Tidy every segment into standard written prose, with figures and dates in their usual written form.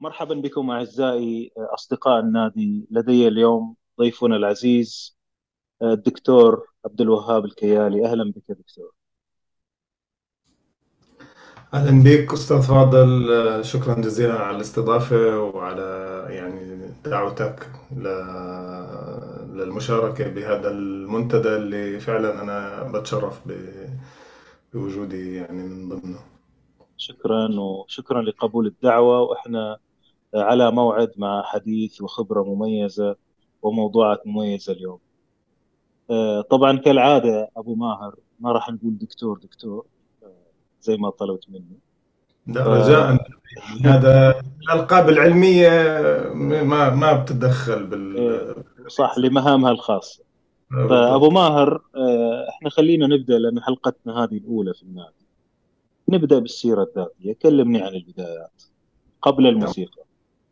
مرحبا بكم أعزائي أصدقاء النادي. لدي اليوم ضيفنا العزيز الدكتور عبد الوهاب الكيالي. أهلا بك دكتور. أهلا بك أستاذ فاضل، شكرا جزيلا على الاستضافة وعلى دعوتك للمشاركة بهذا المنتدى اللي فعلا أنا بتشرف بوجودي يعني من ضمنه. شكرا وشكرا لقبول الدعوة، وإحنا على موعد مع حديث وخبرة مميزة وموضوعات مميزة اليوم. طبعا كالعادة أبو ماهر ما راح نقول دكتور دكتور زي ما طلبت مني. لا ف رجاء، يعني هذا الألقاب العلمية ما بتتدخل صح، لمهامها الخاصة. فأبو بالضبط. ماهر، إحنا خلينا نبدأ لأن حلقتنا هذه الأولى في النادي. نبدأ بالسيرة الذاتية، كلمني عن البدايات قبل الموسيقى.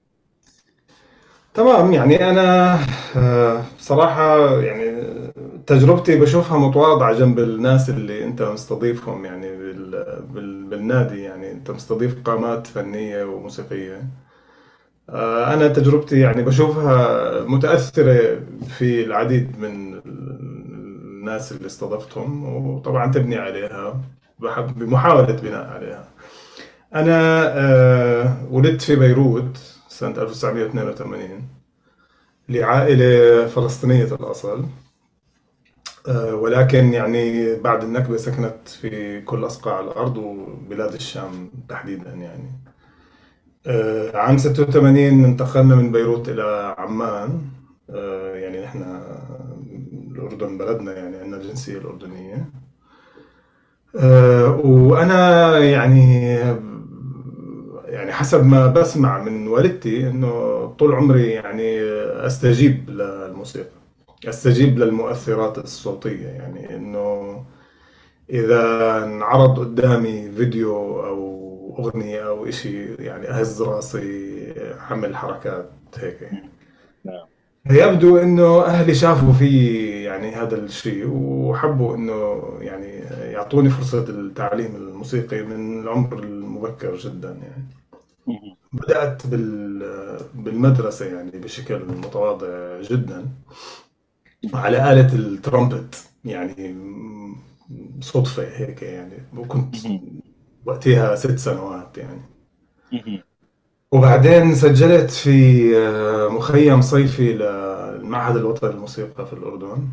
تمام، يعني أنا بصراحة يعني تجربتي بشوفها متواضعة جنب الناس اللي أنت مستضيفهم، يعني بالنادي، يعني أنت مستضيف قامات فنية وموسيقية. أنا تجربتي يعني بشوفها متأثرة في العديد من الناس اللي استضفتهم، وطبعا تبني عليها بمحاولة بناء عليها. أنا ولدت في بيروت سنة 1982 لعائلة فلسطينية الأصل. ولكن يعني بعد النكبة سكنت في كل أصقاع الأرض وبلاد الشام تحديدا يعني. عام 86 انتقلنا من بيروت إلى عمان. يعني نحن الأردن بلدنا، يعني عندنا الجنسية الأردنية. وأنا يعني حسب ما بسمع من والدتي إنه طول عمري يعني أستجيب للموسيقى، استجيب للمؤثرات الصوتية، يعني انه اذا انعرض قدامي فيديو او اغنية او اشي يعني اهز راسي، اعمل حركات هيك. مم. نعم. يبدو انه اهلي شافوا في يعني هذا الشيء وحبوا انه يعني يعطوني فرصة التعليم الموسيقي من العمر المبكر جدا يعني. مم. بدأت بالمدرسة يعني بشكل متواضع جدا على آلة الترمبت، يعني صدفة هيك يعني، وكنت مم. وقتها 6 سنوات يعني. مم. وبعدين سجلت في مخيم صيفي للمعهد الوطني للموسيقى في الأردن.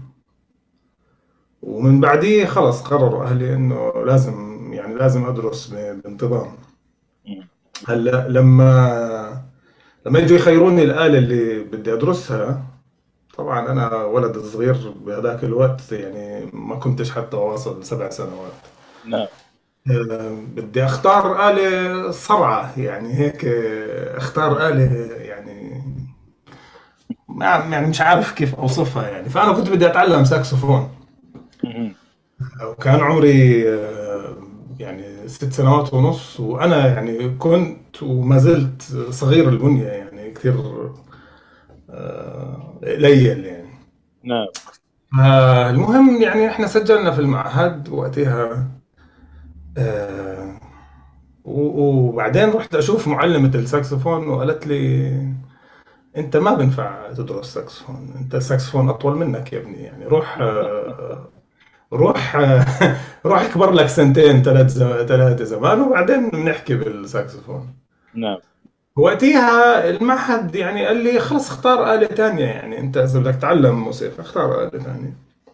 ومن بعديه خلص قرروا أهلي إنه لازم أدرس بانتظام. مم. هلا لما يجوا يخيروني الآلة اللي بدي أدرسها، طبعا أنا ولد صغير بهذاك الوقت، يعني ما كنتش حتى واصل 7 سنوات. نعم. بدي اختار آلة صرعة يعني هيك، اختار آلة يعني يعني مش عارف كيف اوصفها يعني. فانا كنت بدي اتعلم ساكسفون، مم. وكان عمري يعني 6 سنوات ونص، وانا يعني كنت وما زلت صغير البنية، يعني كثير قليل يعني. نعم. المهم يعني احنا سجلنا في المعهد وقتها. آه، وبعدين رحت اشوف معلمة الساكسفون وقالت لي انت ما بنفع تدرس ساكسفون، انت الساكسفون اطول منك يا ابني، يعني روح روح اكبر لك سنتين 3 زمان وبعدين بنحكي بالساكسفون. نعم. وقتها المعهد يعني قال لي خلص اختار آلة تانية، يعني انت اذا بدك تتعلم موسيقى اختار آلة تانية.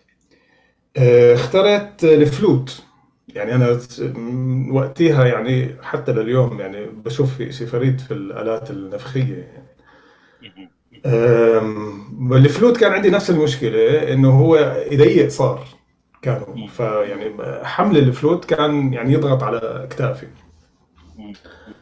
اخترت الفلوت. يعني انا وقتها يعني حتى لليوم يعني بشوف في شيء فريد في الآلات النفخية يعني. مم. الفلوت كان عندي نفس المشكلة، انه هو يضيق صار كانوا، مم. فيعني حمل الفلوت كان يعني يضغط على اكتافي. مم.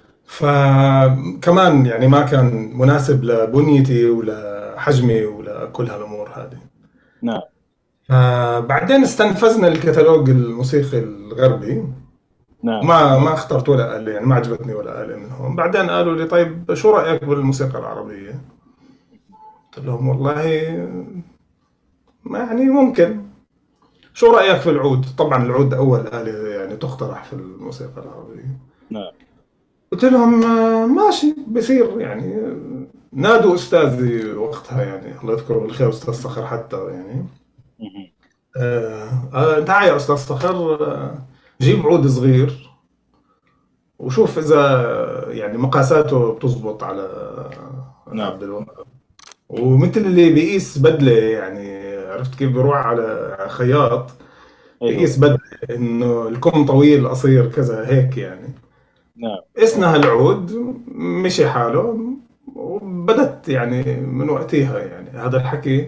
فكمان يعني ما كان مناسب لبنيتي ولا حجمي ولا كل هالامور هذه. نعم. فبعدين استنفذنا الكتالوج الموسيقي الغربي. نعم. ما اخترت ولا آلة، يعني ما عجبتني ولا آلة منهم. بعدين قالوا لي طيب شو رأيك بالموسيقى العربية؟ قلت لهم والله ما يعني ممكن. شو رأيك في العود؟ طبعا العود أول آلة يعني تقترح في الموسيقى العربية. نعم. قلت لهم ماشي بصير يعني. نادوا أستاذي وقتها يعني، الله يذكره بالخير، أستاذ صخر حتى يعني. مهم. تعال يا أستاذ صخر، جيب عود صغير وشوف إذا يعني مقاساته بتزبط على نعم. عبد الوهاب. ومثل اللي بيقيس بدلة يعني، عرفت كيف؟ بيروح على خياط أيوه. بيقيس بدلة، إنه الكم طويل قصير كذا هيك يعني. نعم. قسنا هالعود، مشي حاله، وبدت يعني من وقتها يعني. هذا الحكي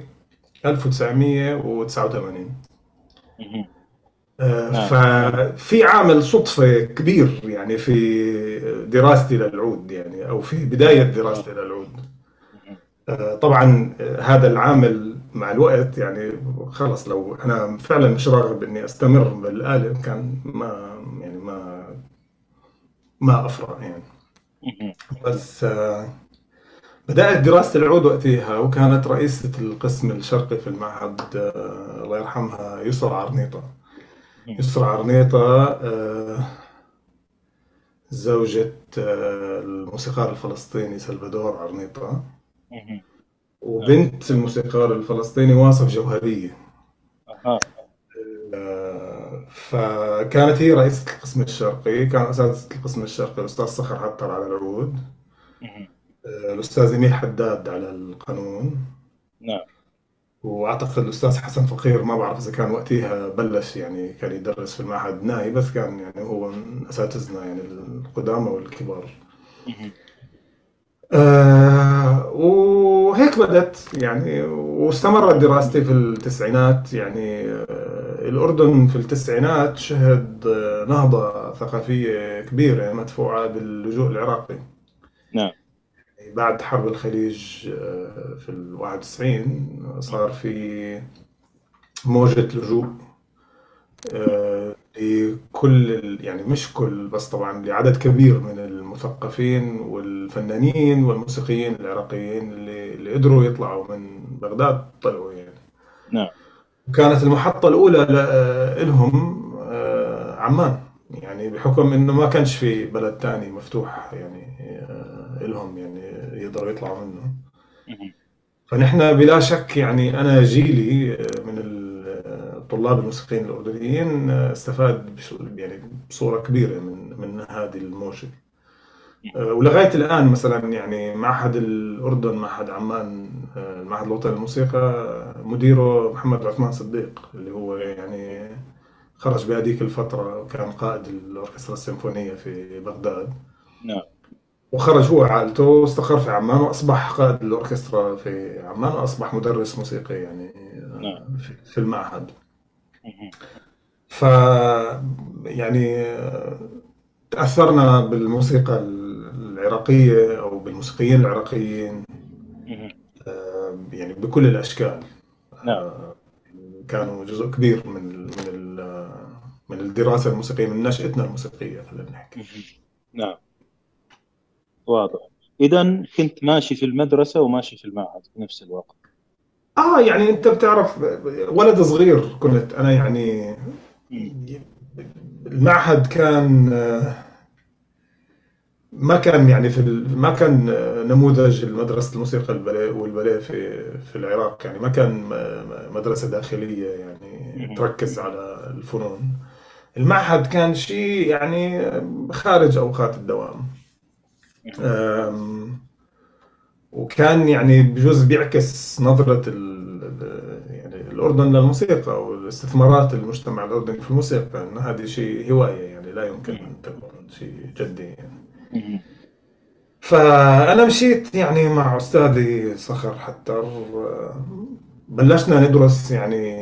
1989. مهم. نعم. ففي عامل صدفة كبير يعني في دراستي للعود يعني، أو في بداية دراستي للعود. مهم. طبعا هذا العامل مع الوقت يعني خلص، لو أنا فعلا مش راغب إني أستمر بالآلة كان ما أفرح يعني. مهم. بس بدأت دراسة العود وقتها، وكانت رئيسة القسم الشرقي في المعهد الله يرحمها يسرى عرنيطة. مهم. يسرى عرنيطة زوجة الموسيقار الفلسطيني سلفادور عرنيطة، مهم. نعم. وبنت الموسيقار الفلسطيني واصف جوهرية. أها. فكانت هي رئيسة القسم الشرقي. كان أساتذة القسم الشرقي الأستاذ صخر حتر على العود، مهم. الأستاذ إميل حداد على القانون، نعم. واعتقد الاستاذ حسن فقير ما بعرف اذا كان وقتها بلش يعني كان يدرس في المعهد ناي، بس كان يعني هو من اساتذتنا يعني القدامى والكبار. مهم. وهيك بدأت يعني، واستمرت دراستي في التسعينات يعني. الأردن في التسعينات شهد نهضة ثقافية كبيرة مدفوعة باللجوء العراقي. نعم. بعد حرب الخليج في ال91 صار في موجة لجوء لكل يعني مش كل بس طبعا لعدد كبير من المثقفين والفنانين والموسيقيين العراقيين اللي قدروا يطلعوا من بغداد، طلعوا يعني. نعم. وكانت المحطة الأولى لهم عمان، يعني بحكم إنه ما كانش في بلد تاني مفتوح يعني لهم يعني يقدروا يطلعوا منه. مهم. فنحن بلا شك يعني أنا جيلي من الطلاب الموسيقيين الأردنيين استفاد يعني بصورة كبيرة من هذه الموجة. مهم. ولغاية الآن مثلا يعني معهد الأردن، معهد عمان، المعهد الوطني للموسيقى، مديره محمد عثمان صديق، اللي هو يعني خرج بهذيك الفترة وكان قائد الأوركسترا السيمفونية في بغداد. نعم. وخرج هو وعائلته واستقر في عمان، وأصبح قائد الأوركسترا في عمان، وأصبح مدرس موسيقي يعني نعم. في المعهد. مهم. ف يعني تأثرنا بالموسيقى العراقية أو بالموسيقيين العراقيين مهم. يعني بكل الأشكال. نعم. كانوا جزء كبير من الدراسة الموسيقية، من نشأتنا الموسيقية خلينا نحكي. مهم. نعم. واضح. إذا كنت ماشي في المدرسة وماشي في المعهد في نفس الوقت. يعني أنت بتعرف، ولد صغير كنت أنا يعني. مم. المعهد كان ما كان يعني ما كان نموذج مدرسة الموسيقى والباليه في العراق يعني. ما كان مدرسة داخلية يعني مهم. تركز على الفنون. المعهد كان شيء يعني خارج أوقات الدوام. مهم. أم، وكان يعني بجوز بيعكس نظرة يعني الأردن للموسيقى والاستثمارات المجتمع الأردني في الموسيقى، أن هذه شيء هواية يعني لا يمكن مهم. أن تكون شيء جدي يعني. مهم. فأنا مشيت يعني مع أستاذي صخر حتى بلشنا ندرس يعني.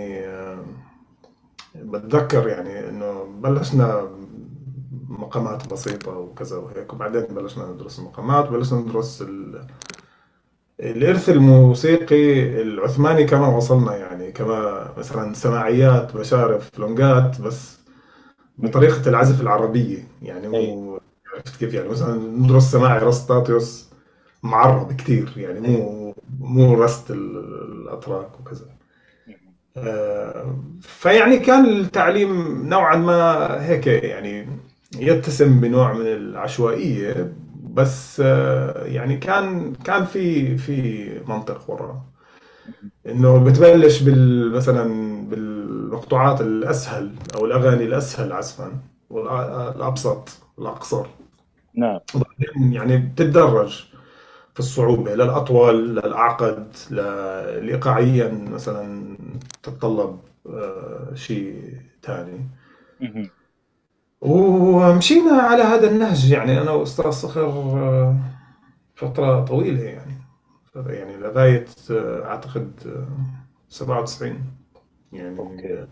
بتذكر يعني إنه بلشنا مقامات بسيطة وكذا وهيك، وبعدين بلشنا ندرس المقامات، وبلشنا ندرس الإرث الموسيقي العثماني كما وصلنا يعني، كما مثلا سماعيات، مشارف، لونجات، بس مهم. بطريقة العزف العربية يعني. أي. مو عرفت كيف يعني؟ مثلا ندرس سماعي رستاتيوس معرب كتير يعني، مو رست الأتراك وكذا. مهم. فيعني كان التعليم نوعا ما هيك يعني، يتسم بنوع من العشوائية، بس يعني كان في منطق وراه. انه بتبلش مثلا بالمقطوعات الاسهل او الاغاني الاسهل عزفا والابسط والاقصر، نعم. وبعدين يعني بتتدرج في الصعوبة للأطول للأعقد لإيقاعيا مثلا تتطلب شيء تاني. مهم. ومشينا على هذا النهج، يعني أنا وأستاذ صخر فترة طويلة يعني، يعني لغاية أعتقد 97 يعني. اوكي.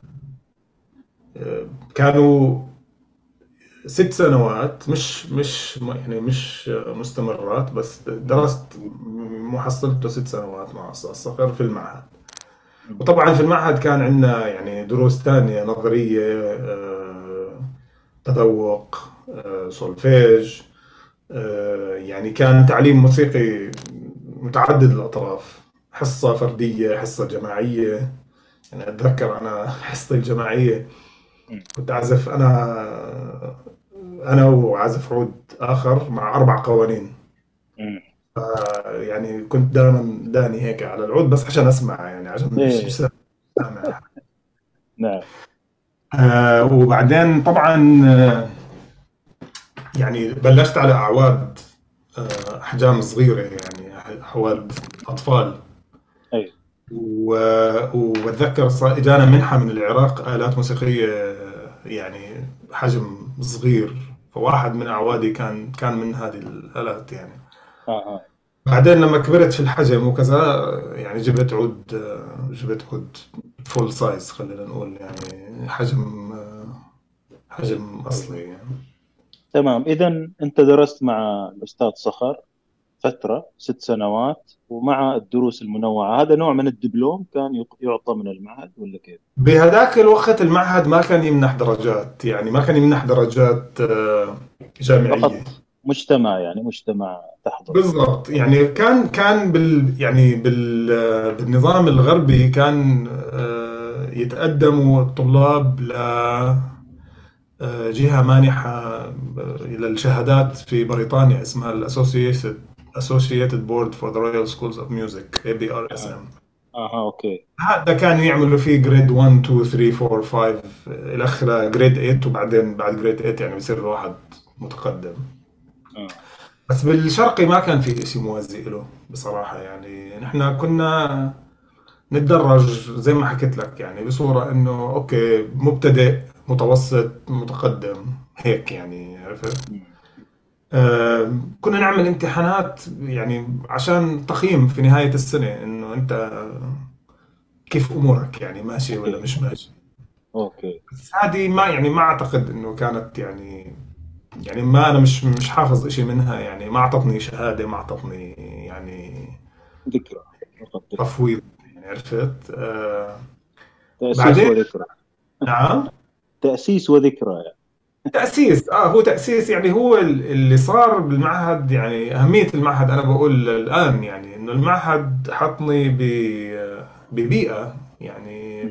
كانوا 6 سنوات، يعني مش مستمرات، بس درست محصلته 6 سنوات مع أستاذ صقر في المعهد. مهم. وطبعا في المعهد كان عندنا يعني دروس تانية نظرية، تذوق، سولفيج، يعني كان تعليم موسيقي متعدد الأطراف، حصة فردية، حصة جماعية. يعني أتذكر أنا حصتي الجماعية مهم. كنت أعزف أنا وعازف عود آخر مع 4 قوانين. مهم. يعني كنت دائما داني هيك على العود بس عشان أسمع، يعني عشان مش ايه. سامع. نعم. وبعدين طبعا يعني بلشت على أعواد أحجام صغيرة، يعني أعواد أطفال. اي. وبتذكر إجانا منحة من العراق آلات موسيقية يعني حجم صغير، فواحد من أعوادي كان من هذه الآلات يعني. اه. بعدين لما كبرت في الحجم وكذا، يعني جبت عود فول سايز، خلينا نقول يعني حجم أصلي يعني. تمام، اذا انت درست مع الاستاذ صخر فتره 6 سنوات، ومع الدروس المنوعه هذا نوع من الدبلوم كان يعطى من المعهد ولا كيف؟ بهذاك الوقت المعهد ما كان يمنح درجات، يعني ما كان يمنح درجات جامعية. فقط مجتمع، يعني مجتمع تحضر فيه. بالضبط، يعني كان بالنظام الغربي كان يتقدموا الطلاب جهة مانحة للشهادات في بريطانيا اسمها Associated Board for the Royal Schools of Music اها. ABRSM. اها. اوكي. هذا كانوا يعملوا فيه جريد 1 2 3 4 5 الى اخره جريد 8، وبعدين بعد جريد 8 يعني بصير الواحد متقدم. اه. بس بالشرقي ما كان في شيء موازي له بصراحة، يعني نحن كنا نتدرج زي ما حكيت لك، يعني بصورة انه اوكي مبتدئ متوسط متقدم هيك يعني، عرفت. مم. كنا نعمل امتحانات يعني عشان تقييم في نهاية السنة انه انت كيف امورك، يعني ماشي ولا اوكي. مش ماشي. اوكي. بس هذه ما يعني ما اعتقد انه كانت يعني ما انا مش حافظ اشي منها، يعني ما اعطتني شهادة، ما اعطتني يعني ذكرى. فقط ذكرى. تفويض، يعني عرفت. تأسيس بعدين وذكرى. نعم. تأسيس وذكرى يعني. تأسيس، هو تأسيس، يعني هو اللي صار بالمعهد، يعني أهمية المعهد أنا بقول الآن يعني إنه المعهد حطني ببيئة، يعني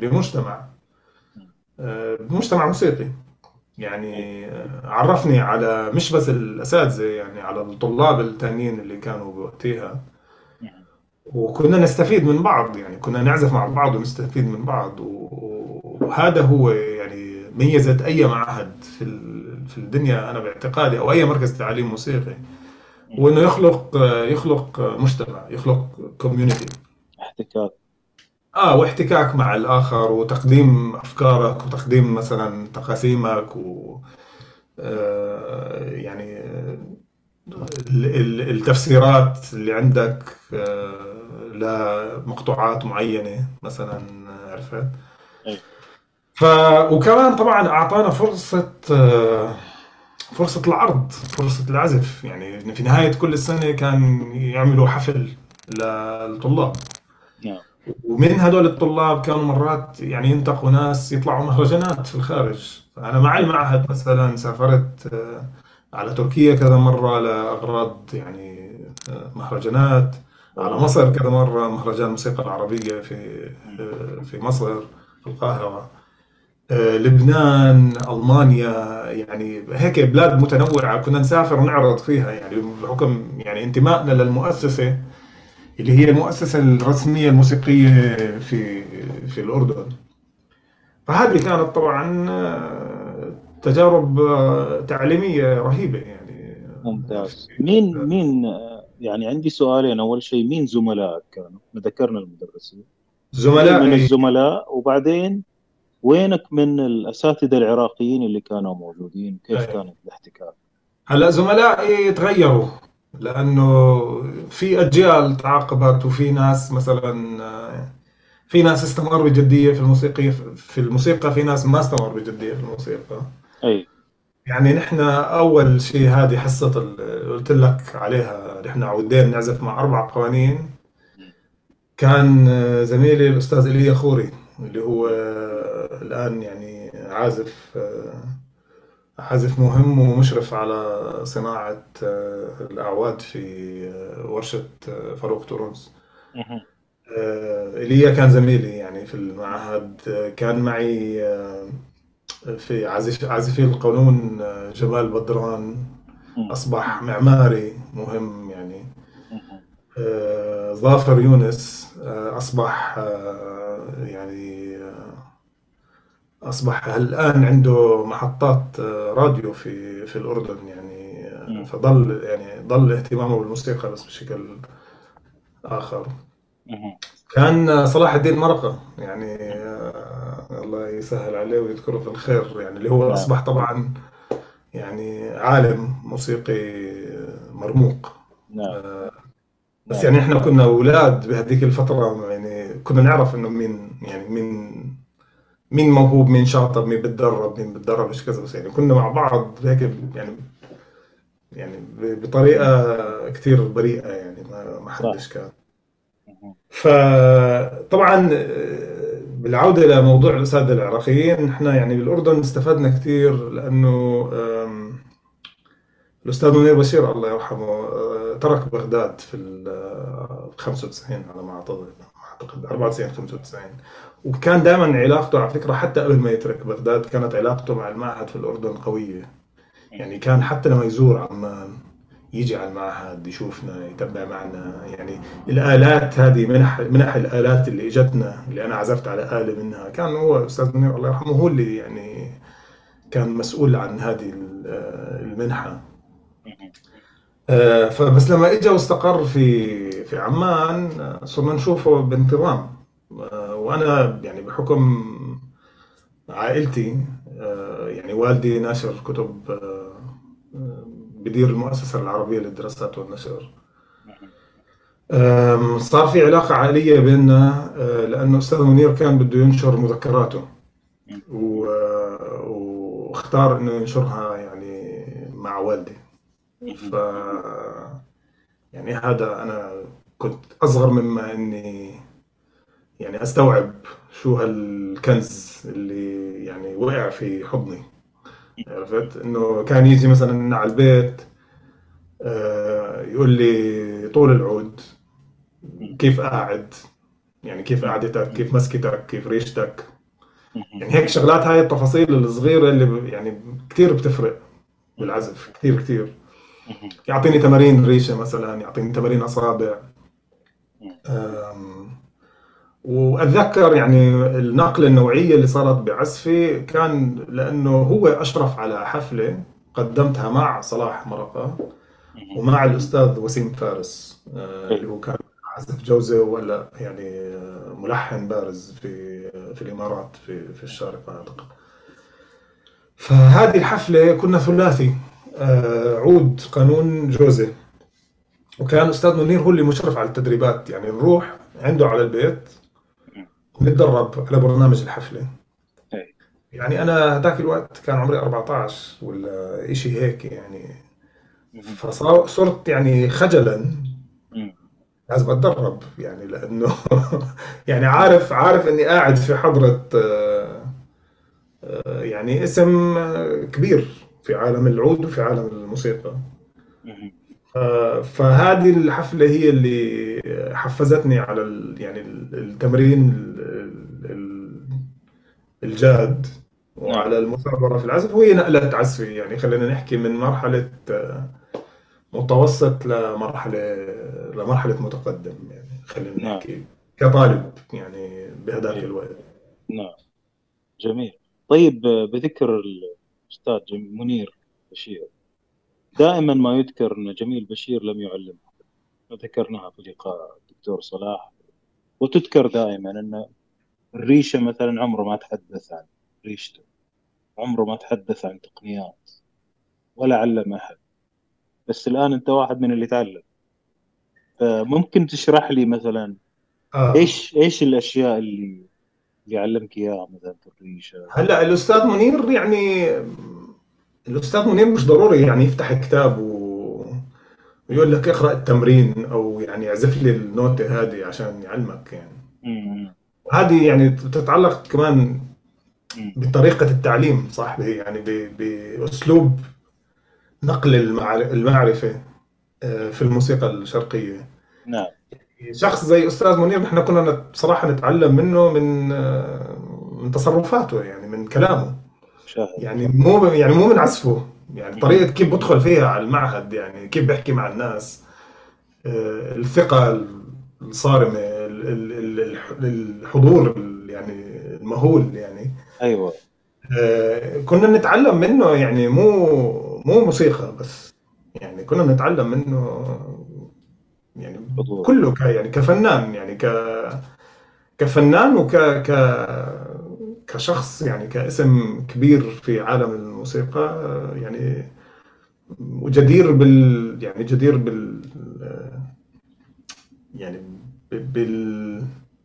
بمجتمع موسيقي، أي. يعني عرفني على مش بس الأساتذة، يعني على الطلاب التانيين اللي كانوا بوقتها. مم. وكنا نستفيد من بعض، يعني كنا نعزف مع بعض ونستفيد من بعض، وهذا هو يعني ميزة أي معهد في الدنيا أنا باعتقادي، أو أي مركز تعليم موسيقي، مم. وإنه يخلق مجتمع، يخلق كوميونيتي. احتكاك. واحتكاك مع الآخر، وتقديم أفكارك، وتقديم مثلا تقاسيمك، يعني التفسيرات اللي عندك لمقطوعات معينة مثلا، عرفت. أي. ف وكمان طبعا أعطانا فرصة العرض، فرصة العزف، يعني في نهاية كل سنة كان يعملوا حفل للطلاب، نعم. ومن هدول الطلاب كانوا مرات يعني ينتقوا ناس يطلعوا مهرجانات في الخارج. فأنا مع أي. المعهد مثلا سافرت على تركيا كذا مرة لأغراض يعني مهرجانات، على أوه. مصر كذا مرة مهرجان الموسيقى العربية مم. في مصر، في القاهرة. لبنان، ألمانيا، يعني هيك بلاد متنوعة كنا نسافر ونعرض فيها، يعني بحكم يعني انتمائنا للمؤسسة اللي هي المؤسسة الرسمية الموسيقية في الأردن. فهذه كانت طبعا تجارب تعليمية رهيبة يعني. ممتاز. مين يعني عندي سؤالين. أول شيء، مين زملائك كانوا؟ ذكرنا المدرسين، مين من زملائي، الزملاء؟ وبعدين وينك من الأساتذة العراقيين اللي كانوا موجودين؟ كيف كانت الاحتكاك؟ هلا زملائي تغيروا لأنه في أجيال تعاقبت، وفي ناس مثلا في ناس استمر بجدية في الموسيقى، في ناس ما استمر بجدية في الموسيقى. أي. يعني نحن أول شيء هذه حصة قلت لك عليها، نحن عودين نعزف مع 4 قوانين. كان زميلي الأستاذ إيليا خوري، اللي هو الآن يعني عازف مهم ومشرف على صناعة الأعواد في ورشة فاروق تورونس. إيليا كان زميلي يعني في المعهد. كان معي في عازفي القانون جمال بدران، أصبح معماري مهم يعني. ظافر يونس أصبح يعني أصبح الآن عنده محطات راديو في الأردن يعني. فضل يعني ضل اهتمامه بالموسيقى بس بشكل آخر. كان صلاح الدين مرقة يعني الله يسهل عليه ويذكره في الخير، يعني اللي هو نعم. أصبح طبعا يعني عالم موسيقي مرموق. نعم. بس نعم. يعني احنا كنا اولاد بهذيك الفتره، يعني كنا نعرف انه مين يعني مين موهوب، مين شاطر، مين بتدرب ايش كذا. بس يعني كنا مع بعض هيك يعني بطريقه كثير بريئه، يعني ما صح. حدش كان. فطبعا بالعوده لموضوع الاساتذه العراقيين، احنا يعني بالاردن استفدنا كثير لانه الأستاذ منير بشير الله يرحمه ترك بغداد في 95 على ما أعتقد 94 95. وكان دائما علاقته على فكرة حتى قبل ما يترك بغداد كانت علاقته مع المعهد في الأردن قوية. يعني كان حتى لما يزور عمان يجي على المعهد يشوفنا يتبع معنا يعني. الآلات هذه منح الآلات اللي اجتنا، اللي أنا عزفت على آلة منها، كان هو الأستاذ منير الله يرحمه هو اللي يعني كان مسؤول عن هذه المنحة. فبس لما اجى واستقر في عمان صرنا نشوفه بانتظام. وانا يعني بحكم عائلتي يعني والدي ناشر كتب، بدير المؤسسة العربية للدراسات والنشر. صار في علاقة عائلية بيننا لأنه أستاذ منير كان بده ينشر مذكراته واختار إنه ينشرها يعني مع والدي. ف يعني هذا أنا كنت أصغر مما إني يعني أستوعب شو هالكنز اللي يعني وقع في حضني. عرفت إنه كان يجي مثلا على البيت يقول لي طول العود كيف قاعد، يعني كيف قعدتك، كيف مسكتك، كيف ريشتك. يعني هيك شغلات، هاي التفاصيل الصغيرة اللي يعني كتير بتفرق بالعزف، كتير كتير. يعطيني تمارين ريشة مثلا، يعطيني تمارين أصابع. أم، وأتذكر يعني النقلة النوعية اللي صارت بعزفي كان لأنه هو أشرف على حفلة قدمتها مع صلاح مرقة ومع الأستاذ وسيم فارس اللي هو كان عازف جوزة ولا يعني ملحن بارز في الإمارات في الشارقة أعتقد. فهذه الحفلة كنا ثلاثي عود قانون جوزة. وكان أستاذ منير هو اللي مشرف على التدريبات، يعني نروح عنده على البيت نتدرب على برنامج الحفلة. يعني أنا هذاك الوقت كان عمري 14 ولا إشي هيك يعني. فصرت يعني خجلا لازم أتدرب يعني لأنه يعني عارف إني قاعد في حضرة يعني اسم كبير في عالم العود وفي عالم الموسيقى. فهذه الحفلة هي اللي حفزتني على يعني التمرين الجاد. نعم. وعلى المثابرة في العزف، وهي نقلة عزفية يعني، خلينا نحكي من مرحلة متوسط لمرحلة متقدم يعني، خلينا نعم. نحكي كطالب يعني بهذاك أيوة. الوقت. نعم. جميل. طيب، بذكر الأستاذ منير بشير، دائما ما يذكر أن جميل بشير لم يعلم. ذكرناها في لقاء الدكتور صلاح، وتذكر دائما أن الريشة مثلا عمره ما تحدث عن ريشته، عمره ما تحدث عن تقنيات ولا علم أحد. بس الآن أنت واحد من اللي تعلم، فممكن تشرح لي مثلا آه إيش الأشياء اللي علمك إياها مثلا في الريشة؟ هلا الأستاذ منير يعني، الأستاذ منير مش ضروري يعني يفتح كتاب ويقول لك اقرأ التمرين أو يعني اعزف لي النوتة هذه عشان يعلمك يعني. مم. هذه يعني تتعلق كمان مم. بطريقة التعليم صاحبي، يعني بأسلوب نقل المعرفة في الموسيقى الشرقية. نعم. شخص زي أستاذ منير نحن كنا بصراحة نتعلم منه من تصرفاته يعني، من كلامه شاهد. يعني، مو من عزفه يعني، مم. طريقة كيف بدخل فيها على المعهد يعني، كيف بيحكي مع الناس، الثقة الصارمة، الحضور يعني المهول يعني. أيوة. كنا نتعلم منه يعني، مو موسيقى بس يعني، كنا نتعلم منه يعني حضور. كله يعني كفنان يعني، كفنان ك كشخص يعني، كاسم كبير في عالم الموسيقى يعني، وجدير يعني جدير يعني بال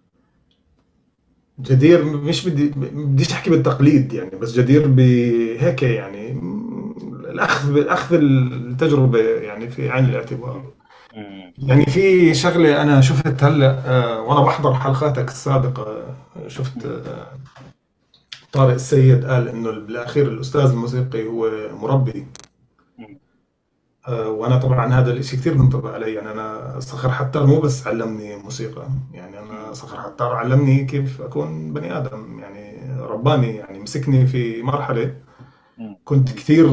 جدير، مش بديش احكي بالتقليد يعني، بس جدير بهيك يعني، الاخذ التجربه يعني في عين الاعتبار. مم. يعني في شغله انا شفت هلا وانا بحضر حلقاتك السابقه، شفت طارق السيد قال انه بالاخير الاستاذ الموسيقي هو مربي. مم. وانا طبعا هذا الاشي كثير بنطبق علي يعني، انا صخر حتار مو بس علمني موسيقى يعني، انا مم. صخر حتار علمني كيف اكون بني ادم يعني، رباني يعني، مسكني في مرحله مم. كنت كثير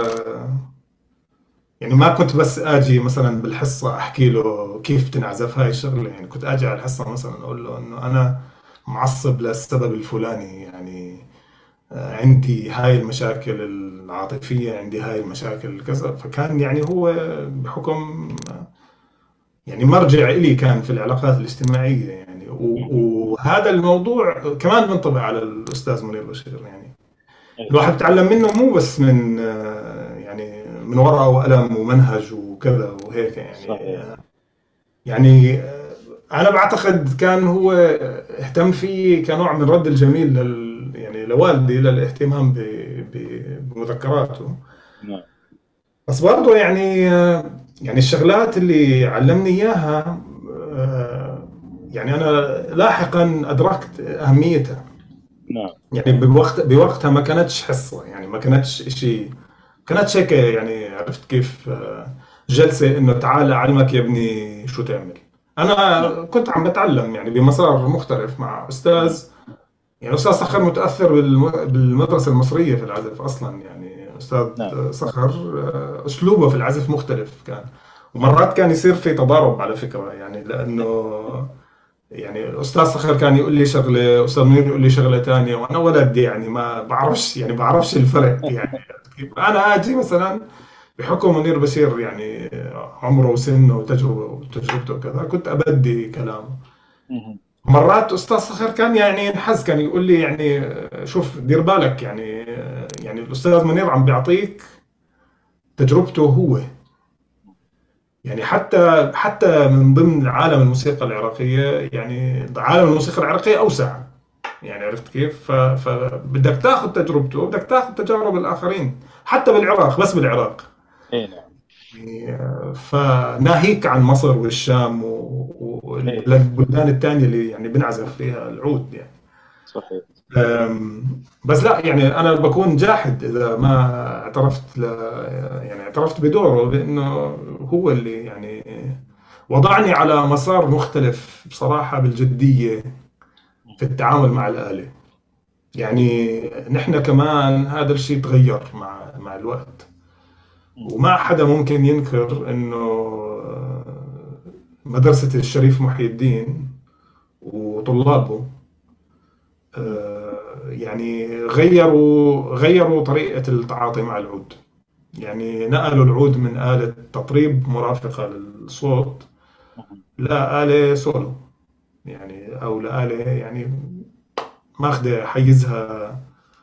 يعني، ما كنت بس اجي مثلا بالحصه احكي له كيف تنعزف هاي الشغله يعني، كنت اجي على الحصه مثلا اقول له انه انا معصب للسبب الفلاني يعني، عندي هاي المشاكل العاطفية، عندي هاي المشاكل كذا. فكان يعني هو بحكم يعني مرجع إلي كان في العلاقات الاجتماعية يعني، مم. وهذا الموضوع كمان بنطبق على الأستاذ منير بشير يعني. أيوة. الواحد تعلم منه مو بس من يعني من ورقة وقلم ومنهج وكذا وهيك يعني. صحيح. يعني أنا بعتقد كان هو اهتم فيه كنوع من رد الجميل يعني لوالدي، للاهتمام بمذكراته. نعم. بس برضه يعني يعني الشغلات اللي علمني إياها يعني أنا لاحقا أدركت أهميتها نعم. يعني، بوقتها ما كانتش حصة يعني، ما كانتش إشي، كانت هيك يعني، عرفت كيف جلسة إنه تعال أعلمك يا ابني شو تعمل. أنا نعم. كنت عم بتعلم يعني بمسار مختلف مع مم. أستاذ يعني، أستاذ صخر متأثر بالمدرسة المصرية في العزف أصلا يعني. أستاذ نعم. صخر أسلوبه في العزف مختلف كان، ومرات كان يصير في تضارب على فكرة يعني، لأنه يعني الأستاذ صخر كان يقول لي شغلة، أستاذ منير يقول لي شغلة تانية، وأنا ولد يعني ما بعرفش يعني، بعرفش الفرق يعني. أنا أجي مثلا بحكم منير بشير يعني عمره وسنه وتجربته وكذا، كنت أبدي كلامه. مم. مرات استاذ صخر كان يعني ينحز، كان يقول لي يعني شوف دير بالك يعني، يعني الاستاذ منير عم بيعطيك تجربته هو يعني، حتى من ضمن عالم الموسيقى العراقيه يعني، عالم الموسيقى العراقيه اوسع يعني، عرفت كيف؟ فبدك تاخذ تجربته، وبدك تاخذ تجارب الاخرين حتى بالعراق، بس بالعراق اي نعم. يعني، فناهيك عن مصر والشام اي. والبلدان الثانيه اللي يعني بنعزف فيها العود يعني. صحيح. بس لا يعني انا بكون جاحد اذا ما اعترفت يعني اعترفت بدوره، بانه هو اللي يعني وضعني على مسار مختلف بصراحة بالجدية في التعامل مع الآلة. يعني نحن كمان هذا الشيء تغير مع الوقت. وما حدا ممكن ينكر انه مدرسة الشريف محي الدين وطلابه يعني غيروا طريقة التعاطي مع العود. يعني نقلوا العود من آلة تطريب مرافقة للصوت لآلة سولو، يعني أو لآلة يعني ماخذة حيزها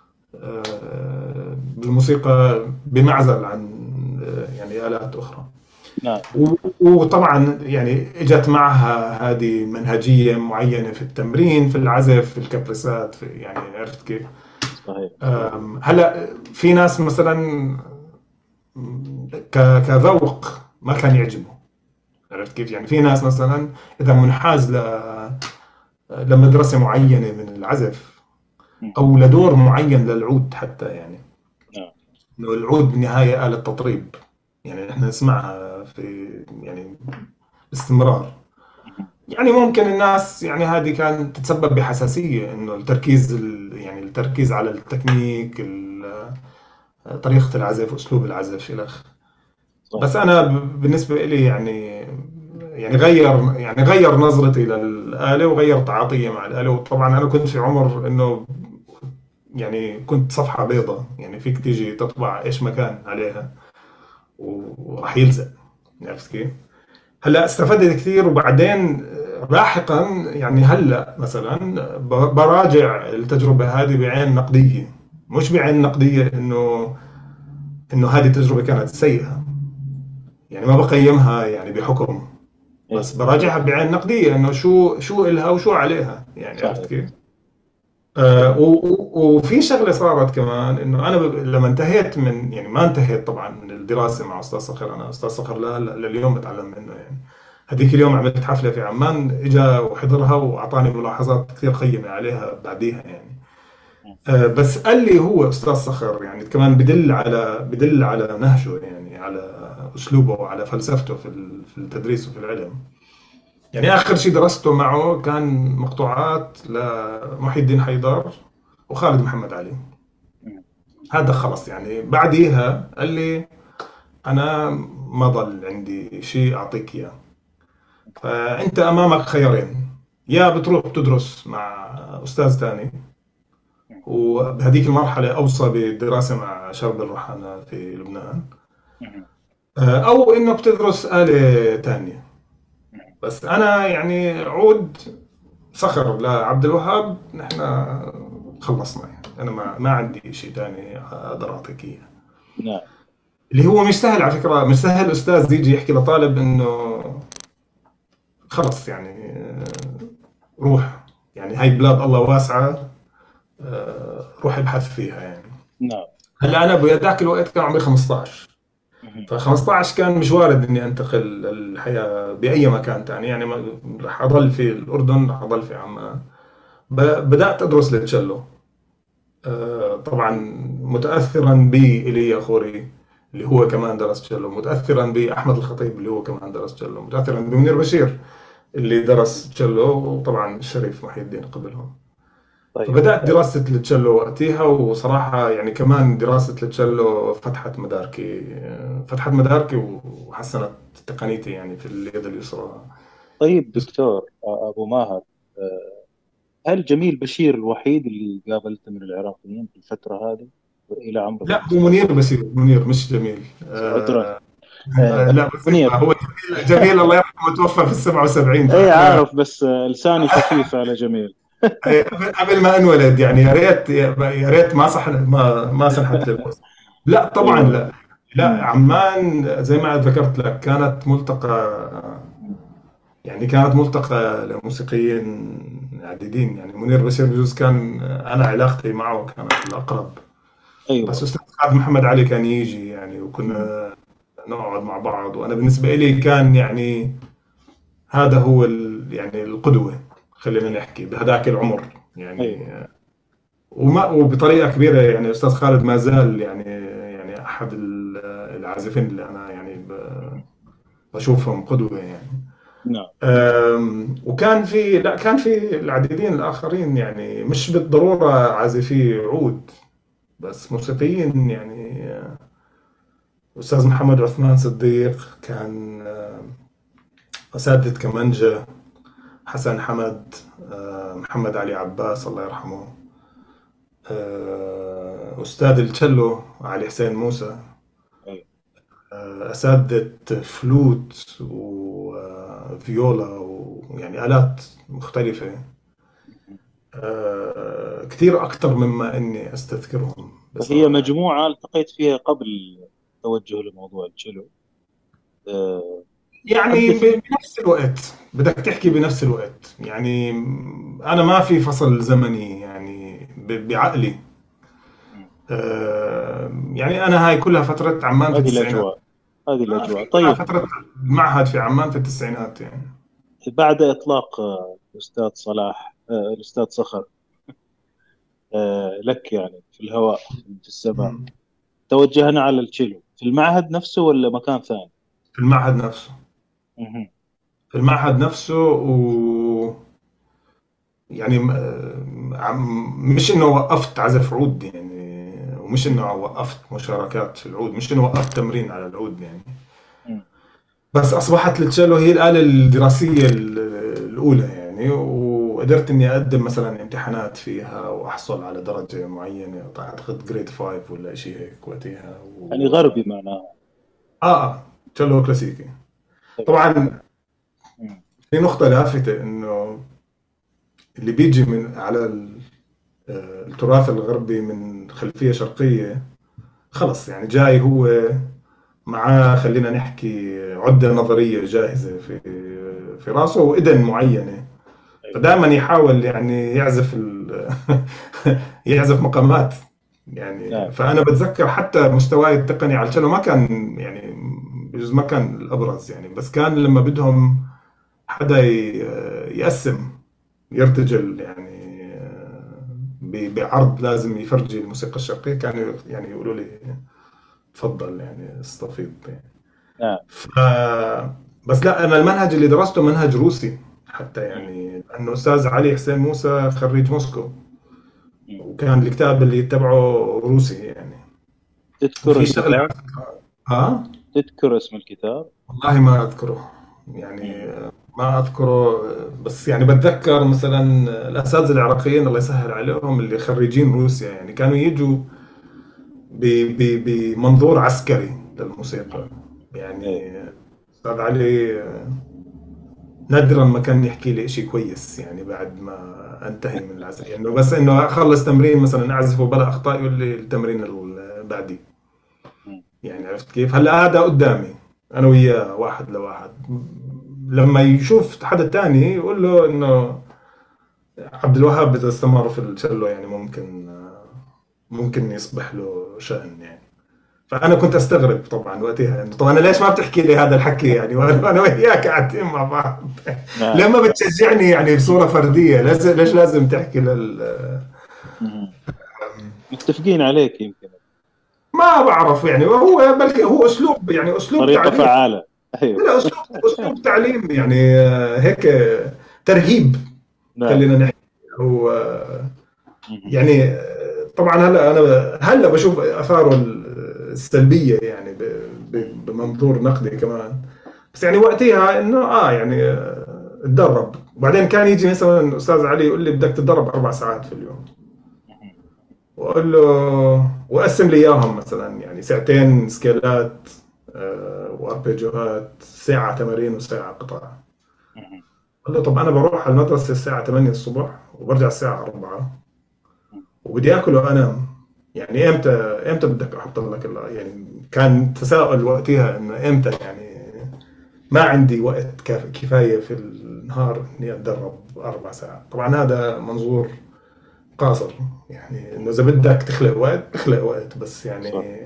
بالموسيقى بمعزل عن يعني آلات أخرى. نعم. وطبعا يعني اجت معها هذه منهجية معينة في التمرين، في العزف، في الكبرسات، في يعني عرفت كيف؟ صحيح. هلا في ناس مثلا كذوق ما كان يعجبه، عرفت كيف؟ يعني في ناس مثلا اذا منحاز لمدرسة معينة من العزف او لدور معين للعود حتى، يعني نعم. انه العود بالنهاية آلة تطريب، يعني احنا نسمعها في يعني باستمرار. يعني ممكن الناس يعني هذه كانت تتسبب بحساسية، انه يعني التركيز على التكنيك، طريقة العزف، اسلوب العزف الى اخره. بس صحيح. انا بالنسبة لي يعني غير نظرتي للآلة وغير تعاطيي مع الآلة. وطبعا انا كنت في عمر انه يعني كنت صفحة بيضاء، يعني فيك تيجي تطبع ايش ما كان عليها وراح يلزق، عرفت كيف؟ هلا استفدت كثير. وبعدين لاحقا يعني هلا مثلا براجع التجربه هذه بعين نقديه، مش بعين نقديه انه هذه التجربه كانت سيئه، يعني ما بقيمها يعني بحكم، ايه. بس براجعها بعين نقديه انه شو إلها وشو عليها، يعني عرفت صحيح. كيف؟ وفي شغله صارت كمان انه انا لما انتهيت من، يعني ما انتهيت طبعا من الدراسه مع استاذ صخر. انا استاذ صخر لليوم بتعلم منه يعني. هذيك اليوم عملت حفله في عمان، اجا وحضرها واعطاني ملاحظات كثير قيمه عليها بعديها يعني. بس قال لي هو استاذ صخر يعني كمان بدل على نهجه، يعني على اسلوبه وعلى فلسفته في التدريس وفي العلم. يعني آخر شيء درسته معه كان مقطوعات لمحي الدين حيدر وخالد محمد علي. هذا خلص، يعني بعديها قال لي أنا ما ضل عندي شيء أعطيك إياه، فأنت أمامك خيارين: يا بتروح تدرس مع أستاذ ثاني، وبهذيك المرحلة أوصى بالدراسة مع شرب الرحانة في لبنان، أو إنك تدرس آلة ثانية. بس أنا يعني عود صخر لعبد الوهاب نحن خلصنا، يعني انا ما عندي شيء ثاني اقدر اعطيك اياه. نعم. اللي هو مش سهل على فكره، مش سهل استاذ يجي يحكي لطالب انه خلص يعني روح، يعني هاي بلاد الله واسعه، روح ابحث فيها يعني. نعم. هلا انا بهذاك الوقت كان عمري 15، ف 15 كان مش وارد اني انتقل للحياه باي مكان ثاني، يعني رح اضل في الاردن، رح اضل في عمان. بدات ادرس التشيلو، طبعا متاثرا بايليا خوري اللي هو كمان درس تشيلو، متاثرا باحمد الخطيب اللي هو كمان درس تشيلو، متاثرا بمنير بشير اللي درس تشيلو، وطبعا الشريف محي الدين قبلهم. طيب. فبدات دراسه التشيلو وقتها، وصراحه يعني كمان دراسه التشيلو فتحت مداركي وحسنت تقنيتي يعني في اليد اليسرى. طيب دكتور ابو ماهر، هل جميل بشير الوحيد اللي قابلته من العراقيين في الفترة هذه إلى عمر لا، هو 15 منير سنة؟ بشير، منير مش جميل. عذرا. آه، لا بس منير. هو جميل الله يرحمه توفى في ال77، اي فاحنا عارف، بس لساني خفيف على جميل. قبل ما انولد يعني يا ريت ما سنحت للوصف. لا اي طبعا والله. لا. لا عمان زي ما ذكرت لك كانت ملتقى، يعني كانت ملتقى لموسيقيين عديدين. يعني منير بشير بجوز كان انا علاقتي معه كانت الاقرب، بس ايوه. استاذ خالد محمد علي كان يجي يعني، وكنا نقعد مع بعض. وانا بالنسبه لي كان يعني هذا هو يعني القدوة، خلينا نحكي بهذاك العمر يعني. ايوه. وبطريقة كبيرة يعني أستاذ خالد ما زال يعني أحد العازفين اللي أنا يعني بشوفهم قدوة يعني. نعم. وكان في، لا كان في العديدين الآخرين، يعني مش بالضرورة عازفي عود، بس موسيقيين يعني. أستاذ محمد عثمان صديق كان، أساتذة كمانجا، حسن حمد، محمد علي عباس الله يرحمه، أستاذ التشيلو علي حسين موسى، أي. أساتذة فلوت وفيولا ويعني آلات مختلفة، كثير أكثر مما إني أستذكرهم فهي بصراحة يعني. مجموعة التقيت فيها قبل التوجه لموضوع التشيلو. آه، يعني حدثني. بنفس الوقت، بدك تحكي بنفس الوقت يعني. أنا ما في فصل زمني يعني بعقلي. يعني أنا هاي كلها فترة عمان في هذه التسعينات. الأجواء، هذه في الأجواء. كلها طيب، فترة المعهد في عمان في التسعينات يعني. بعد إطلاق الأستاذ صلاح، الأستاذ صخر، لك يعني في الهواء، في السماء، مم. توجهنا على التشيلو في المعهد نفسه ولا مكان ثاني؟ في المعهد نفسه. مهم. في المعهد نفسه يعني مش انه وقفت عزف عود يعني، ومش انه وقفت مشاركات في العود، مش انه وقفت تمرين على العود يعني. مم. بس اصبحت التشيلو هي الآلة الدراسية الاولى يعني، وقدرت اني اقدم مثلا امتحانات فيها واحصل على درجة معينة، اعتقد جريد 5 ولا شيء هيك وقتها يعني غربي معناها. تشيلو كلاسيكي. تمام. طبعا مم. في نقطة لافتة انه اللي بيجي من على التراث الغربي من خلفية شرقية، خلص يعني جاي هو معاه، خلينا نحكي عدة نظرية جاهزة في راسه وإذن معينة. أيوة. فدائما يحاول يعني يعزف يعزف مقامات نعم. يعني. فأنا بتذكر حتى مستواي التقني على الشلو ما كان يعني، بجوز ما كان الأبرز يعني، بس كان لما بدهم حدا يقسم، يرتجل يعني، بعرض لازم يفرجي الموسيقى الشرقية، كانوا يعني يقولوا لي تفضل يعني استفيض يعني. نعم. ف بس لا، انا المنهج اللي درسته منهج روسي حتى مم. يعني، لانه استاذ علي حسين موسى خريج موسكو، مم. وكان الكتاب اللي يتبعه روسي يعني. تذكر وفي شغله الكتاب؟ على فكره. ها، تذكر اسم الكتاب؟ والله ما اذكره يعني، مم. ما اذكره. بس يعني بتذكر مثلا الاساتذه العراقيين الله يسهل عليهم اللي خريجين روسيا يعني، كانوا يجوا بمنظور عسكري للموسيقى ايه. يعني. استاذ علي نادرا ما كان يحكي لي شيء كويس يعني بعد ما انتهي من العزف يعني، بس انه اخلص تمرين مثلا اعزفه بلا اخطاء يقول لي التمرين اللي بعدي مم. يعني. عرفت كيف؟ هلا هذا قدامي انا وياه واحد لواحد. لما يشوف حدا تاني يقول له انه عبد الوهاب اذا استمر في الشلو يعني ممكن يصبح له شأن يعني. فانا كنت استغرب طبعا وقتها انه، طب انا ليش ما بتحكي لي هذا الحكي يعني، وانا وياك قاعدين مع بعض؟ نعم. لما بتشجعني يعني بصوره فرديه، ليش لازم تحكي مم. متفقين عليك يمكن. ما بعرف يعني. هو بلكي هو اسلوب يعني، اسلوب طريقة تعليم. فعالة. ايوه. لا، اسلوب تعليم يعني، هيك ترهيب نعم. خلينا نحكي. هو مم. يعني طبعا هلا انا هلا بشوف اثاره السلبيه يعني، بمنظور نقدي كمان. بس يعني وقتها انه يعني اتدرب. وبعدين كان يجي مثلا استاذ علي يقول لي بدك تتدرب 4 ساعات في اليوم، مم. واقول له وقسم لي اياهم مثلا يعني ساعتين سكيلات، واربيجوهات، ساعه تمارين وساعه قطع. مم. قال له طب انا بروح على المدرسه الساعه 8 الصبح وبرجع الساعه 4، وبدي اكل وانام. يعني امتى بدك احط لك يعني كان تساؤل وقتها انه امتى يعني ما عندي وقت كفايه في النهار اني اتدرب 4 ساعات. طبعا هذا منظور قاصر يعني، انه اذا بدك تخلق وقت تخلق وقت، بس صح. يعني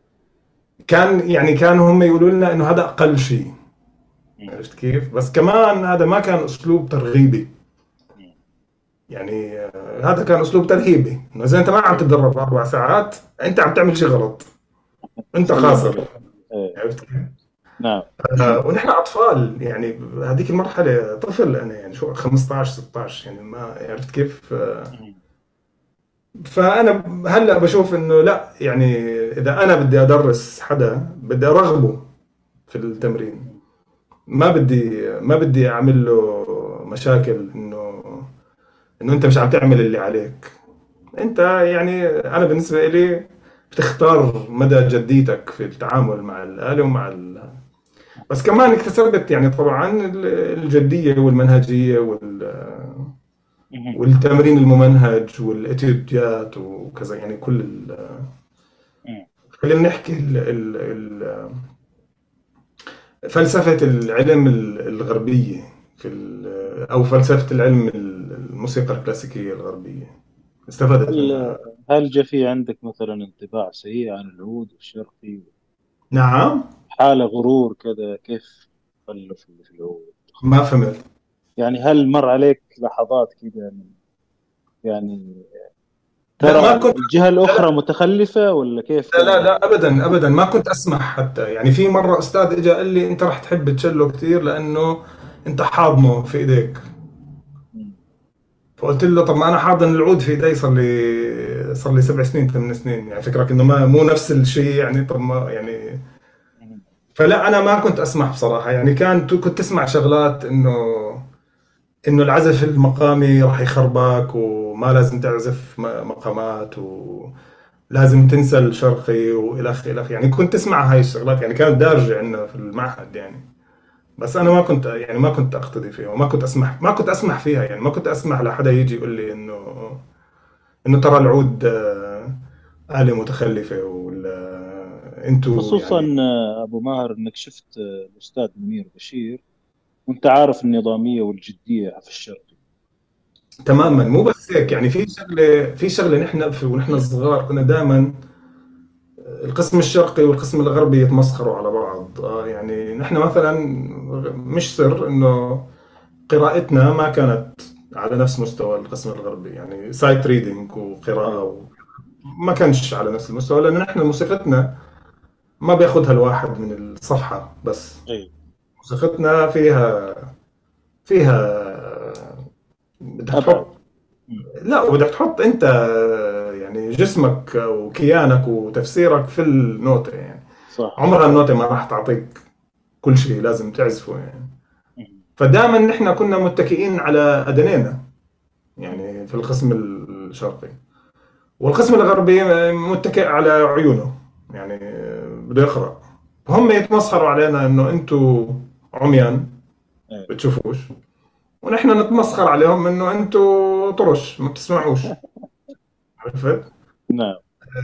كانوا هم يقولوا لنا انه هذا اقل شيء. مم. عرفت كيف؟ بس كمان هذا ما كان اسلوب ترغيبي مم. يعني، هذا كان اسلوب ترهيبي، انه اذا انت ما عم ايه. تتدرب 4 ساعات انت عم تعمل شيء غلط، انت سلم خاسر. عليك. ايه. عرفت كيف؟ نعم. ونحن اطفال يعني، هذيك المرحله طفل انا يعني شو 15 16 يعني ما عرفت كيف. مم. فانا هلا بشوف انه لا يعني اذا انا بدي ادرس حدا بدي ارغبه في التمرين. ما بدي اعمل له مشاكل انه انت مش عم تعمل اللي عليك. انت يعني انا بالنسبه لي بتختار مدى جديتك في التعامل مع الآلة بس كمان اكتسبت يعني طبعا الجدية والمنهجية مم. والتمرين الممنهج والاتيوديات وكذا يعني مم. خلينا نحكي فلسفة العلم الغربية أو فلسفة العلم الموسيقى الكلاسيكية الغربية استفدت هل منها. هل جاء في عندك مثلا انطباع سيء عن العود الشرقي؟ نعم. حالة غرور كذا كيف؟ خلوا في العود. ما فهمت. يعني هل مر عليك لحظات كذا يعني لا ترى ما كنت. الجهة لا الأخرى لا متخلفة ولا كيف لا لا, كان؟ لا ابدا ابدا ما كنت اسمح حتى يعني. في مره استاذ اجى قال لي انت رح تحب تشيلو كثير لانه انت حاضنه في ايديك. مم. فقلت له طب ما انا حاضن العود في ايدي صار لي 7 سنين 8 سنين يعني فكرك انه ما مو نفس الشيء يعني. طب ما يعني. مم. فلا انا ما كنت اسمح بصراحه يعني. كنت تسمع شغلات انه العزف المقامي راح يخربك وما لازم تعزف مقامات ولازم تنسى الشرقي والخ الخ يعني. كنت تسمع هاي الشغلات يعني كانت دارجه عندنا في المعهد يعني. بس انا ما كنت اقتدي فيها وما كنت اسمح ما كنت اسمح فيها يعني. ما كنت اسمح لحدا يجي يقول لي انه ترى العود آلة متخلفة ولا انتوا خصوصا يعني. أبو ماهر إنك شفت الأستاذ منير بشير، وأنت عارف النظامية والجدية في الشرق. تماما مو بس هيك يعني. في شغله نحن ونحن صغار كنا دائما القسم الشرقي والقسم الغربي يتمسخروا على بعض. يعني نحن مثلا مش سر انه قراءتنا ما كانت على نفس مستوى القسم الغربي يعني. سايت ريدنج وقراءة أيوه. ما كانش على نفس المستوى لأن نحن موسيقتنا ما بياخدها الواحد من الصفحة بس. أيوه. موسيقتنا فيها بدك أبعد. تحط. مم. لا وبدك تحط انت يعني جسمك وكيانك وتفسيرك في النوتة يعني. صح. عمرها النوتة ما راح تعطيك كل شيء لازم تعزفه يعني. مم. فدائما نحن كنا متكئين على أذنينا مم. يعني في القسم الشرقي. والقسم الغربي متكئ على عيونه يعني بده يقرأ. هم يتمسخروا علينا انه انتوا عميان أيوه. بتشوفوش، ونحن نتمسخر عليهم انه انتوا طرش ما بتسمعوش. عرفت؟ نعم.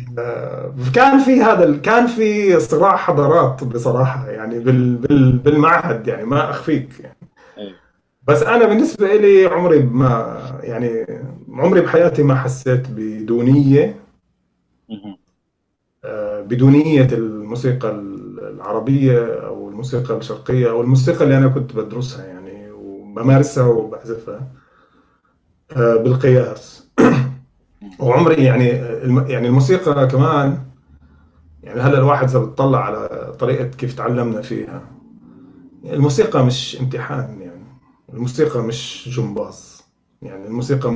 كان في صراع حضارات بصراحة يعني بالمعهد يعني ما اخفيك يعني. أيوه. بس انا بالنسبة لي عمري ما يعني عمري بحياتي ما حسيت بدونية. مم. بدونية الموسيقى العربية أو الموسيقى الشرقية أو الموسيقى اللي أنا كنت بدرسها يعني وبمارسها وبعزفها بالقياس. مم. وعمري يعني الموسيقى كمان يعني. هلا الواحد إذا بتطلع على طريقة كيف تعلمنا فيها. الموسيقى مش امتحان يعني. الموسيقى مش جمباز يعني. الموسيقى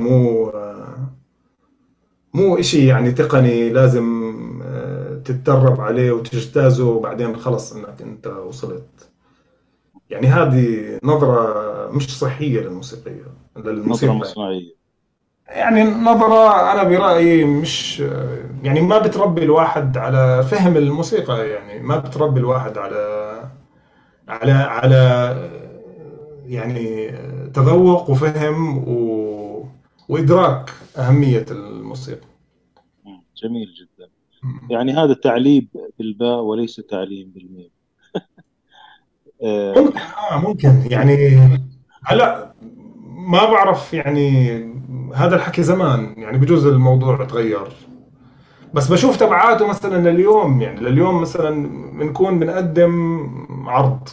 مو إشي يعني تقني لازم تتدرب عليه وتجتازه وبعدين خلص انك انت وصلت. يعني هذه نظرة مش صحية نظرة للموسيقى. مصنعية. يعني نظرة أنا برأيي مش يعني ما بتربي الواحد على فهم الموسيقى يعني. ما بتربي الواحد على يعني تذوق وفهم وإدراك أهمية الموسيقى. مم. جميل جدا. يعني هذا تعليب بالباء وليس تعليم بالميم. آه. ممكن يعني. هلا ما بعرف يعني. هذا الحكي زمان يعني بجوز الموضوع تغير. بس بشوف تبعاته مثلا لليوم يعني. لليوم مثلا بنكون بنقدم عرض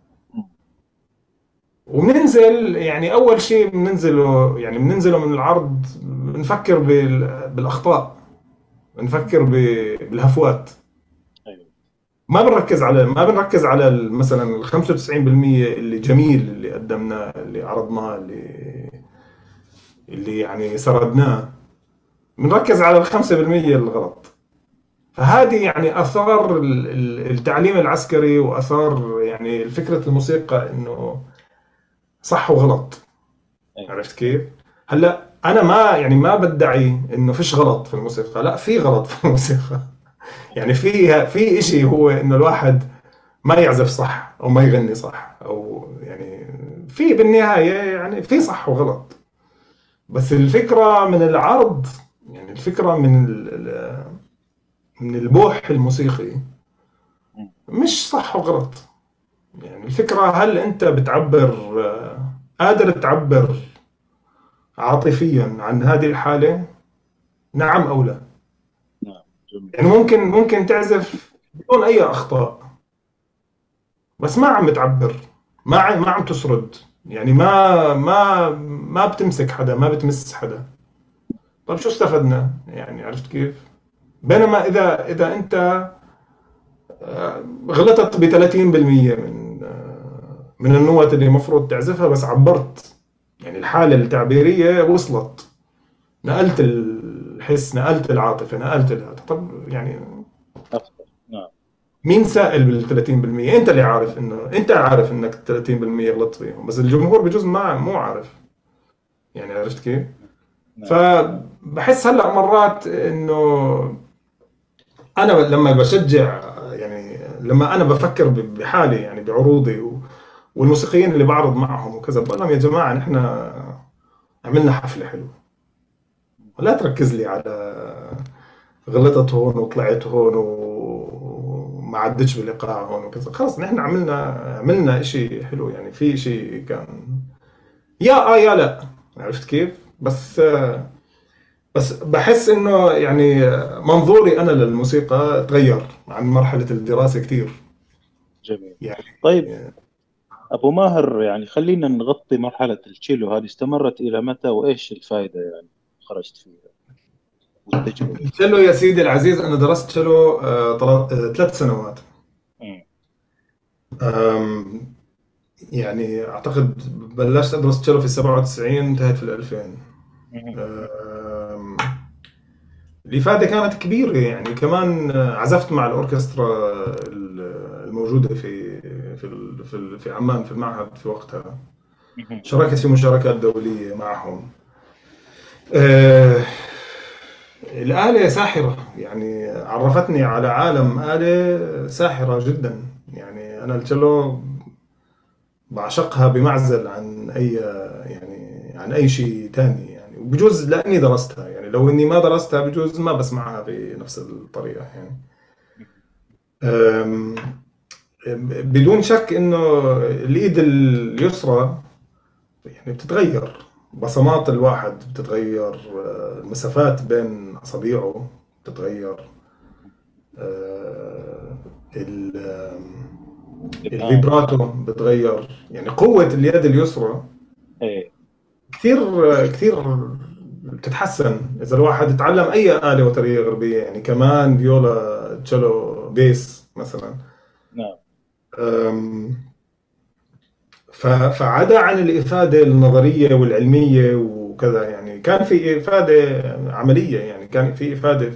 وبننزل يعني. اول شيء بننزله من العرض بنفكر بالاخطاء. بنفكر بالهفوات. أيوه. ما بنركز على مثلا ال 95% اللي جميل، اللي قدمناه، اللي عرضناه، اللي يعني سردناه. بنركز على ال 5% الغلط. فهذه يعني اثار التعليم العسكري، واثار يعني فكره الموسيقى، انه صح وغلط. أي. عرفت كيف؟ هلا انا ما بدعي انه فيش غلط في الموسيقى، لا، في غلط في الموسيقى. يعني في اشي، هو انه الواحد ما يعزف صح او ما يغني صح، او يعني في بالنهاية يعني في صح وغلط. بس الفكرة من العرض، يعني الفكرة من البوح الموسيقي، مم. مش صح وغلط. يعني الفكرة، هل انت بتعبر، قادر تعبر عاطفيا عن هذه الحالة؟ نعم او لا. نعم. جميل. يعني ممكن تعزف بدون اي اخطاء، بس ما عم تعبر، ما عم تسرد، يعني ما بتمسك حدا، ما بتمس حدا. طب شو استفدنا؟ يعني عرفت كيف؟ بينما اذا انت غلطت ب 30% من النوت اللي المفروض تعزفها، بس عبرت، يعني الحالة التعبيرية وصلت، نقلت الحس، نقلت العاطفة، نقلت هذا. طب يعني أفضل. نعم. مين سائل بال 30%؟ انت اللي عارف، انت عارف انك 30% غلطت فيهم، بس الجمهور بجوز ما مو عارف. يعني عرفت كيف؟ نعم. فبحس هلا مرات انه انا لما بشجع، يعني لما انا بفكر بحالي، يعني بعروضي والموسيقيين اللي بعرض معهم وكذا، بقول لهم يا جماعه نحن عملنا حفله حلوه، ولا تركز لي على غلطت هون وطلعت هون وما عدتش بالايقاع هون وكذا. خلص نحن عملنا اشي حلو، يعني في اشي كان يا لا. عرفت كيف؟ بس بحس انه يعني منظوري انا للموسيقى تغير عن مرحلة الدراسة كتير. جميل. يعني طيب أبو ماهر، يعني خلينا نغطي مرحلة التشيلو هذه استمرت إلى متى وإيش الفائدة يعني خرجت فيها والتجربة؟ التشيلو يا سيدي العزيز، انا درست تشيلو 3 سنوات. مم. آم، يعني اعتقد بلشت ادرس تشيلو في 97، انتهت في 2000. مم. آم، الإفادة كانت كبيرة، يعني كمان عزفت مع الأوركسترا الموجودة في عمان، في المعهد في وقتها. مم. شاركت في مشاركات دولية معهم. آه، الآلة ساحرة، يعني عرفتني على عالم آلة ساحرة جدا. يعني أنا الجلو بعشقها بمعزل عن أي شيء تاني، يعني وبجوز لأني درستها، يعني لو إني ما درستها بجوز ما بسمعها بنفس الطريقة يعني. أم، بدون شك إنه الإيد اليسرى يعني بتتغير، بصمات الواحد بتتغير، المسافات بين أصابعه بتتغير، آه، ال- الإبهام. الفيبراتو بتغير، يعني قوة اليد اليسرى إيه. كثير بتتحسن إذا الواحد تعلم أي آلة وترية غربية، يعني كمان فيولا، تشيلو، بيس مثلا. نعم. أم، فعدا عن الإفادة النظرية والعلمية وكذا، يعني كان في إفادة عملية، يعني كان في إفادة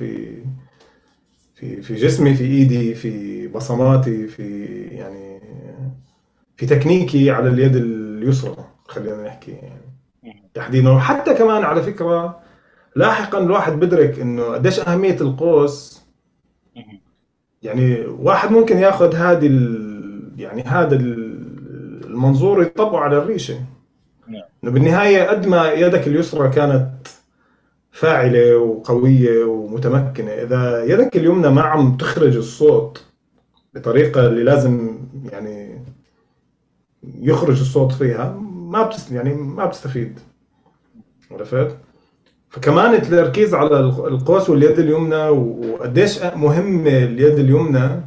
في جسمي، في إيدي، في بصماتي، يعني في تكنيكي على اليد اليسرى، خلينا نحكي يعني مم. تحديدا. وحتى كمان على فكرة، لاحقا الواحد بدرك إنه قديش أهمية القوس. مم. يعني واحد ممكن ياخذ يعني هذا المنظور يطبقه على الريشة، نعم. انه بالنهاية قد ما يدك اليسرى كانت فاعلة وقوية ومتمكنة، إذا يدك اليمنى ما عم تخرج الصوت بطريقة اللي لازم يعني يخرج الصوت فيها، يعني ما بتستفيد. عرفت؟ فكمان التركيز على القوس واليد اليمنى، وقديش مهمة اليد اليمنى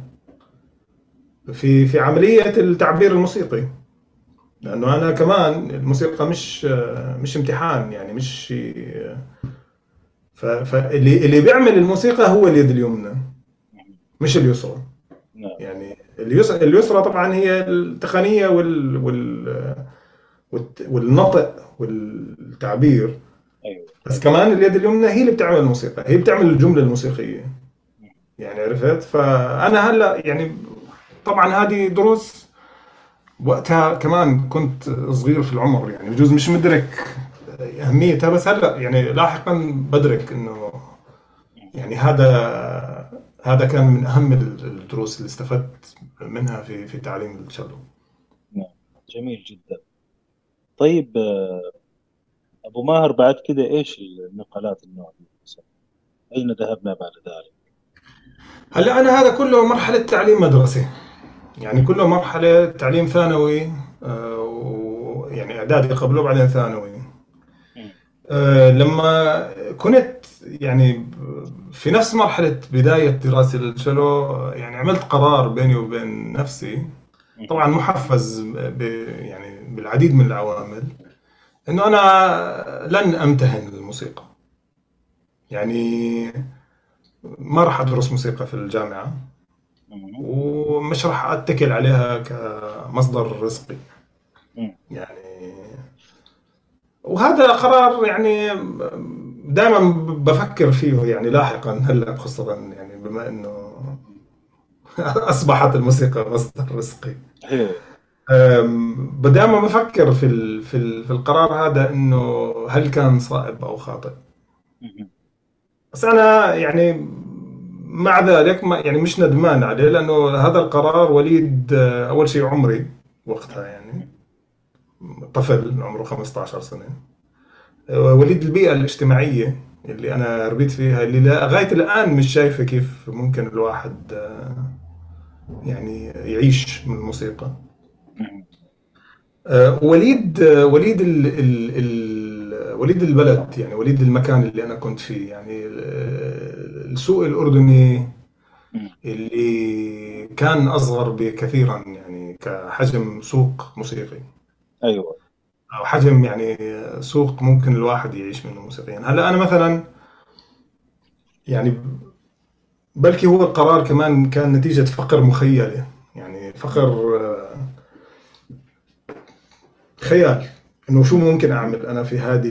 في عملية التعبير الموسيقي. مم. لأنه أنا كمان الموسيقى مش امتحان، يعني مش شيء. فاللي بيعمل الموسيقى هو اليد اليمنى، مم. مش اليسرى. نعم. يعني اليسرى طبعا هي التقنية والنطق والتعبير. ايوه. بس كمان اليد اليمنى هي اللي بتعمل الموسيقى، هي بتعمل الجملة الموسيقية. يعني عرفت؟ فأنا هلا يعني طبعا هذه دروس وقتها كمان كنت صغير في العمر، يعني بجوز مش مدرك أهميتها، بس هلا يعني لاحقا بدرك إنه يعني هذا كان من أهم الدروس اللي استفدت منها في تعليم الشلو. نعم. جميل جدا. طيب ابو ماهر، بعد كده ايش النقلات النوع دي مثلاً؟ اين ذهبنا بعد ذلك؟ هلا أنا هذا كله مرحلة تعليم مدرسة، يعني كله مرحلة تعليم ثانوي، ويعني إعدادي قبله بعدين ثانوي. مم. لما كنت يعني في نفس مرحلة بداية دراسة الشلو، يعني عملت قرار بيني وبين نفسي، مم. طبعا محفز يعني بالعديد من العوامل، انه انا لن امتهن الموسيقى. يعني ما راح ادرس موسيقى في الجامعة، مم. ومش راح اتكل عليها كمصدر رزقي مم. يعني. وهذا قرار يعني دائما بفكر فيه يعني لاحقا، هلا خاصة يعني بما انه اصبحت الموسيقى مصدر رزقي. ايه. دائما بفكر في القرار هذا، انه هل كان صائب او خاطئ. مم. بس انا يعني مع ذلك ما يعني مش ندمان عليه، لانه هذا القرار وليد اول شيء عمري وقتها، يعني طفل عمره 15 سنة، وليد البيئة الاجتماعية اللي أنا ربيت فيها، اللي لغاية الآن مش شايفة كيف ممكن الواحد يعني يعيش من الموسيقى. مم. وليد البلد، يعني وليد المكان اللي أنا كنت فيه، يعني السوق الأردني مم. اللي كان أصغر بكثيرا يعني كحجم سوق موسيقي، ايوه. أو حجم يعني سوق ممكن الواحد يعيش منه موسيقيا. هلا أنا مثلا يعني بلكي هو القرار كمان كان نتيجة فقر مخيلة، يعني مم. فقر خيال، انه شو ممكن اعمل انا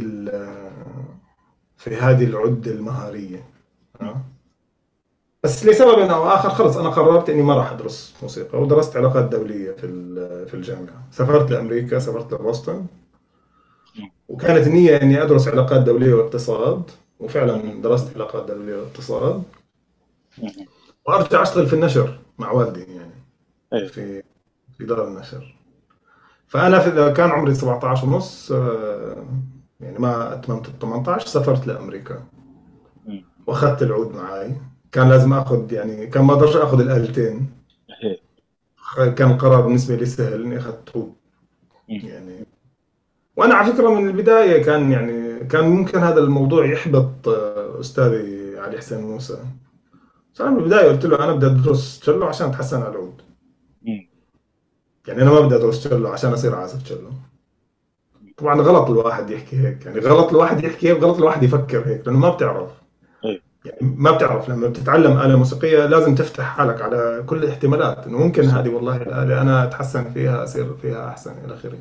في هذه العدة المهارية. مم. بس لسبب او اخر خلص انا قررت اني ما راح ادرس موسيقى، ودرست علاقات دولية في الجامعة. سافرت لامريكا، سافرت لبوسطن، مم. وكانت النية اني ادرس علاقات دولية واقتصاد، مم. وفعلا درست علاقات دولية واقتصاد، مم. وارجع اشتغل في النشر مع والدي يعني، ايه. في في دار النشر. فانا كان عمري 17 ونص، يعني ما اتممت ال 18 سافرت لامريكا، مم. واخذت العود معي. كان لازم اخذ، يعني كان ما اقدرش اخذ الآلتين. ايه. كان القرار بالنسبه لي سهل اني اخذت عود مم. يعني. وانا على فكره من البدايه كان يعني كان ممكن هذا الموضوع يحبط استاذي علي حسين موسى، بس انا من البدايه قلت له انا بدي ادرس تشيلو عشان اتحسن على العود. مم. يعني انا ما بدي ادرس تشيلو عشان اصير عازف تشيلو. طبعا غلط الواحد يحكي هيك، يعني غلط الواحد يحكي هيك، غلط الواحد يفكر هيك، لانه ما بتعرف. ايه. يعني ما بتعرف لما بتتعلم آلة موسيقية لازم تفتح حالك على كل الاحتمالات، انه ممكن صح. هذه والله الآلة انا اتحسن فيها، اصير فيها احسن الى اخره.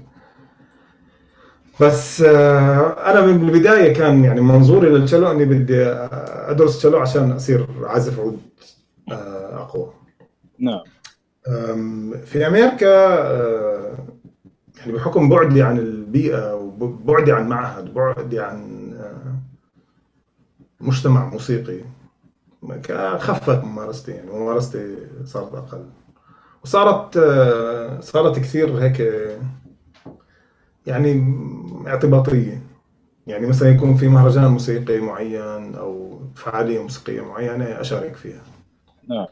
بس انا من البداية كان يعني منظوري للشلو اني بدي ادرس شلو عشان اصير عازف عود اقوى. نعم. في امريكا يعني بحكم بعدي عن البيئة، وبعدي عن معهد، بعدي عن مجتمع موسيقي، خفت ممارستي، يعني ممارستي صارت أقل، وصارت صارت كثير هيك يعني اعتباطية. يعني مثلا يكون في مهرجان موسيقي معين أو فعالية موسيقية معينة أشارك فيها. نعم.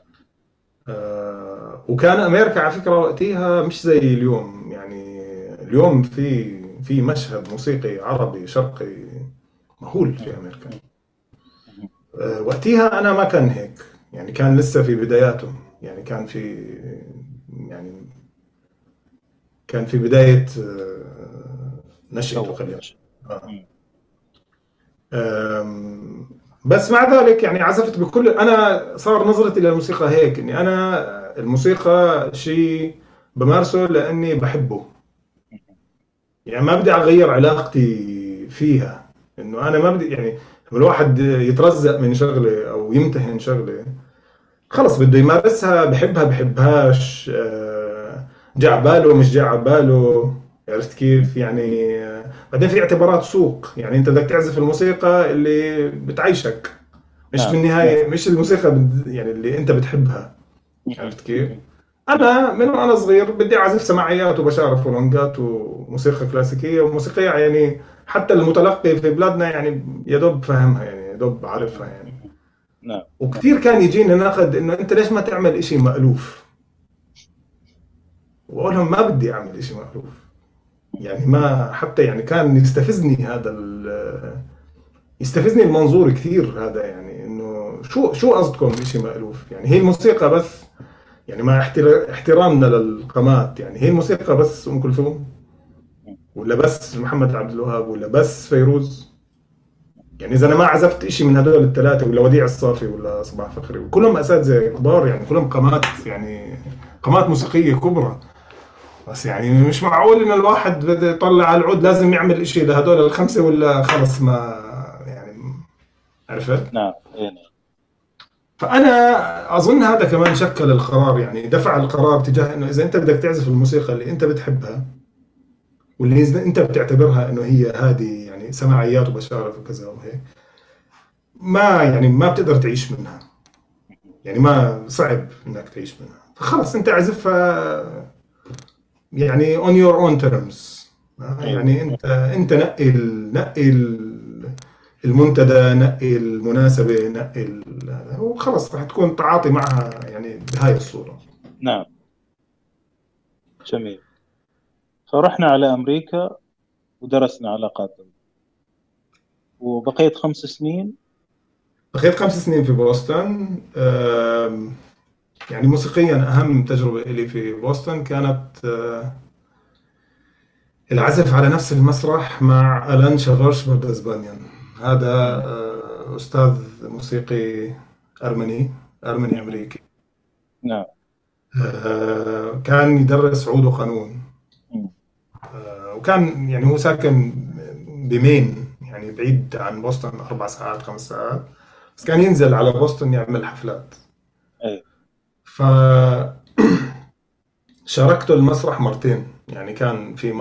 وكان أمريكا على فكرة وقتها مش زي اليوم، يعني اليوم في مشهد موسيقي عربي شرقي مهول مم. في أمريكا. مم. مم. وقتها أنا ما كان هيك، يعني كان لسه في بداياته، يعني يعني كان في بداية نشأته تطور خلينا نشأ. نقول. مم. آم، بس مع ذلك يعني عزفت بكل، انا صار نظرتي للموسيقى هيك، اني انا الموسيقى شيء بمارسه لاني بحبه، يعني ما بدي اغير علاقتي فيها، انه انا ما بدي يعني لما الواحد يترزق من شغله او يمتهن شغله خلص بده يمارسها، بحبها بحبهاش، جا على باله مش جا على باله، عرفت كيف يعني. بعدين في اعتبارات سوق، يعني انت بدك تعزف الموسيقى اللي بتعيشك، مش نعم. بالنهاية مش الموسيقى يعني اللي انت بتحبها، عرفت كيف. مهم. انا من وانا صغير بدي اعزف سماعيات وبشارف ولونجات وموسيقى كلاسيكية وموسيقية، يعني حتى المتلقي في بلادنا يعني يا دوب فاهمها، يعني يا دوب عارفها يعني. نعم. وكثير كان يجيني نقد انه انت ليش ما تعمل اشي مألوف، واقول لهم ما بدي اعمل اشي مألوف، يعني ما حتى يعني كان يستفزني هذا يستفزني المنظور كثير هذا، يعني انه شو قصدكم اشي مألوف، يعني هي الموسيقى بس، يعني مع احترامنا للقامات، يعني هي الموسيقى بس ام كلثوم ولا بس محمد عبد الوهاب ولا بس فيروز؟ يعني اذا انا ما عزفت اشي من هدول الثلاثه ولا وديع الصافي ولا صباح فخري، وكلهم اساتذه كبار، يعني كلهم قامات، يعني قامات موسيقيه كبرى، بس يعني مش معقول ان الواحد بده يطلع على العود لازم يعمل اشي لهدول الخمسه ولا خلص ما يعني، عرفت. نعم. إيه، نعم. فانا اظن هذا كمان شكل القرار، يعني دفع القرار تجاه انه اذا انت بدك تعزف الموسيقى اللي انت بتحبها واللي انت بتعتبرها انه هي هذه يعني سماعيات وبشارة وكذا وهيك، ما يعني ما بتقدر تعيش منها، يعني ما صعب انك تعيش منها، فخلص انت اعزفها يعني on your own terms. ايوه. يعني انت نقي المنتدى، نقي المناسبة، نقي وخلص راح تكون تعاطي معها يعني بهاي الصورة. نعم. جميل. فرحنا على امريكا ودرسنا علاقات دولية، وبقيت 5 سنين. بقيت 5 سنين في بوسطن. يعني موسيقيا أهم تجربة لي في بوسطن كانت العزف على نفس المسرح مع ألان شافرش بردزبانيان. هذا مم. أستاذ موسيقي أرمني، أرمني مم. أمريكي. نعم. كان يدرس عود وقانون، مم. وكان يعني هو ساكن بمين، يعني بعيد عن بوسطن 4 ساعات 5 ساعات، بس كان ينزل على بوسطن يعمل حفلات. ايوه. فشاركته المسرح مرتين، يعني كان في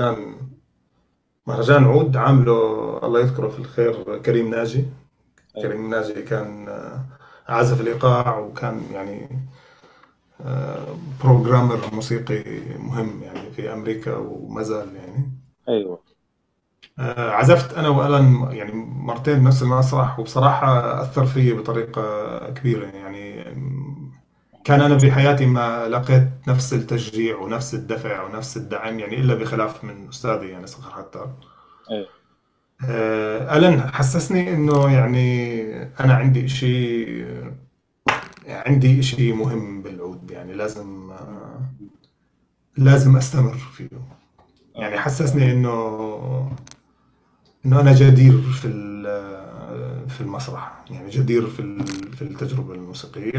مهرجان عود عامله الله يذكره في الخير كريم ناجي. ايوه. كريم ناجي كان عازف الإيقاع، وكان يعني بروجرامر موسيقي مهم يعني في أمريكا وما زال يعني. ايوه. عزفت أنا وألان يعني مرتين بنفس المسرح، وبصراحة أثر فيي بطريقة كبيرة، يعني كان أنا بحياتي ما لقيت نفس التشجيع ونفس الدفع ونفس الدعم، يعني إلا بخلاف من أستاذي يعني صخر حتى. ايوه. ألان حسسني إنه يعني أنا عندي إشي مهم بالعود، يعني لازم أستمر فيه، يعني اها. حسسني إنه أنا جدير في المسرح، يعني جدير في التجربة الموسيقية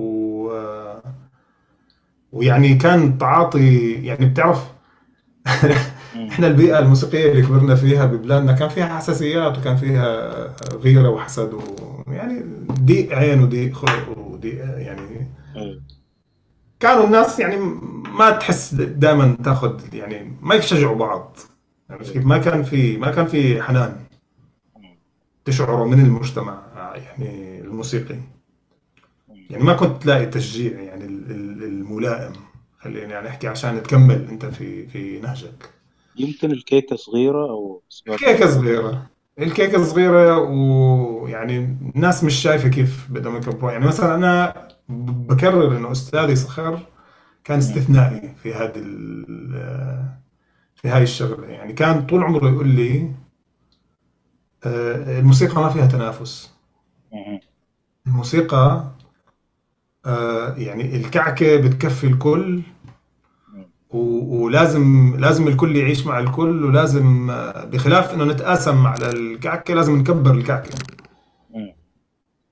ويعني كان تعاطي، يعني بتعرف مم. احنا البيئة الموسيقية اللي كبرنا فيها ببلادنا كان فيها حساسيات وكان فيها غيرة وحسد يعني ضيق عين وضيق خلق وضيق يعني. ايوه. كانوا الناس يعني ما تحس دائما تاخذ، يعني ما يشجعوا بعض، يعني ايوه. كيف ما كان في حنان مم. تشعره من المجتمع يعني الموسيقي، مم. يعني ما كنت تلاقي تشجيع يعني الملائم، خليني يعني احكي عشان تكمل انت في نهجك. يمكن الكيكة صغيرة او اسباب الكيكة اخرى. صغيرة، الكيكة صغيرة، ويعني الناس مش شايفة كيف بدهم يكبروا، يعني مثلا أنا بكرر إنه أستاذي صخر كان مم. استثنائي في هاي الشغلة، يعني كان طول عمره يقول لي الموسيقى ما فيها تنافس. مم. الموسيقى يعني الكعكة بتكفي الكل، مم. ولازم الكل يعيش مع الكل، ولازم بخلاف إنه نتقاسم على الكعكة لازم نكبر الكعكة. مم.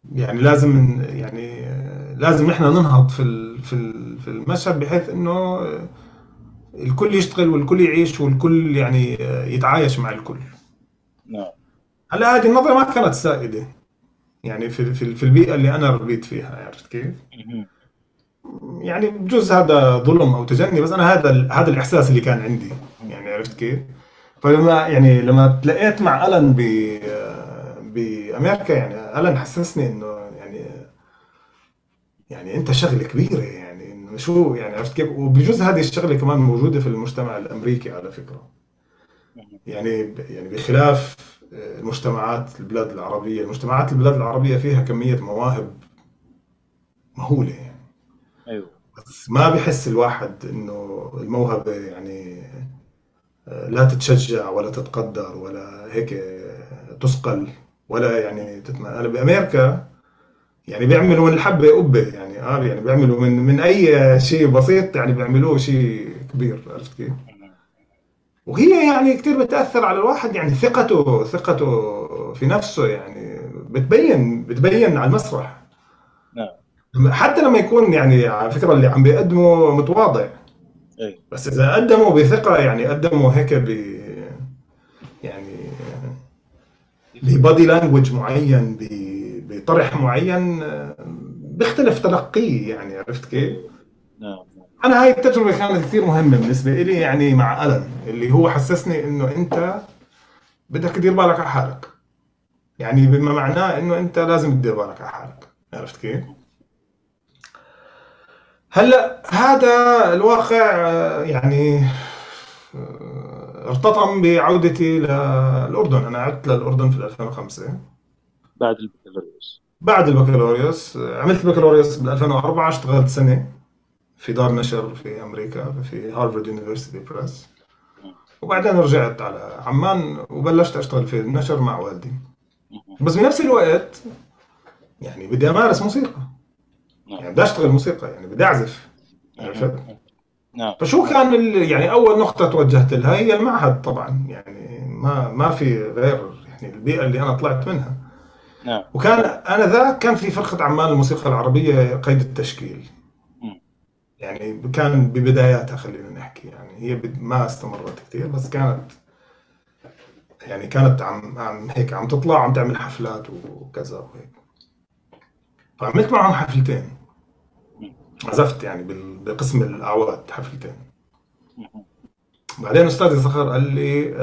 يعني لازم يعني لازم نحن ننهض في المشهد، بحيث انه الكل يشتغل والكل يعيش والكل يعني يتعايش مع الكل. نعم. هلا هذه النظرة ما كانت سائدة يعني في البيئة اللي أنا ربيت فيها، عرفت كيف؟ مهم. يعني بجوز هذا ظلم أو تجني، بس أنا هذا الإحساس اللي كان عندي، مهم. يعني عرفت كيف؟ فلما يعني لما تلاقيت مع ألن بأمريكا، يعني ألن حسسني إنه يعني أنت شغلة كبيرة، يعني إنه شو يعني عرفت كيف؟ وبجوز هذه الشغلة كمان موجودة في المجتمع الأمريكي على فكرة. مهم. يعني بخلاف المجتمعات البلاد العربية، المجتمعات البلاد العربية فيها كمية مواهب مهولة يعني. ايوه. بس ما بحس الواحد انه الموهبة يعني لا تتشجع ولا تتقدر ولا هيك تثقل، ولا يعني انا بامريكا يعني بيعملوا من الحبة قبة، يعني يعني بيعملوا من اي شيء بسيط يعني بيعملوه شيء كبير، عرفت كيف؟ مهم. وهي يعني كتير بتأثر على الواحد، يعني ثقته في نفسه يعني بتبين على المسرح. نعم. حتى لما يكون يعني على فكرة اللي عم بيقدمه متواضع، ايوه. بس إذا قدمه بثقة، يعني قدمه هيك يعني يفرق. ببادي لانجوج معين، بطرح معين، بيختلف تلقيه، يعني عرفت كيف؟ ايوه. نعم. نعم. أنا هاي التجربة كانت كثير مهمة بالنسبة لي، يعني مع ألن اللي هو حسسني إنه أنت بدك تدير بالك على حالك، يعني بما معناه إنه أنت لازم تدير بالك على حالك، عرفت كيف؟ مهم. هلا هذا الواقع يعني ارتطم بعودتي للأردن. أنا عدت للأردن في 2005 بعد البكالوريوس. بعد البكالوريوس. عملت البكالوريوس بال 2004، اشتغلت سنة في دار نشر في أمريكا في هارفارد يونيفرسيتي بريس، مهم. وبعدين رجعت على عمان وبلشت أشتغل في النشر مع والدي. مهم. بس بنفس الوقت يعني بدي أمارس موسيقى، نعم. يعني بدي أشتغل موسيقى، يعني بدي أعزف، مهم. عرفت؟ نعم. فشو كان يعني أول نقطة توجهت لها هي المعهد طبعا، يعني ما في غير يعني البيئة اللي أنا طلعت منها. نعم. وكان أنا ذاك كان في فرقة عمان الموسيقى العربية قيد التشكيل، مم. يعني كان ببداياتها خلينا نحكي، يعني هي ما استمرت كثير، بس كانت عم هيك عم تطلع، عم تعمل حفلات وكذا وهيك. فعملت معهم حفلتين، مم. عزفت يعني بقسم الأعواد حفلتين. مم. بعدين أستاذي صخر قال لي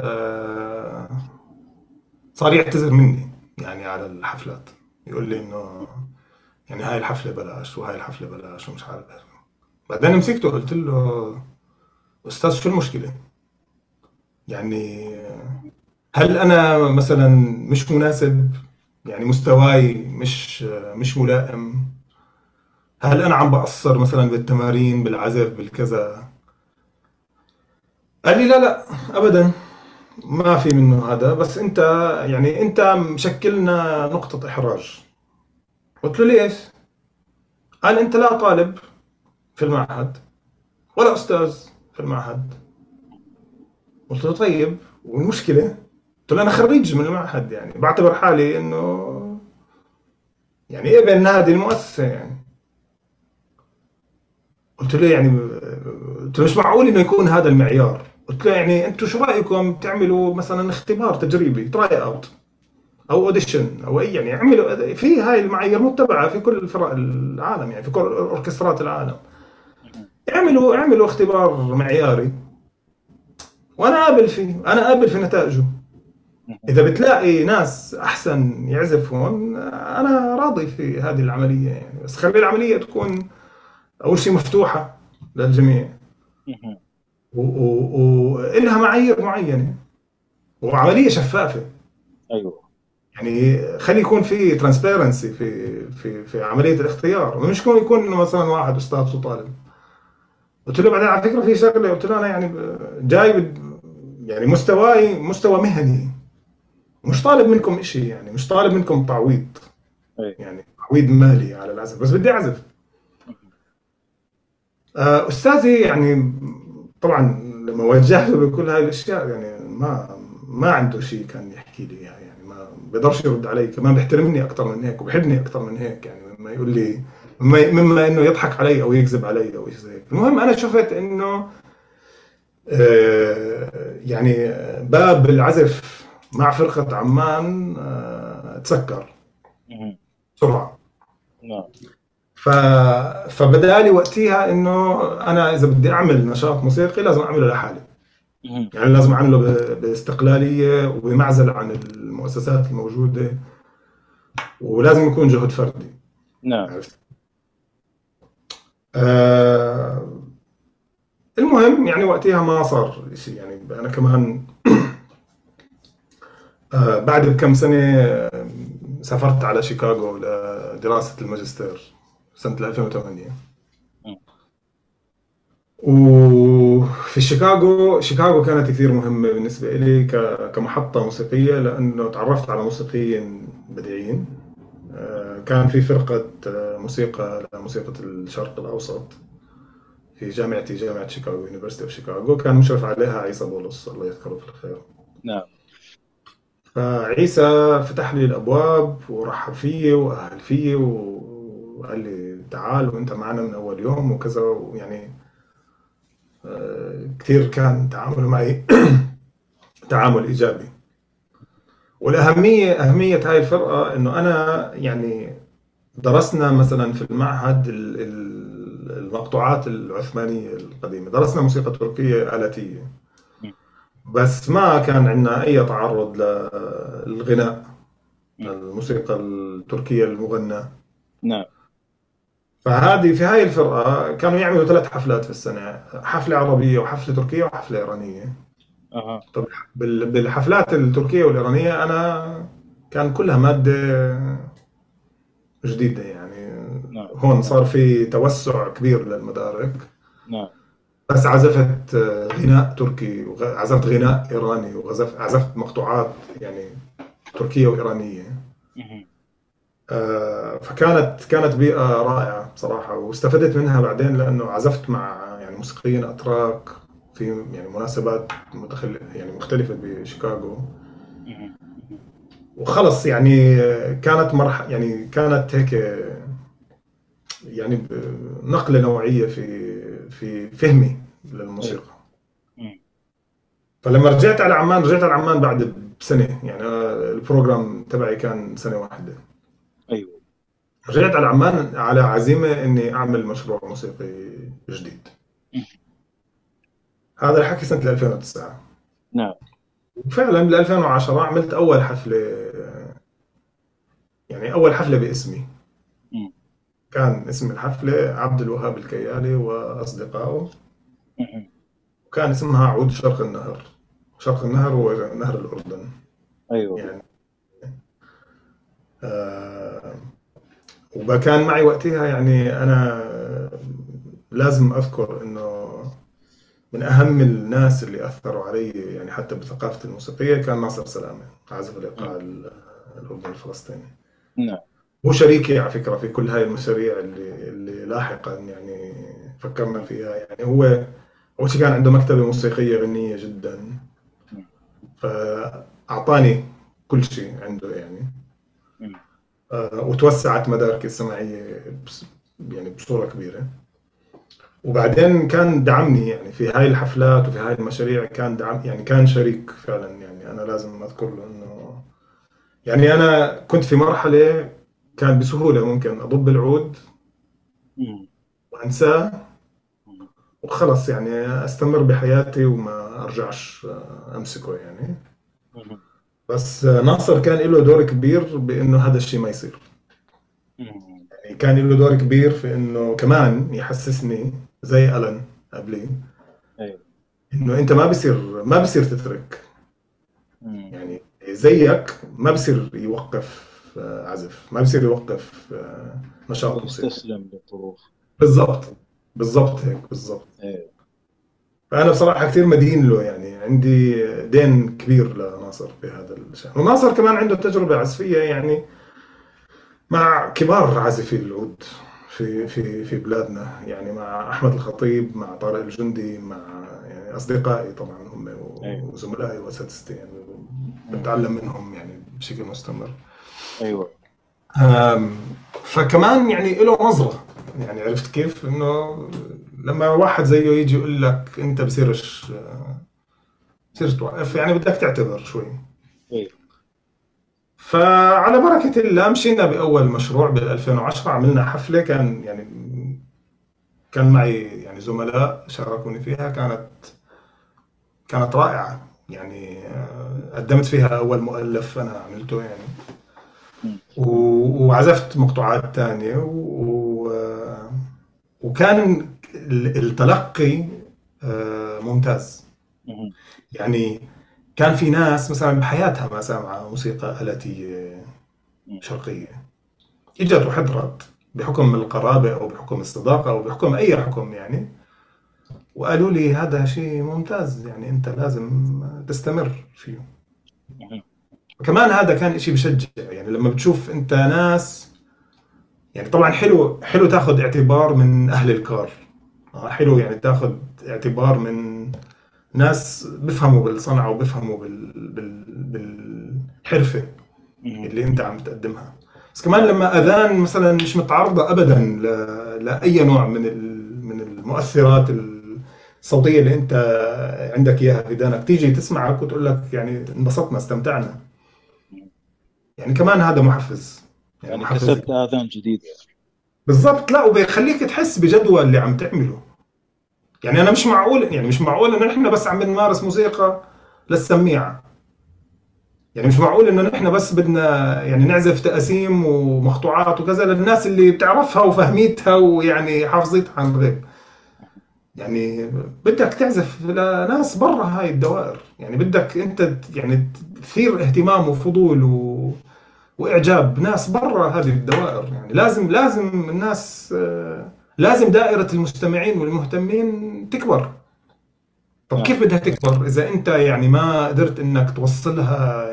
صار يعتذر مني يعني على الحفلات، يقول لي انه يعني هاي الحفلة بلاش وهاي الحفلة بلاش ومش عارف ايش. بعدين مسكته قلت له استاذ شو المشكلة؟ يعني هل انا مثلا مش مناسب؟ يعني مستواي مش ملائم؟ هل انا عم بقصر مثلا بالتمارين بالعزف بالكذا؟ قال لي لا لا ابدا، ما في منه هذا، بس انت يعني انت مشكلنا نقطة احراج. قلت له ليش؟ قال انت لا طالب في المعهد ولا أستاذ في المعهد. قلت له طيب والمشكلة؟ قلت له أنا خريج من المعهد، يعني بعتبر حالي إنه يعني ابن هذه المؤسسة يعني. قلت له يعني قلت له مش معقول إنه يكون هذا المعيار. قلت له يعني أنتم شو رأيكم تعملوا مثلا اختبار تجريبي تراي أوت أو أوديشن أو أي، يعني اعملوا في هاي المعايير متبعة في كل فرق العالم، يعني في كل أوركسترات العالم. مم. اعملوا اختبار معياري وأنا قابل فيه، أنا قابل في نتائجه. مم. إذا بتلاقي ناس أحسن يعزفون أنا راضي في هذه العملية يعني، بس خلي العملية تكون أول شيء مفتوحة للجميع، مم. وإلها معايير معينة وعملية شفافة. ايوه. يعني خلي يكون في ترانسبيرنسي في عملية الاختيار، مش يكون إنه مثلا واحد أستاذ وطالب. قلت له بعدين على فكرة في شغلة، قلت له أنا يعني جاي يعني مستواي مستوى مهني، مش طالب منكم إشي، يعني مش طالب منكم تعويض، ايوه. يعني تعويض مالي على العزف، بس بدي أعزف. مم. أستاذي يعني طبعا لما وجهته بكل هاي الأشياء يعني ما عنده شيء كان يحكي لي إياها، يعني ما بيقدرش يرد علي، كمان بيحترمني اكثر من هيك وبحبني اكثر من هيك، يعني مما يقول لي مما انه يضحك علي او يكذب علي او شيء زي هيك. المهم انا شفت انه يعني باب العزف مع فرقة عمان تسكر مهم. بسرعة. نعم. ف... فبدالي وقتها انه انا اذا بدي اعمل نشاط موسيقي لازم اعمله لحالي، مهم. يعني لازم اعمله باستقلالية وبمعزل عن المؤسسات الموجودة، ولازم يكون جهد فردي. نعم. عرفت؟ آه المهم يعني وقتها ما صار شيء، يعني انا كمان بعد بكم سنة سافرت على شيكاغو لدراسة الماجستير سنة 2008. مم. وفي شيكاغو كانت كثير مهمة بالنسبة لي كمحطة موسيقية، لأنه تعرفت على موسيقيين بديعين. كان في فرقة موسيقى الشرق الأوسط في جامعتي، جامعة شيكاغو، يونيفرسيتي اوف شيكاغو، كان مشرف عليها عيسى بولس الله يذكره في الخير. نعم. فعيسى فتح لي الأبواب ورحب فيي وأهل فيي وقال لي تعال وأنت معنا من أول يوم وكذا، ويعني كثير كان تعامله معي تعامل إيجابي. أهمية هاي الفرقة إنه أنا يعني درسنا مثلا في المعهد المقطوعات العثمانية القديمة، درسنا موسيقى تركية آلاتية، مم. بس ما كان عندنا أي تعرض للغناء، مم. الموسيقى التركية المغناة. نعم. في هاي الفرقة كانوا يعملوا 3 حفلات في السنة، حفلة عربية وحفلة تركية وحفلة إيرانية. أها. طب بالحفلات التركية والإيرانية أنا كان كلها مادة جديدة، يعني نعم. هون صار في توسع كبير للمدارك. نعم. بس عزفت غناء تركي وعزفت غناء إيراني عزفت مقطوعات يعني تركية وإيرانية. مهم. فكانت بيئة رائعة بصراحة، واستفدت منها بعدين لأنه عزفت مع يعني موسيقيين أتراك في يعني مناسبات يعني مختلفة بشيكاغو. مهم. مهم. وخلص يعني كانت مرحلة، يعني كانت هيك يعني نقلة نوعية في فهمي أيوة. للموسيقى. مم. فلما رجعت على عمان بعد بسنة، يعني أنا البروجرام تبعي كان سنة واحدة. أيوة. رجعت على عمان على عزيمة إني أعمل مشروع موسيقي جديد. مم. هذا الحكي سنة 2009. نعم. وفعلا بال 2010 عملت أول حفلة، يعني أول حفلة باسمي. مم. كان اسم الحفلة عبد الوهاب الكيالي وأصدقائه، مهم. وكان اسمها عود شرق النهر. شرق النهر هو نهر الأردن أيوة. يعني. آه وكان معي وقتها، يعني أنا لازم أذكر إنه من أهم الناس اللي أثروا علي يعني حتى بثقافتي الموسيقية كان ناصر سلامة، عازف الإيقاع مم. الأردني الفلسطيني. نعم. هو شريكي على فكرة في كل هاي المشاريع اللي لاحقا يعني فكرنا فيها. يعني هو أول شيء كان عنده مكتبة موسيقية غنية جدا، مم. فأعطاني كل شيء عنده يعني. مم. وتوسعت مداركي السمعية يعني بصورة كبيرة. وبعدين كان دعمني يعني في هاي الحفلات وفي هاي المشاريع، كان دعم يعني كان شريك فعلا. يعني أنا لازم أذكر له إنه يعني أنا كنت في مرحلة كان بسهولة ممكن أضب العود مم. وأنساه مم. وخلص، يعني أستمر بحياتي وما أرجعش أمسكه يعني. مم. بس ناصر كان له دور كبير بإنه هذا الشيء ما يصير. مم. يعني كان له دور كبير في إنه كمان يحسسني زي ألن قبلي، أيوة. إنه أنت ما بصير تترك، مم. يعني زيك ما بصير يوقف عزف، ما بصير يوقف نشاط موسيقي. ويستسلم للظروف. بالضبط، بالضبط هيك بالضبط. أيوة. فأنا بصراحة كثير مدين له، يعني عندي دين كبير لناصر في هذا الشأن. وناصر كمان عنده تجربة عزفية يعني مع كبار عازفي العود في بلادنا، يعني مع أحمد الخطيب، مع طارق الجندي، مع يعني أصدقائي طبعا هم أيوة. وزملائي وأساتذتي، يعني مم. بتعلم منهم يعني بشكل مستمر. ايوه. آم، فكمان يعني له نظرة، يعني عرفت كيف انه لما واحد زيه يجي يقول لك انت بصيرش توقف، يعني بدك تعتذر شوي. ايوه. فعلى بركة الله مشينا بأول مشروع بال 2010، عملنا حفلة، كان يعني كان معي يعني زملاء شاركوني فيها، كانت رائعة يعني. قدمت فيها أول مؤلف أنا عملته يعني، مم. وعزفت مقطوعات تانية وكان التلقي ممتاز مم. يعني. كان في ناس مثلا بحياتها ما سمع موسيقى آلاتية مم. شرقية، اجت وحضرت بحكم القرابة أو بحكم الصداقة أو بحكم أي حكم يعني، وقالوا لي هذا شيء ممتاز، يعني أنت لازم تستمر فيه. مم. وكمان هذا كان شيء بشجع، يعني لما بتشوف أنت ناس، يعني طبعا حلو تاخذ اعتبار من أهل الكار. حلو يعني تاخذ اعتبار من ناس بيفهموا بالصنعة وبيفهموا بالحرفة مم. اللي انت عم تقدمها. بس كمان لما اذان مثلا مش متعرضه ابدا لاي نوع من المؤثرات الصوتيه اللي انت عندك اياها في ودانك، تيجي تسمعك وتقول لك يعني انبسطنا استمتعنا، مم. يعني كمان هذا محفز، يعني يعني محفز. كسبت آذان جديدة. بالضبط، لا وبيخليك تحس بجدوى اللي عم تعمله. يعني انا مش معقول انه احنا بس عم بنمارس موسيقى للسميعه. يعني مش معقول انه نحن بس بدنا يعني نعزف تقاسيم ومقطوعات وكذا للناس اللي بتعرفها وفهميتها ويعني حافظيتها عن غيب. يعني بدك تعزف لناس برا هاي الدوائر، يعني بدك انت يعني تثير اهتمام وفضول واعجاب ناس برا هذه الدوائر. يعني لازم الناس لازم دائرة المستمعين والمهتمين تكبر. طب نعم. كيف بدها تكبر اذا انت يعني ما قدرت انك توصلها،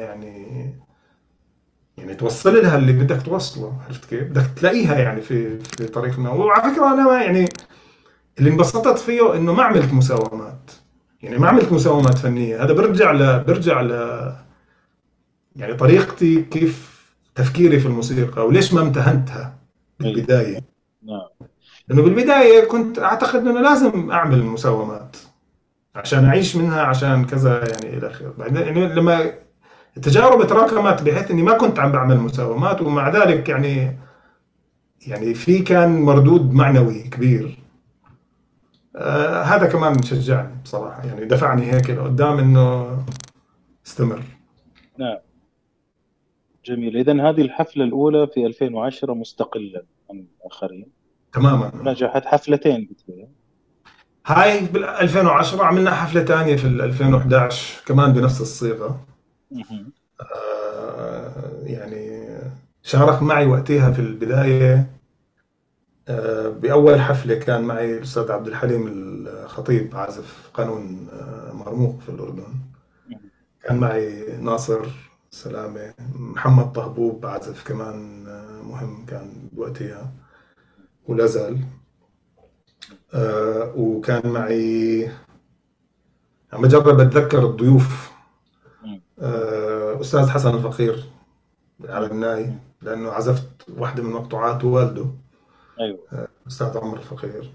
يعني توصل لها اللي بدك توصله، عرفت كيف؟ بدك تلاقيها يعني في طريقنا. وعلى فكره انا ما يعني اللي انبسطت فيه انه ما عملت مساومات، يعني ما عملت مساومات فنيه. هذا برجع ل يعني طريقتي، كيف تفكيري في الموسيقى وليش ما امتهنتها أيوة. بالبدايه. نعم. لانه بالبدايه كنت اعتقد انه لازم اعمل مساومات عشان اعيش منها، عشان كذا يعني الى اخره. بعدين يعني لما التجارب تراكمت بحيث اني ما كنت عم بعمل مساومات، ومع ذلك يعني في كان مردود معنوي كبير. هذا كمان شجعني بصراحة، يعني دفعني هيك لقدام إنه استمر. نعم. جميل. إذن هذه الحفلة الأولى في 2010 مستقلة عن الآخرين، تماما. ونجحت حفلتين قلت لي. هاي بال 2010 عملنا حفلة تانية في ال 2011 كمان بنفس الصيغة. مهم. يعني شارك معي وقتها في البداية. بأول حفلة كان معي الأستاذ عبد الحليم الخطيب، عازف قانون مرموق في الأردن. مهم. كان معي ناصر سلامة، محمد طهبوب عازف كمان مهم كان بوقتها ولا زال. وكان معي، عم بجرب اتذكر الضيوف. مهم. استاذ حسن الفقير على مهم. الناي، لانه عزفت واحدة من مقطوعات والده أيوة. استاذ عمر الفقير.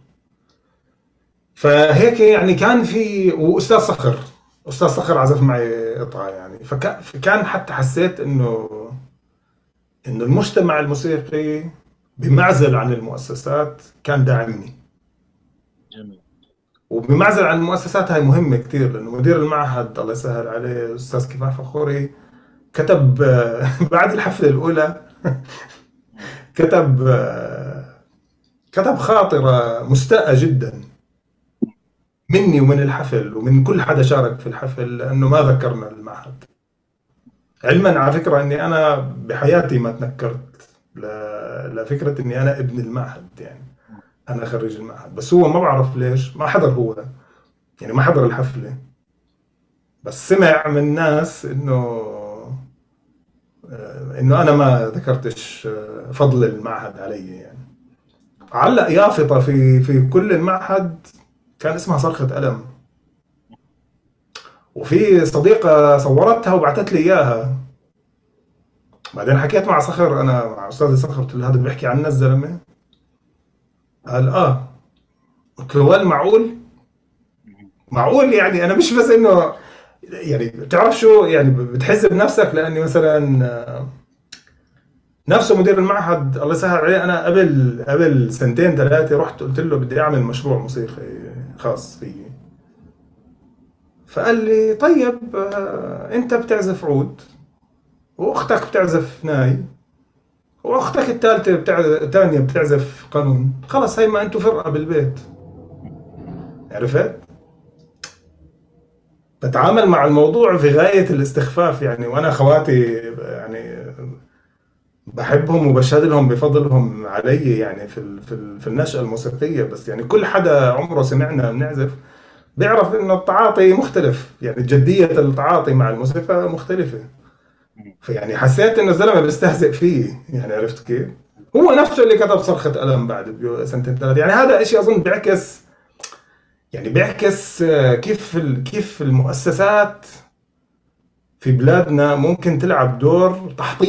فهيك يعني كان في، واستاذ صخر، استاذ صخر عزف معي قطعة يعني. فكان حتى حسيت انه المجتمع الموسيقي بمعزل عن المؤسسات كان داعمني. جميل. وبمعزل عن المؤسسات هاي مهمة كتير، لأنه مدير المعهد الله يسهل عليه الأستاذ كفاح فخوري كتب بعد الحفلة الأولى مهم. كتب كتب خاطرة مستاءة جدا مني ومن الحفل ومن كل حدا شارك في الحفل، لأنه ما ذكرنا المعهد. علما على فكرة أني أنا بحياتي ما تنكرت لفكرة أني أنا ابن المعهد، يعني أنا خريج المعهد. بس هو ما بعرف ليش ما حضر، هو يعني ما حضر الحفلة، بس سمع من ناس انه انا ما ذكرتش فضل المعهد علي يعني. علق يافطة في كل المعهد كان اسمها صرخة ألم، وفي صديقة صورتها وبعثت لي إياها. بعدين حكيت مع صخر، انا مع استاذي صخر، قلت له هذا بيحكي عنا الزلمه؟ قال اه. قلت له وين معقول؟ معقول يعني انا مش بس انه يعني بتعرف شو يعني بتحس بنفسك، لاني مثلا نفسه مدير المعهد الله يسهل عليه، انا قبل سنتين ثلاثه رحت قلت له بدي اعمل مشروع موسيقي خاص فيي. فقال لي طيب انت بتعزف عود، واختك بتعزف ناي، واختك الثانيه بتعزف قانون، خلص هي ما انتوا فرقه بالبيت. عرفت؟ بتعامل مع الموضوع في غايه الاستخفاف يعني، وانا خواتي يعني بحبهم وبشهد لهم بفضلهم علي يعني في النشأة الموسيقية. بس يعني كل حدا عمره سمعنا بنعزف بيعرف انه التعاطي مختلف، يعني جدية التعاطي مع الموسيقى مختلفة. فيعني حسيت انه الزلمة بيستهزئ فيه يعني، عرفت كيف؟ هو نفسه اللي كتب صرخة ألم بعد سنتين ثلاثة. يعني هذا اشي اظن بيعكس، يعني بيعكس كيف المؤسسات في بلادنا ممكن تلعب دور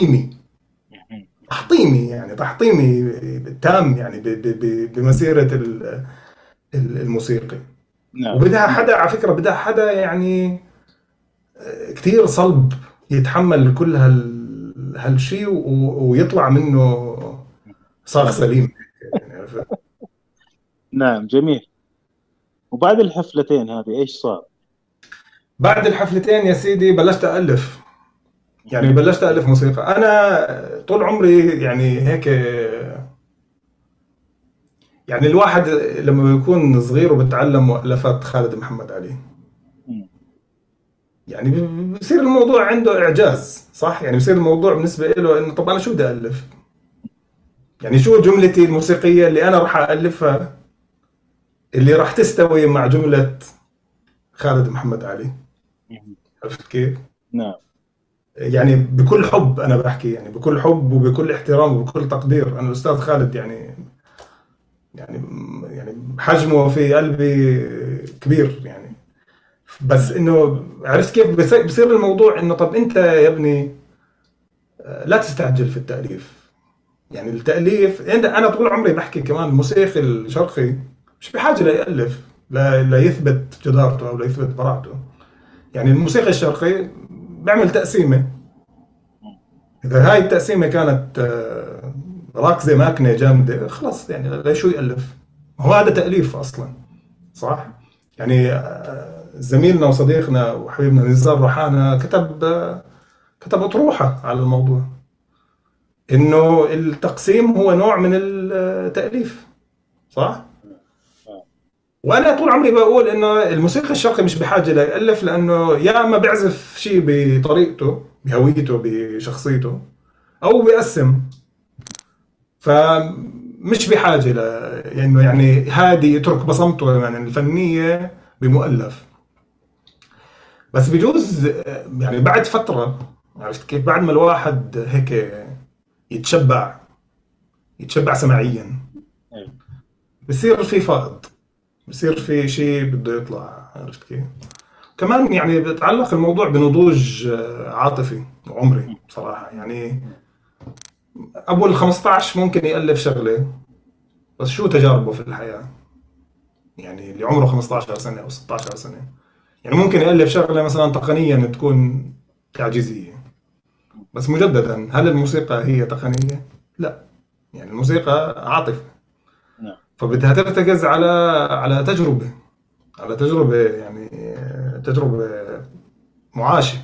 تحطيمي يعني تحطيمي تام يعني بمسيرة الموسيقي. نعم. وبدها حدا على فكرة، بدها حدا يعني كتير صلب يتحمل كل هالشي ويطلع منه صاغ نعم. سليم يعني، عرفت؟ نعم جميل. وبعد الحفلتين هذه ايش صار؟ بعد الحفلتين يا سيدي بلشت ألف، يعني بلشت ألف موسيقى. أنا طول عمري يعني هيك، يعني الواحد لما بيكون صغير وبتعلم مؤلفات خالد محمد علي، يعني بصير الموضوع عنده إعجاز، صح؟ يعني بصير الموضوع بالنسبة له إنه طب أنا شو بدي ألف؟ يعني شو جملتي الموسيقية اللي أنا راح ألفها اللي راح تستوي مع جملة خالد محمد علي؟ عرفت كيف؟ نعم. يعني بكل حب أنا بحكي، يعني بكل حب وبكل احترام وبكل تقدير. أنا الأستاذ خالد يعني يعني حجمه في قلبي كبير يعني. بس نعم. إنه عرفت كيف بصير الموضوع إنه طب أنت يا ابني لا تستعجل في التأليف. يعني التأليف، أنا طول عمري بحكي كمان الموسيقي الشرقي مش بحاجة ليألف لا يثبت جدارته أو ليثبت براعته. يعني الموسيقى الشرقي بيعمل تقسيمة، إذا هاي التقسيمة كانت راكزة ماكنة جامدة خلاص، يعني ليش شو يألف؟ هو هذا تأليف أصلا، صح؟ يعني زميلنا وصديقنا وحبيبنا نزار روحانا كتب أطروحة على الموضوع، إنه التقسيم هو نوع من التأليف، صح؟ وانا طول عمري بقول انه الموسيقى الشرقي مش بحاجه ليألف، لانه يا اما بيعزف شيء بطريقته بهويته بشخصيته، او بيقسم. فمش بحاجه انه يعني هادي يترك بصمته يعني الفنيه بمؤلف. بس بجوز يعني بعد فتره، عرفت كيف، بعد ما الواحد هيك يتشبع يتشبع سمعيا، أيوة. بصير في فائض، بصير في شيء بده يطلع، عرفت كيف. كمان يعني بتعلق الموضوع بنضوج عاطفي وعمري بصراحة يعني. أبو ال 15 ممكن يألف شغلة، بس شو تجاربه في الحياة؟ يعني اللي عمره 15 سنة أو 16 سنة يعني ممكن يألف شغلة مثلا تقنيا تكون تعجيزية، بس مجددا هل الموسيقى هي تقنية؟ لا، يعني الموسيقى عاطفة، نعم. فبدها ترتكز على تجربة، على تجربة يعني تجربة معاشة.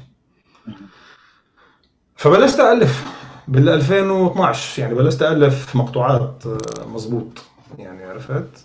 فبلشت ألف بال 2012، يعني بلشت ألف مقطوعات مظبوط يعني، عرفت.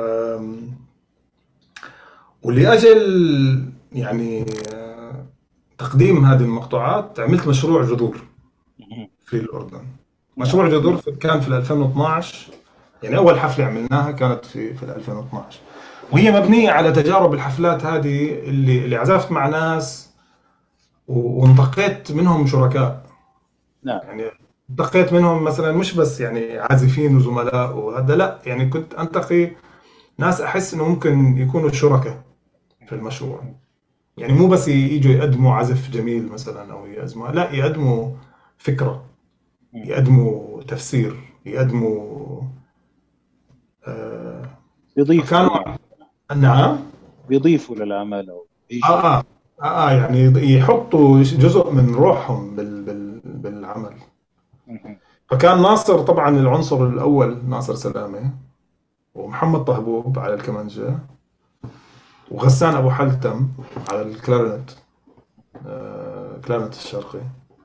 ولأجل يعني تقديم هذه المقطوعات عملت مشروع جذور في الأردن. نعم. مشروع جذور كان في 2012، يعني أول حفلة عملناها كانت في 2012، وهي مبنية على تجارب الحفلات هذه اللي عزفت مع ناس وانتقيت منهم شركاء. نعم. يعني انتقيت منهم مثلا مش بس يعني عازفين وزملاء وهذا، لا يعني كنت انتقي ناس احس انه ممكن يكونوا شركاء في المشروع. يعني مو بس يجوا يقدموا عزف جميل مثلا او يقدموا، لا يقدموا فكرة مم. يقدموا تفسير، يقدموا آه، بيضيفوا فكانوا. يعني، نعم. بيضيفوا للأعمال أو أي شيء. آه, يعني يحطوا جزء من روحهم بالعمل. مم. فكان ناصر طبعا العنصر الأول، ناصر سلامة، ومحمد طهبوب على الكمانجة، وغسان أبو حلتم على الكلارنت، كلارنت الشرقي.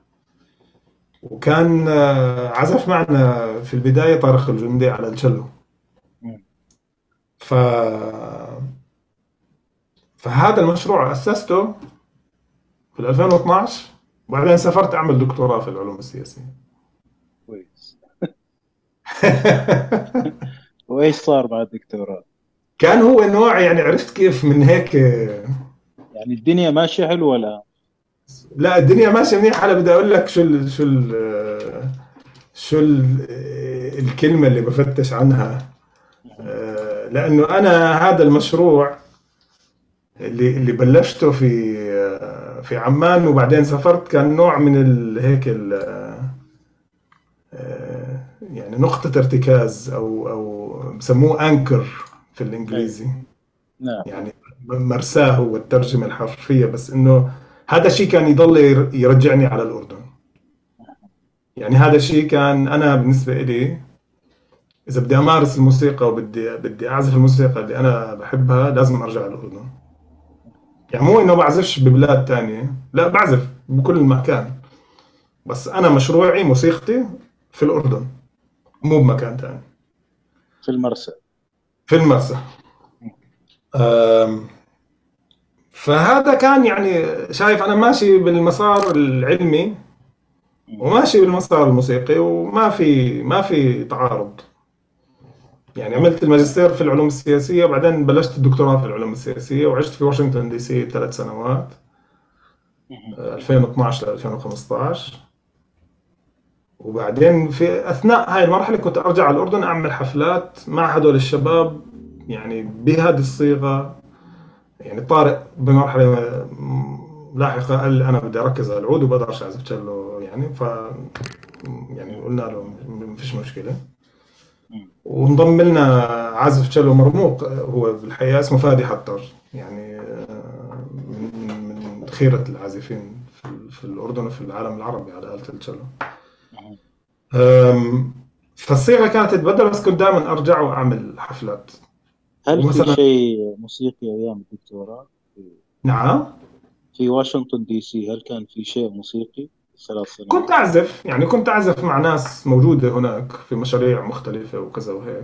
وكان عزف معنا في البداية طارق الجندي على الجلو. مم. ف... فهذا المشروع أسسته في 2012، وبعدين سافرت أعمل دكتوراه في العلوم السياسية. كويس. وإيش صار بعد الدكتوراه؟ كان هو نوع، يعني عرفت كيف من هيك. يعني الدنيا ماشية حلوة الآن؟ لا، الدنيا ماشية منيح. أنا بدي أقول لك الكلمة اللي بفتش عنها. مم. لأنه أنا هذا المشروع اللي بلشته في عمان، وبعدين سافرت، كان نوع من هيك يعني نقطة ارتكاز، أو بسموه أنكر في أي. الإنجليزي. نعم. يعني مرساه هو الترجمة الحرفية، بس إنه هذا الشيء كان يضل يرجعني على الأردن. يعني هذا الشيء كان أنا بالنسبة إلي، إذا بدي أمارس الموسيقى وبدي أعزف الموسيقى اللي أنا بحبها، لازم أرجع على الأردن. يعني مو إنه بعزفش ببلاد تانية، لا، بعزف بكل مكان، بس أنا مشروعي موسيقتي في الأردن، مو بمكان تاني. في المرسى. في المرسى. أم، فهذا كان يعني، شايف أنا ماشي بالمسار العلمي مم. وماشي بالمسار الموسيقي، ما في تعارض. يعني عملت الماجستير في العلوم السياسية، وبعدين بلشت الدكتوراه في العلوم السياسية، وعشت في واشنطن دي سي 3 سنوات، مم. 2012 ل 2015. وبعدين في أثناء هاي المرحلة كنت أرجع على الأردن أعمل حفلات مع هدول الشباب، يعني بهذه الصيغة. يعني طارق بمرحلة لاحقة قال لي أنا بدي أركز على العود وبقدرش أعزف تشيلو، يعني يعني قلنا له ما فيش مشكلة. مم. وانضم لنا عازف تشيلو مرموق، هو بالحقيقة اسمه فادي حتر، يعني من خيرة العازفين في الأردن وفي العالم العربي على آلة التشيلو. مم. أم، فالصيغة كانت تتبدل، بس كنت دائما أرجع وأعمل حفلات. هل في ومثلا. شيء موسيقي أيام الدكتوراه نعم. في واشنطن دي سي؟ هل كان في شيء موسيقي ال3 سنوات؟ كنت أعزف مع ناس موجودة هناك في مشاريع مختلفة وكذا وهيك.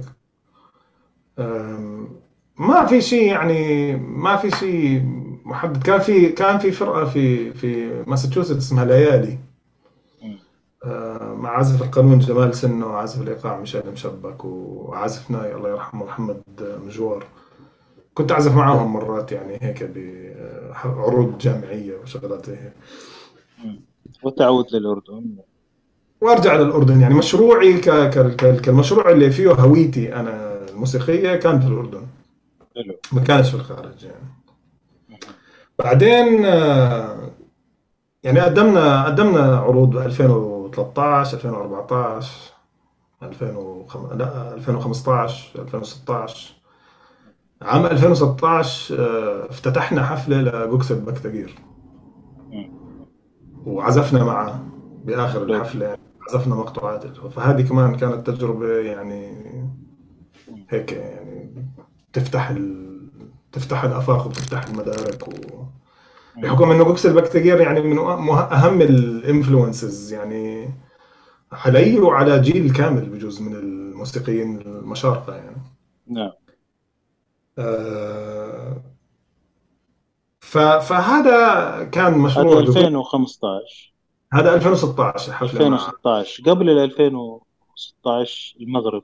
أم، ما في شيء، يعني ما في شيء محدد. كان في فرقة في ماساتشوستس اسمها ليالي، مم. مع عازف القانون جمال سنة، وعازف الإيقاع ميشيل مشبك، وعازف ناي الله يرحمه محمد مجوار. كنت أعزف معاهم مرات، يعني هيك بعروض جامعية وشغلات زي هيك. مم. وتعود للأردن. وارجع للاردن. يعني مشروعي كالمشروع اللي فيه هويتي انا الموسيقيه كان في الاردن، حلو. ما كانش في الخارج يعني. مم. بعدين يعني قدمنا عروض ب 2013 2014 لا 2015 2016. عام 2016 افتتحنا حفله لجوكسل بكتاجير، مم. وعزفنا معه باخر حلو. الحفله، يعني عزفنا مقطوعات. فهذه كمان كانت تجربه، يعني مم. هيك يعني تفتح تفتح الآفاق وتفتح المدارك مم. بحكم انه جوكس البكتيريا يعني من اهم الانفلونسز، يعني علي وعلى جيل كامل بجوز من الموسيقيين المشارقة يعني. نعم. آه، فهذا كان هذه مشروع جوكس. 2015. هذا 2016 الحفلة مع 2016 قبل ال 2016 المغرب.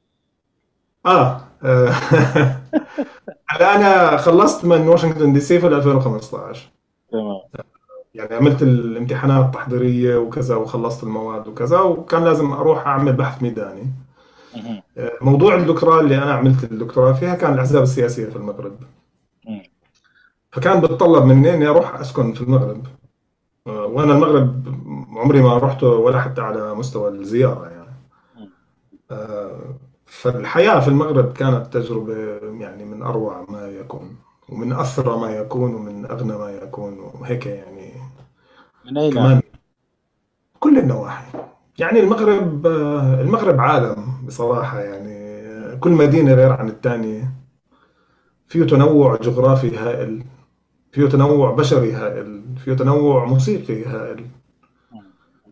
آه. هلا انا خلصت من واشنطن دي سي في 2015. تمام. يعني عملت الامتحانات التحضيرية وكذا، وخلصت المواد وكذا، وكان لازم أروح أعمل بحث ميداني. مم. موضوع الدكتوراه اللي أنا عملت الدكتوراه فيها كان الأحزاب السياسية في المغرب، مم. فكان بتطلب مني إني أروح أسكن في المغرب. وانا المغرب عمري ما رحته ولا حتى على مستوى الزيارة يعني. مم. فالحياة في المغرب كانت تجربة يعني من أروع ما يكون، ومن أثرى ما يكون، ومن أغنى ما يكون، وهيك يعني. من أي كمان ناحية؟ كل النواحي. يعني المغرب عالم بصراحة يعني. مم. كل مدينة غير عن الثانية. فيه تنوع جغرافي هائل، فيه تنوع بشري هائل، فيه تنوع موسيقي هائل، مم.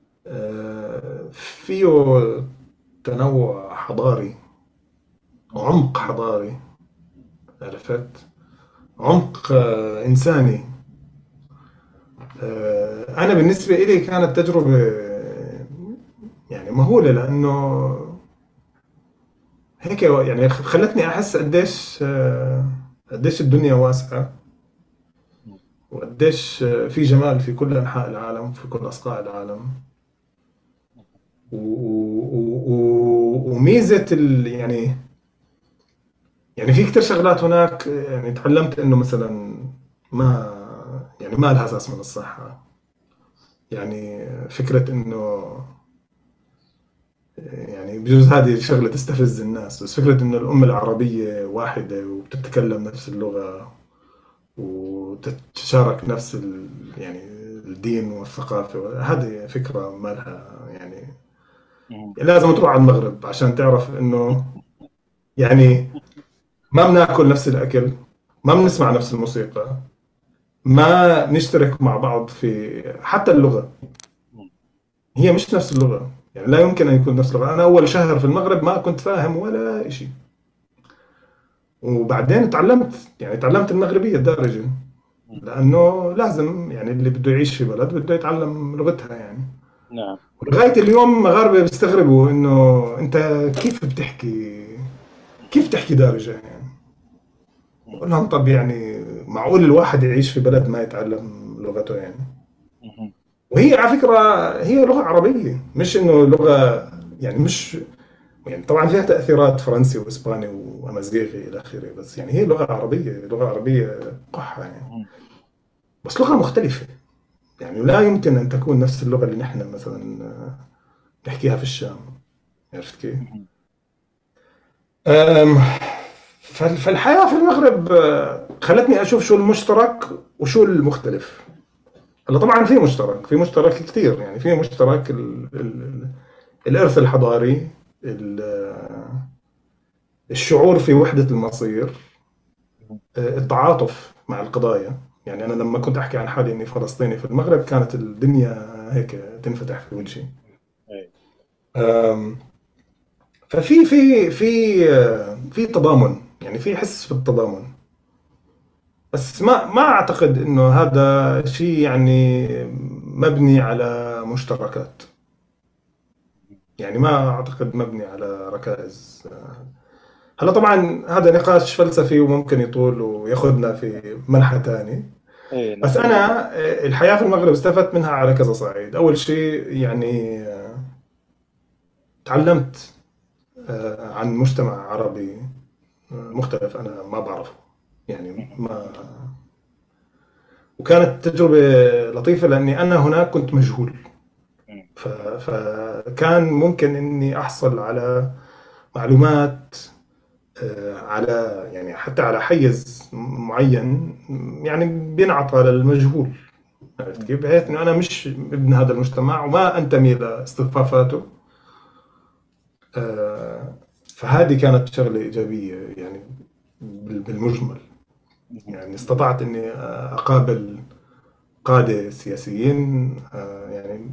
فيه تنوع حضاري مم. وعمق حضاري. عرفت؟ عمق إنساني. أنا بالنسبة إلي كانت تجربة يعني مهولة، لأنه هيك يعني خلتني أحس قديش الدنيا واسعة، مم. وقديش في جمال في كل أنحاء العالم، في كل أصقاع العالم. وميزة يعني في كتير شغلات هناك يعني تعلمت إنه مثلا ما يعني ما لها أساس من الصحة. يعني فكرة إنه يعني بجوز هذه الشغلة تستفز الناس، بس فكرة إنه الأمة العربية واحدة وبتتكلم نفس اللغة وتتشارك نفس يعني الدين والثقافة، هذه فكرة ما لها يعني. مم. لازم تروح على المغرب عشان تعرف إنه يعني ما بناكل نفس الأكل، ما بنسمع نفس الموسيقى، ما بنشترك مع بعض في حتى اللغة. مم. هي مش نفس اللغة، يعني لا يمكن أن يكون نفس اللغة. أنا أول شهر في المغرب ما كنت فاهم ولا شيء، وبعدين تعلمت المغربية الدارجة، مم. لأنه لازم يعني اللي بده يعيش في بلد بده يتعلم لغتها يعني. نعم. ولغاية اليوم مغاربة بيستغربوا إنه أنت كيف تحكي دارجة يعني. مم. بقول لهم طب يعني معقول الواحد يعيش في بلد ما يتعلم لغته يعني؟ مم. وهي على فكرة هي لغة عربية، مش إنه لغة يعني مش يعني طبعا فيها تأثيرات فرنسي وإسباني وأمازيغي إلى آخره، بس يعني هي لغة عربية قحة يعني. مم. بس لغة مختلفة، يعني لا يمكن أن تكون نفس اللغة اللي نحن مثلا نحكيها في الشام. عرفت كيف؟ مم. أم، فالحياة في المغرب خلتني أشوف شو المشترك وشو المختلف. هلا طبعا في مشترك كثير، يعني في مشترك الإرث الحضاري، الشعور في وحدة المصير، التعاطف مع القضايا. يعني أنا لما كنت أحكي عن حالي إني فلسطيني في المغرب كانت الدنيا هيك تنفتح في وجهي. أي. أم، ففي تضامن، يعني في حس في التضامن. بس ما أعتقد إنه هذا شيء يعني مبني على مشتركات. يعني ما أعتقد مبني على ركائز. هلا طبعا هذا نقاش فلسفي وممكن يطول وياخذنا في منحى ثاني. أي. بس نعم. أنا الحياة في المغرب استفدت منها على كذا صعيد. أول شيء يعني تعلمت عن مجتمع عربي مختلف أنا ما بعرفه يعني. مم. ما وكانت تجربة لطيفة لأني أنا هناك كنت مجهول. مم. فكان ممكن إني أحصل على معلومات على يعني حتى على حيز معين يعني بينعطى للمجهول. عرفت مم. كيف؟ بحيث إنه أنا مش ابن هذا المجتمع وما أنتمي لاصطفافاته. آه، فهذه كانت شغلة إيجابية يعني بالمجمل. مم. يعني استطعت إني أقابل قادة سياسيين يعني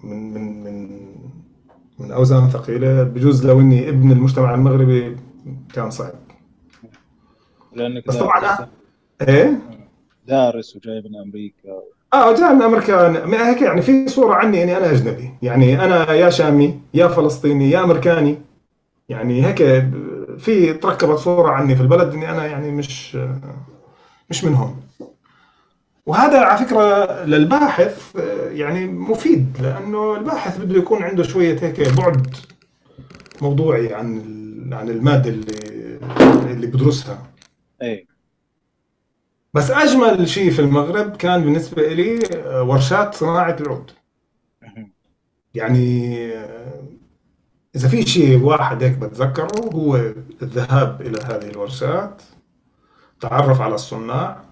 من أوزان ثقيلة. بجوز لو إني ابن المجتمع المغربي كان صعب. لأنك بس طبعا دارس، صح؟ إيه. دارس وجاي من أمريكا. جاء من أمريكا هيك يعني في صورة عني إني أنا أجنبي، يعني أنا يا شامي يا فلسطيني يا أمريكاني. يعني هيك في تركبت صورة عني في البلد إني أنا يعني مش من هون. وهذا على فكرة للباحث يعني مفيد، لأنه الباحث بده يكون عنده شوية هيك بعد موضوعي عن المادة اللي بدرسها. أي. بس أجمل شيء في المغرب كان بالنسبة لي ورشات صناعة العود. مهم. يعني إذا في شيء واحد هيك بتذكره هو الذهاب إلى هذه الورشات، تعرف على الصناع،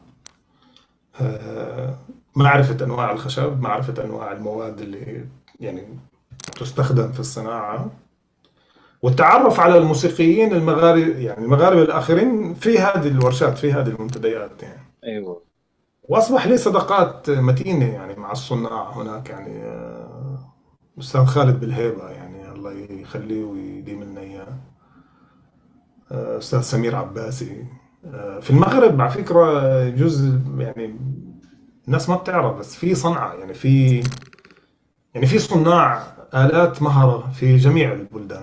معرفة أنواع الخشب، معرفة أنواع المواد اللي يعني تستخدم في الصناعة، والتعرف على الموسيقيين المغاربة، يعني المغاربة الآخرين في هذه الورشات، في هذه المنتديات يعني. ايوه. وأصبح لي صداقات متينة يعني مع الصناع هناك يعني. أستاذ خالد بالهيبة يعني الله يخليه ويديم لنا إياه. أستاذ سمير عباسي. في المغرب على فكرة يجوز يعني الناس ما بتعرف، بس في صنعة يعني في صناع آلات مهرة في جميع البلدان.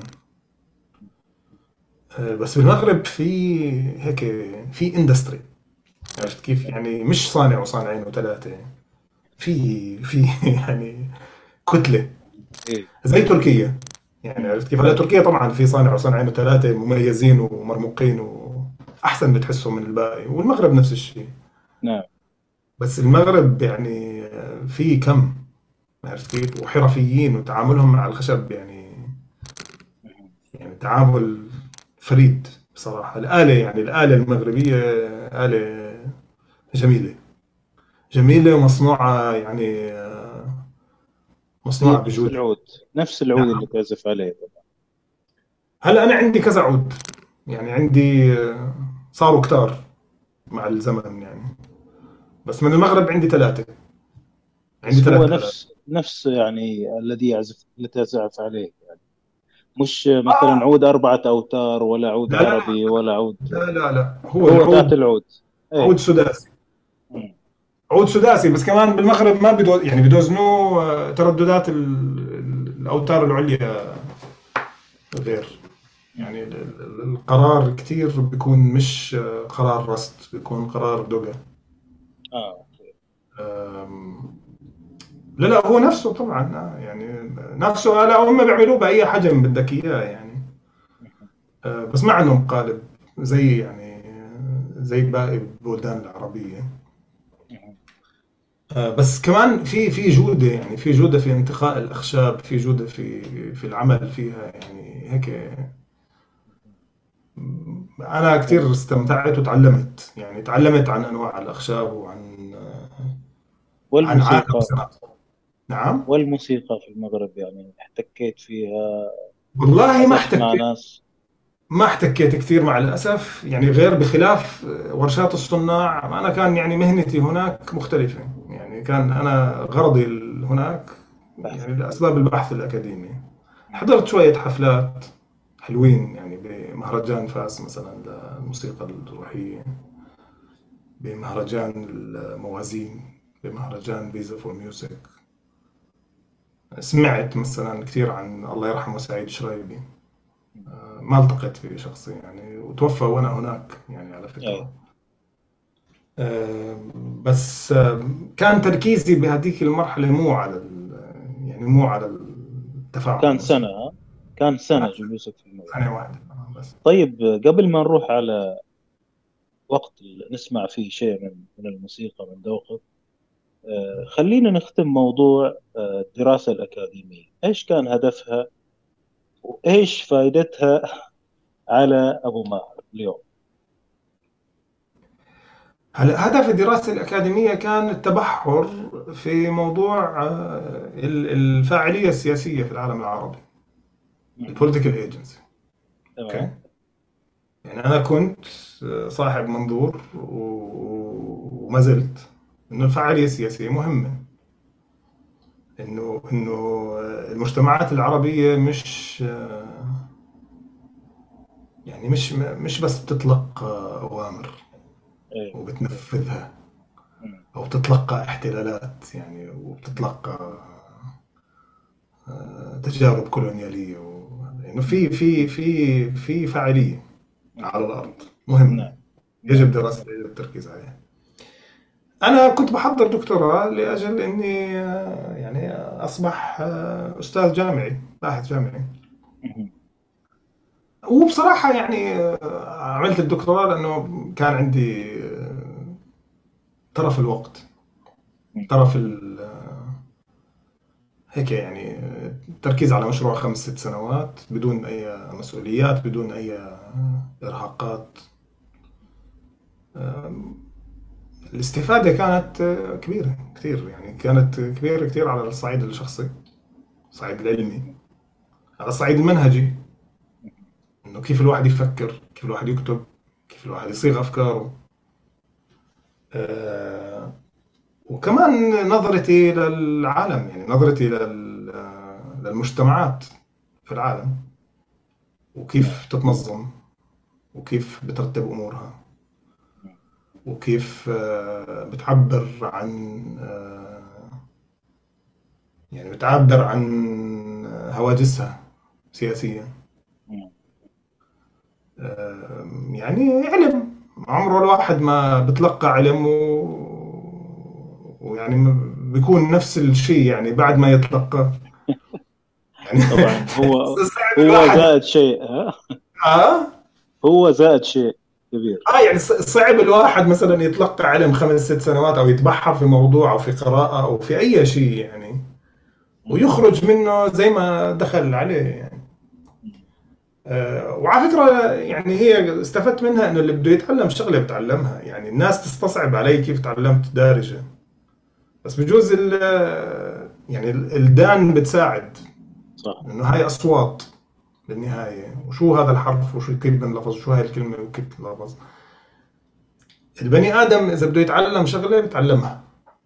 بس بالمغرب في هيك في اندستري، عرفت كيف يعني، مش صانع وصانعين وثلاثة، في يعني كتلة ايه. زي تركيا. يعني مم. عرفت كيف، هلا تركيا طبعا في صانع وصانعين وثلاثة مميزين ومرموقين وأحسن بتحسهم من الباقي، والمغرب نفس الشيء. نعم. بس المغرب يعني في كم، عرفت كيف، وحرفيين وتعاملهم مع الخشب مهم. يعني تعامل فريد بصراحة. الآلة يعني الآلة المغربية آلة جميلة، جميلة ومصنوعة يعني هي مصنوعة نفس بجودة. العود، نفس العود اللي نعم. تعزف عليه طبعا. هلا أنا عندي كذا عود، يعني عندي صاروا كتار مع الزمن يعني، بس من المغرب عندي ثلاثة، عندي بس هو ثلاث آلات. نفس يعني الذي يعزف، اللي تعزف عليه يعني، مش مثلا آه عود 4 أوتار ولا عود لا لا عربي ولا عود. لا، هو هو ذات العود العود. عود ايه. سداسي. مم. عود سداسي، بس كمان بالمغرب ما يعني بدوزنوه ترددات الأوتار العليا غير. مم. يعني القرار كتير بيكون مش قرار رست، بيكون قرار دوغا. اه. أم، لا هو نفسه طبعا يعني نفسه، لا هم بيعملوه بأي حجم بدك إياه يعني. مم. بس ما عندهم قالب زي يعني زي باقي البلدان العربية. مم. بس كمان في جودة، يعني في جودة في انتقاء الأخشاب، في جودة في العمل فيها يعني هيك. أنا كتير استمتعت وتعلمت، يعني تعلمت عن أنواع الأخشاب وعن عن عالم والموسيقى، صناعة. نعم. والموسيقى في المغرب يعني احتكيت فيها، والله عزفت مع ناس. ما احتكيت كثير مع الأسف، يعني غير بخلاف ورشات الصناع. أنا كان يعني مهنتي هناك مختلفة، يعني كان أنا غرضي هناك بحث. يعني لأسباب البحث الأكاديمي. مم. حضرت شوية حفلات حلوين يعني بمهرجان فاس مثلا للموسيقى الروحية، بمهرجان الموازين، بمهرجان فيزا فور ميوزك. سمعت مثلا كثير عن الله يرحمه سعيد شرايبي. ما التقيت فيه شخصيا يعني، وتوفى وانا هناك يعني على ايه. فكرة. بس كان تركيزي بهذيك المرحلة مو على يعني مو على التفاعل كان سنة، الموسيقي. ها؟ كان كان سنة جلوسك في المغرب. سنة واحدة بس. طيب، قبل ما نروح على وقت نسمع فيه شيء من الموسيقى من ذوقك، خلينا نختم موضوع الدراسة الأكاديمية. إيش كان هدفها وإيش فائدتها على أبو ماهر اليوم؟ هلا هدف الدراسة الأكاديمية كان التبحر في موضوع الفاعلية السياسية في العالم العربي، مهم. البوليتيكال ايجنسي. اوكي. تمام. يعني أنا كنت صاحب منظور وما زلت إنه الفعالية السياسية مهمة. إنه المجتمعات العربية مش يعني مش بس بتتلقى أوامر إيه. وبتنفذها، مم. أو بتتلقى احتلالات يعني، وبتتلقى تجارب كولونيالية يعني في فاعلية على مهم. الأرض مهمة، نعم. نعم. يجب دراستها، يجب التركيز عليها. أنا كنت بحضر دكتوراه لأجل إني يعني أصبح أستاذ جامعي، باحث جامعي. مهم. وبصراحة يعني عملت الدكتوراه لأنه كان عندي طرف الوقت، طرف هيك يعني التركيز على مشروع 5 6 سنوات بدون أي مسؤوليات، بدون أي إرهاقات. الاستفادة كانت كبيرة كثير، يعني كانت كبيرة كثير على الصعيد الشخصي، الصعيد العلمي، على الصعيد المنهجي، إنه كيف الواحد يفكر، كيف الواحد يكتب، كيف الواحد يصيغ أفكاره. آه، وكمان نظرتي للعالم، يعني نظرتي للمجتمعات في العالم، نعم. وكيف تتنظم، وكيف بترتب أمورها، وكيف بتعبر عن يعني بتعبر عن هواجسها سياسيا. مم. يعني علم، عمره الواحد ما بتلقى علم ويعني بيكون نفس الشيء يعني بعد ما يتلقى يعني طبعا صعب هو الواحد. زائد شيء، ها؟ اه هو زائد شيء كبير. يعني صعب الواحد مثلا يتلقى علم 5 6 سنوات او يتبحر في موضوع او في قراءة او في اي شيء يعني، مم. ويخرج منه زي ما دخل عليه يعني. مم. وعلى فكرة يعني هي استفدت منها انه اللي بده يتعلم شغلة بتعلمها. يعني الناس تستصعب علي كيف تعلمت دارجة، بس بجوز يعني الدان بتساعد، صح. انه هاي اصوات بالنهاية، وشو هذا الحرف وشو كيف بنلفظ وشو هاي الكلمة وكيف تنلفظ. البني ادم اذا بده يتعلم شغلة بتعلمها.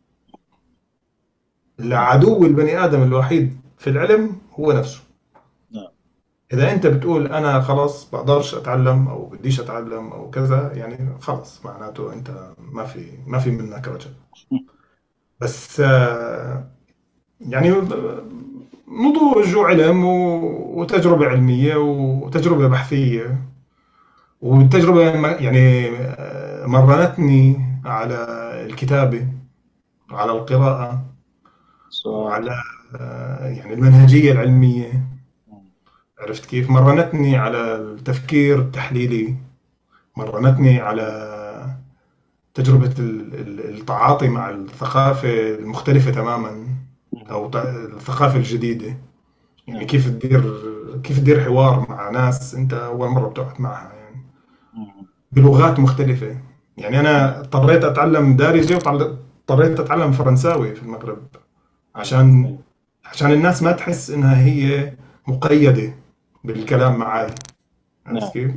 نعم. العدو البني ادم الوحيد في العلم هو نفسه. نعم. اذا انت بتقول انا خلاص بقدرش اتعلم او بديش اتعلم او كذا، يعني خلاص معناته انت ما في منك رجل. بس يعني نضوج وعلم وتجربة علمية وتجربة بحثية، والتجربة يعني مرنتني على الكتابة وعلى القراءة سؤال. وعلى يعني المنهجية العلمية. مم. عرفت كيف؟ مرنتني على التفكير التحليلي، مرنتني على تجربة التعاطي مع الثقافة المختلفة تماما، مم. أو الثقافة الجديدة. يعني نعم. كيف تدير حوار مع ناس أنت أول مرة بتقعد معها يعني، مم. بلغات مختلفة. يعني نعم. أنا اضطريت أتعلم دارجة واضطريت أتعلم فرنساوي في المغرب أيوة. عشان أيوة. عشان الناس ما تحس إنها هي مقيدة بالكلام معي. عرفت نعم. كيف؟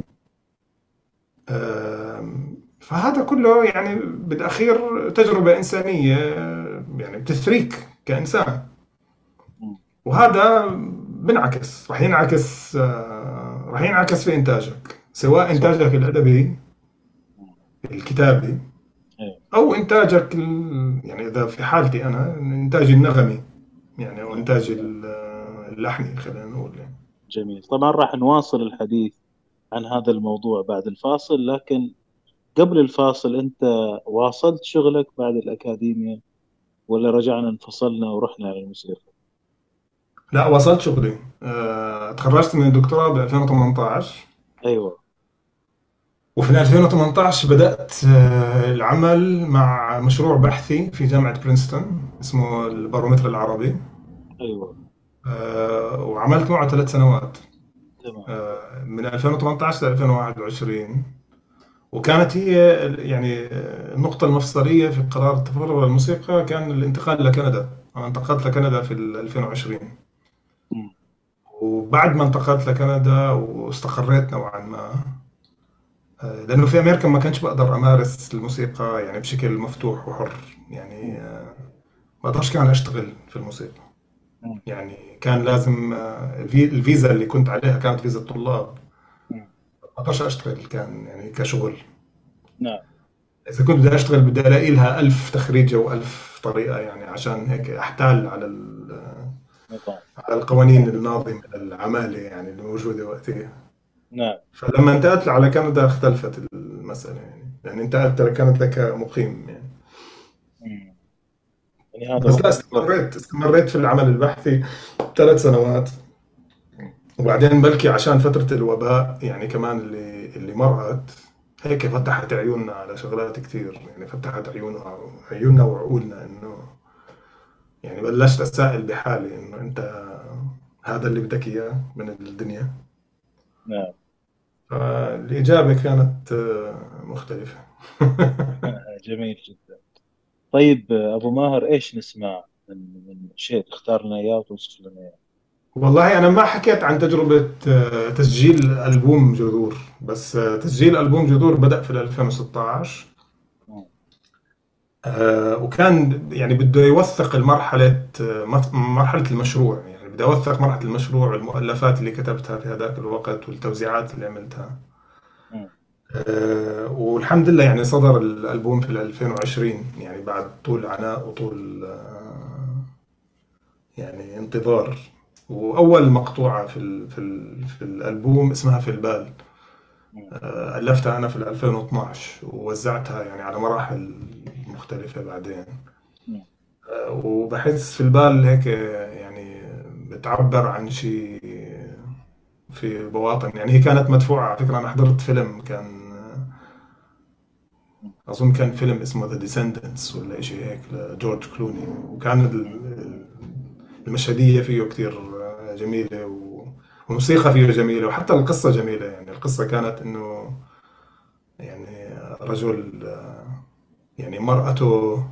فهذا كله يعني بالأخير تجربة إنسانية، يعني بتثريك كإنسان. مم. وهذا بنعكس راح ينعكس في إنتاجك، سواء صح. إنتاجك الأدبي مم. الكتابي، أيوة. أو إنتاجك يعني إذا في حالتي أنا إنتاجي النغمي، يعني أو نعم. إنتاجي اللحني خلينا نقول يعني. جميل. طبعا راح نواصل الحديث عن هذا الموضوع بعد الفاصل، لكن قبل الفاصل أنت واصلت شغلك بعد الأكاديمية ولا رجعنا انفصلنا ورحنا على الموسيقى؟ لا، وصلت شغلي. تخرجت من الدكتوراه ب 2018، أيوة. وفي 2018 بدأت العمل مع مشروع بحثي في جامعة برينستون اسمه البارومتر العربي. أيوة. وعملت معه 3 سنوات، تمام. من 2018 ل 2021. وكانت هي يعني النقطة المفصلية في قرار التفرغ للموسيقى كان الانتقال لكندا. أنا انتقلت لكندا في 2020. مم. وبعد ما انتقلت لكندا واستقريت نوعا ما، لأنه في أمريكا ما كنتش بقدر أمارس الموسيقى يعني بشكل مفتوح وحر. يعني مم. ما اقدرش كان اشتغل في الموسيقى. مم. يعني كان لازم الفيزا اللي كنت عليها كانت فيزا طلاب، مم. ما اقدرش اشتغل كان يعني كشغل. نعم. اذا كنت بدي اشتغل بدي الاقي لها 1000 تخريجة والف طريقة، يعني عشان هيك احتال نظام. على القوانين الناظمة للعمالة يعني اللي موجودة وقتها. نعم. فلما انتقلت على كندا اختلفت المسألة، يعني انتقلت كانت لك مقيم يعني. مم. يعني هذا بس لا، مختصر. استمريت في العمل البحثي 3 سنوات. وبعدين بلكي عشان فترة الوباء يعني كمان اللي مرقت، هيك فتحت عيوننا على شغلات كتير، يعني فتحت عيوننا وعقولنا، إنه يعني بلشت أسائل بحالي إنه أنت هذا اللي بدك إياه من الدنيا. نعم. فالإجابة كانت مختلفة. جميل جدا. طيب أبو ماهر، إيش نسمع من شيء تختار لنا إياه وتوصف لنا إياه؟ والله أنا ما حكيت عن تجربة تسجيل ألبوم جذور، بس تسجيل ألبوم جذور بدأ في 2016. مم. وكان يعني بده يوثق مرحلة المشروع، يعني بدي أوثق مرحلة المشروع والمؤلفات اللي كتبتها في هذاك الوقت والتوزيعات اللي عملتها. مم. والحمد لله يعني صدر الألبوم في 2020، يعني بعد طول عناء وطول يعني انتظار. وأول مقطوعة في الألبوم اسمها في البال. مم. ألفتها أنا في 2012 ووزعتها يعني على مراحل مختلفة بعدين. مم. وبحس في البال هيك يعني بتعبر عن شيء في بواطن، يعني هي كانت مدفوعة على فكرة. أنا حضرت فيلم كان، مم. أظن كان فيلم اسمه ذا ديسندنتس ولا إشي هيك لجورج كلوني، وكان المشهدية فيه كتير جميلة، والموسيقى فيه جميلة، وحتى القصة جميلة. يعني القصة كانت إنه يعني رجل يعني مرأته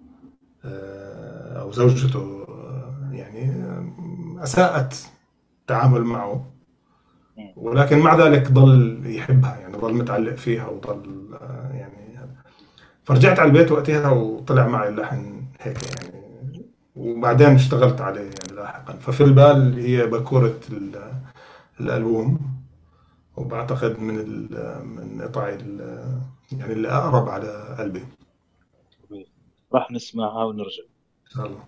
أو زوجته يعني أساءت التعامل معه، مم. ولكن مع ذلك ضل يحبها، يعني ضل متعلق فيها وضل يعني هذا. فرجعت على البيت وقتها وطلع معي اللحن هيك يعني، وبعدين اشتغلت عليه يعني لاحقا. ففي البال هي بكورة الألبوم، وبعتقد من قطع يعني اللي أقرب على قلبي. راح نسمعها ونرجع. إن شاء الله.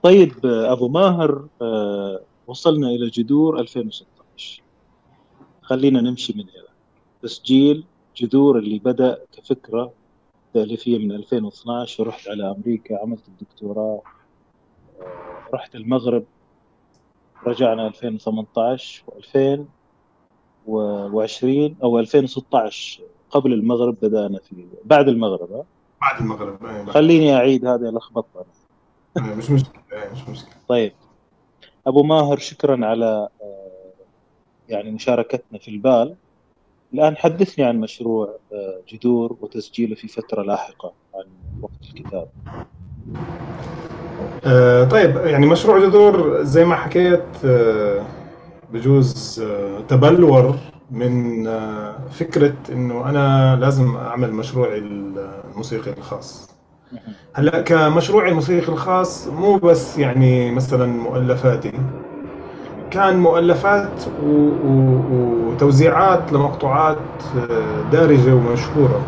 طيب أبو ماهر، وصلنا إلى جذور 2016. خلينا نمشي من هنا. تسجيل جذور اللي بدأ كفكرة تأليفية من 2012، ورحت على أمريكا عملت الدكتوراه، رحت المغرب، رجعنا 2018 و2020 أو 2016. قبل المغرب بدأنا في بعد المغرب، ها؟ بعد المغرب، بعد المغرب. خليني أعيد، هذه لخبطة. مش مشكلة، مش مشكلة. طيب أبو ماهر، شكرا على يعني مشاركتنا في البال. الآن حدثني عن مشروع جذور وتسجيله في فترة لاحقة عن وقت الكتاب. طيب، يعني مشروع جذور زي ما حكيت، بجوز تبلور من فكرة إنه أنا لازم أعمل مشروعي الموسيقي الخاص. مهم. هلا كمشروعي الموسيقي الخاص مو بس يعني مثلا مؤلفاتي، مهم. كان مؤلفات وتوزيعات لمقطوعات دارجة ومشهورة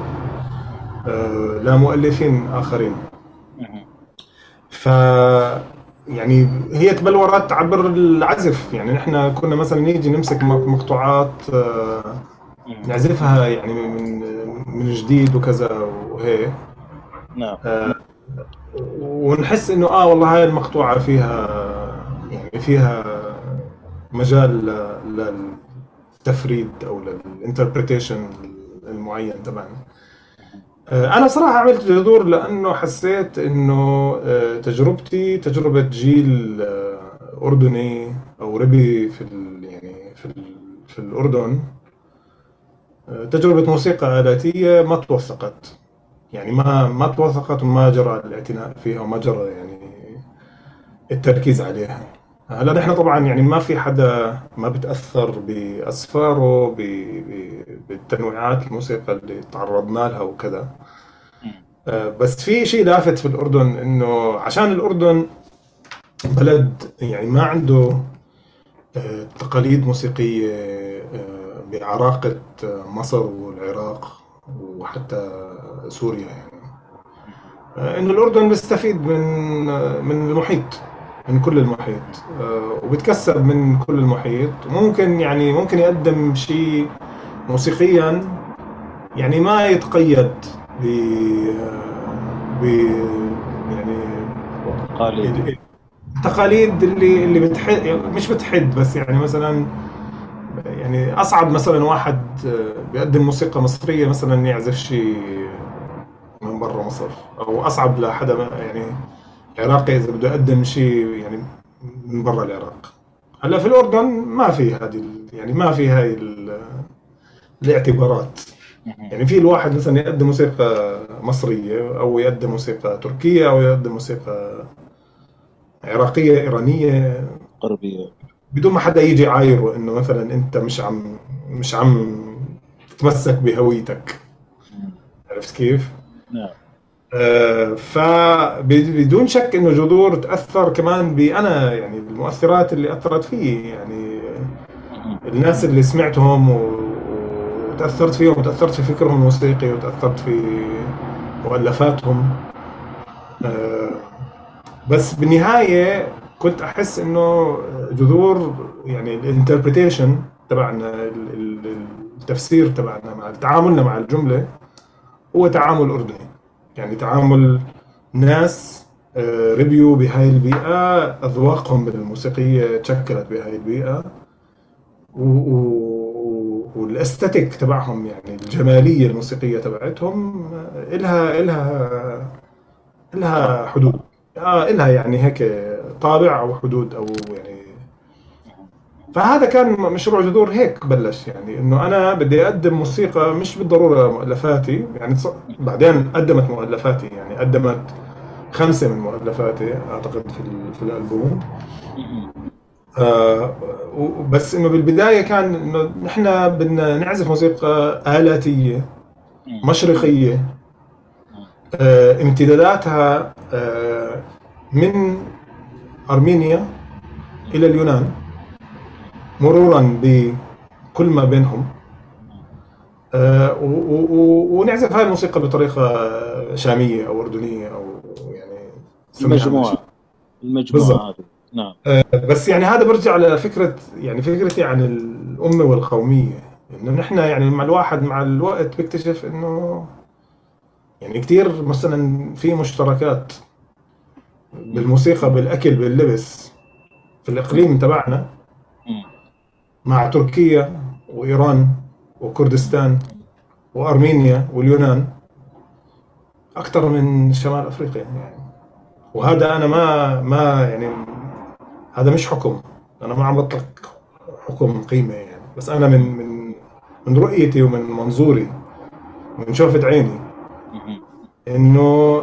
لمؤلفين آخرين. مهم. ف يعني هي تبلورات عبر العزف. يعني نحن كنا مثلا نيجي نمسك مقطوعات مهم. نعزفها يعني من جديد وكذا وهيك، نعم. ونحس انه والله هاي المقطوعة فيها يعني فيها مجال للتفريد او للانتربريتيشن المعين تبعنا. مهم. انا صراحة عملت جذور لانه حسيت انه تجربتي تجربة جيل اردني او ربي في يعني في الاردن، تجربة موسيقى آلاتية ما توثقت. يعني ما توثقت وما جرى الاعتناء فيها وما جرى يعني التركيز عليها. هلا نحن طبعا يعني ما في حدا ما بتأثر بأسفاره بالتنويعات الموسيقى اللي تعرضنا لها وكذا. مهم. بس في شيء لافت في الأردن، إنه عشان الأردن بلد يعني ما عنده تقاليد موسيقية بعراقة مصر والعراق وحتى سوريا. يعني مهم. إنه الأردن بيستفيد من المحيط، من كل المحيط، وبتكسب من كل المحيط. ممكن يعني ممكن يقدم شيء موسيقيا يعني ما يتقيد ب ب يعني تقاليد. التقاليد اللي بتحد، مش بتحد بس يعني مثلا يعني اصعب مثلا واحد بيقدم موسيقى مصريه مثلا يعزف شيء من برا مصر، او اصعب لحدا يعني عراقي اذا بده يقدم شيء يعني من برا العراق. هلا في الاردن ما في هذه يعني ما في هاي الاعتبارات. مهم. يعني في الواحد مثلا يقدم موسيقى مصريه او يقدم موسيقى تركيه او يقدم موسيقى عراقيه ايرانيه غربية. بدون ما حدا يجي عايره انه مثلا انت مش عم تتمسك بهويتك. مهم. عرفت كيف؟ نعم. فبدون شك انه جذور تاثر كمان بانا، يعني المؤثرات اللي اثرت فيه، يعني مهم. الناس اللي سمعتهم وتاثرت فيهم وتاثرت في فكرهم الموسيقي وتاثرت في مؤلفاتهم. آه، بس بالنهايه كنت احس انه جذور يعني الانتربريتيشن تبعنا، التفسير تبعنا مع تعاملنا مع الجمله هو تعامل أردني. يعني تعامل ناس ربيوا بهاي البيئة، أذواقهم الموسيقية تشكلت بهاي البيئة، والاستاتيك تبعهم يعني الجمالية الموسيقية تبعتهم إلها طابع. حدود. إلها يعني هيك طابع أو حدود أو يعني. مهم. مهم. فهذا كان مشروع جذور هيك بلش، يعني انه انا بدي اقدم موسيقى مش بالضروره مؤلفاتي. يعني مهم. بعدين قدمت مؤلفاتي، يعني قدمت 5 من مؤلفاتي اعتقد في الالبوم. مهم. آه بس انه بالبدايه كان انه نحن بدنا نعزف موسيقى آلاتيه مهم. مشرقيه، مهم. امتداداتها من ارمينيا الى اليونان، مرورا بكل ما بينهم. ونعزف هاي الموسيقى بطريقة شامية أو أردنية أو يعني سميها ما شئت. مجموعة المجموعة بالضبط. هذه. نعم. بس يعني هذا برجع لفكرة، يعني فكرتي عن الأمة والقومية، إنه نحن يعني مع الواحد مع الوقت بيكتشف إنه يعني كتير مثلا في مشتركات مم. بالموسيقى، بالأكل، باللبس، في مم. الإقليم تبعنا، مم. مع تركيا وإيران وكردستان وأرمينيا واليونان، أكثر من شمال أفريقيا يعني. وهذا أنا ما يعني هذا مش حكم، أنا ما عم بطلق حكم قيمة يعني، بس أنا من رؤيتي ومن منظوري، من شوفة عيني، مم. إنه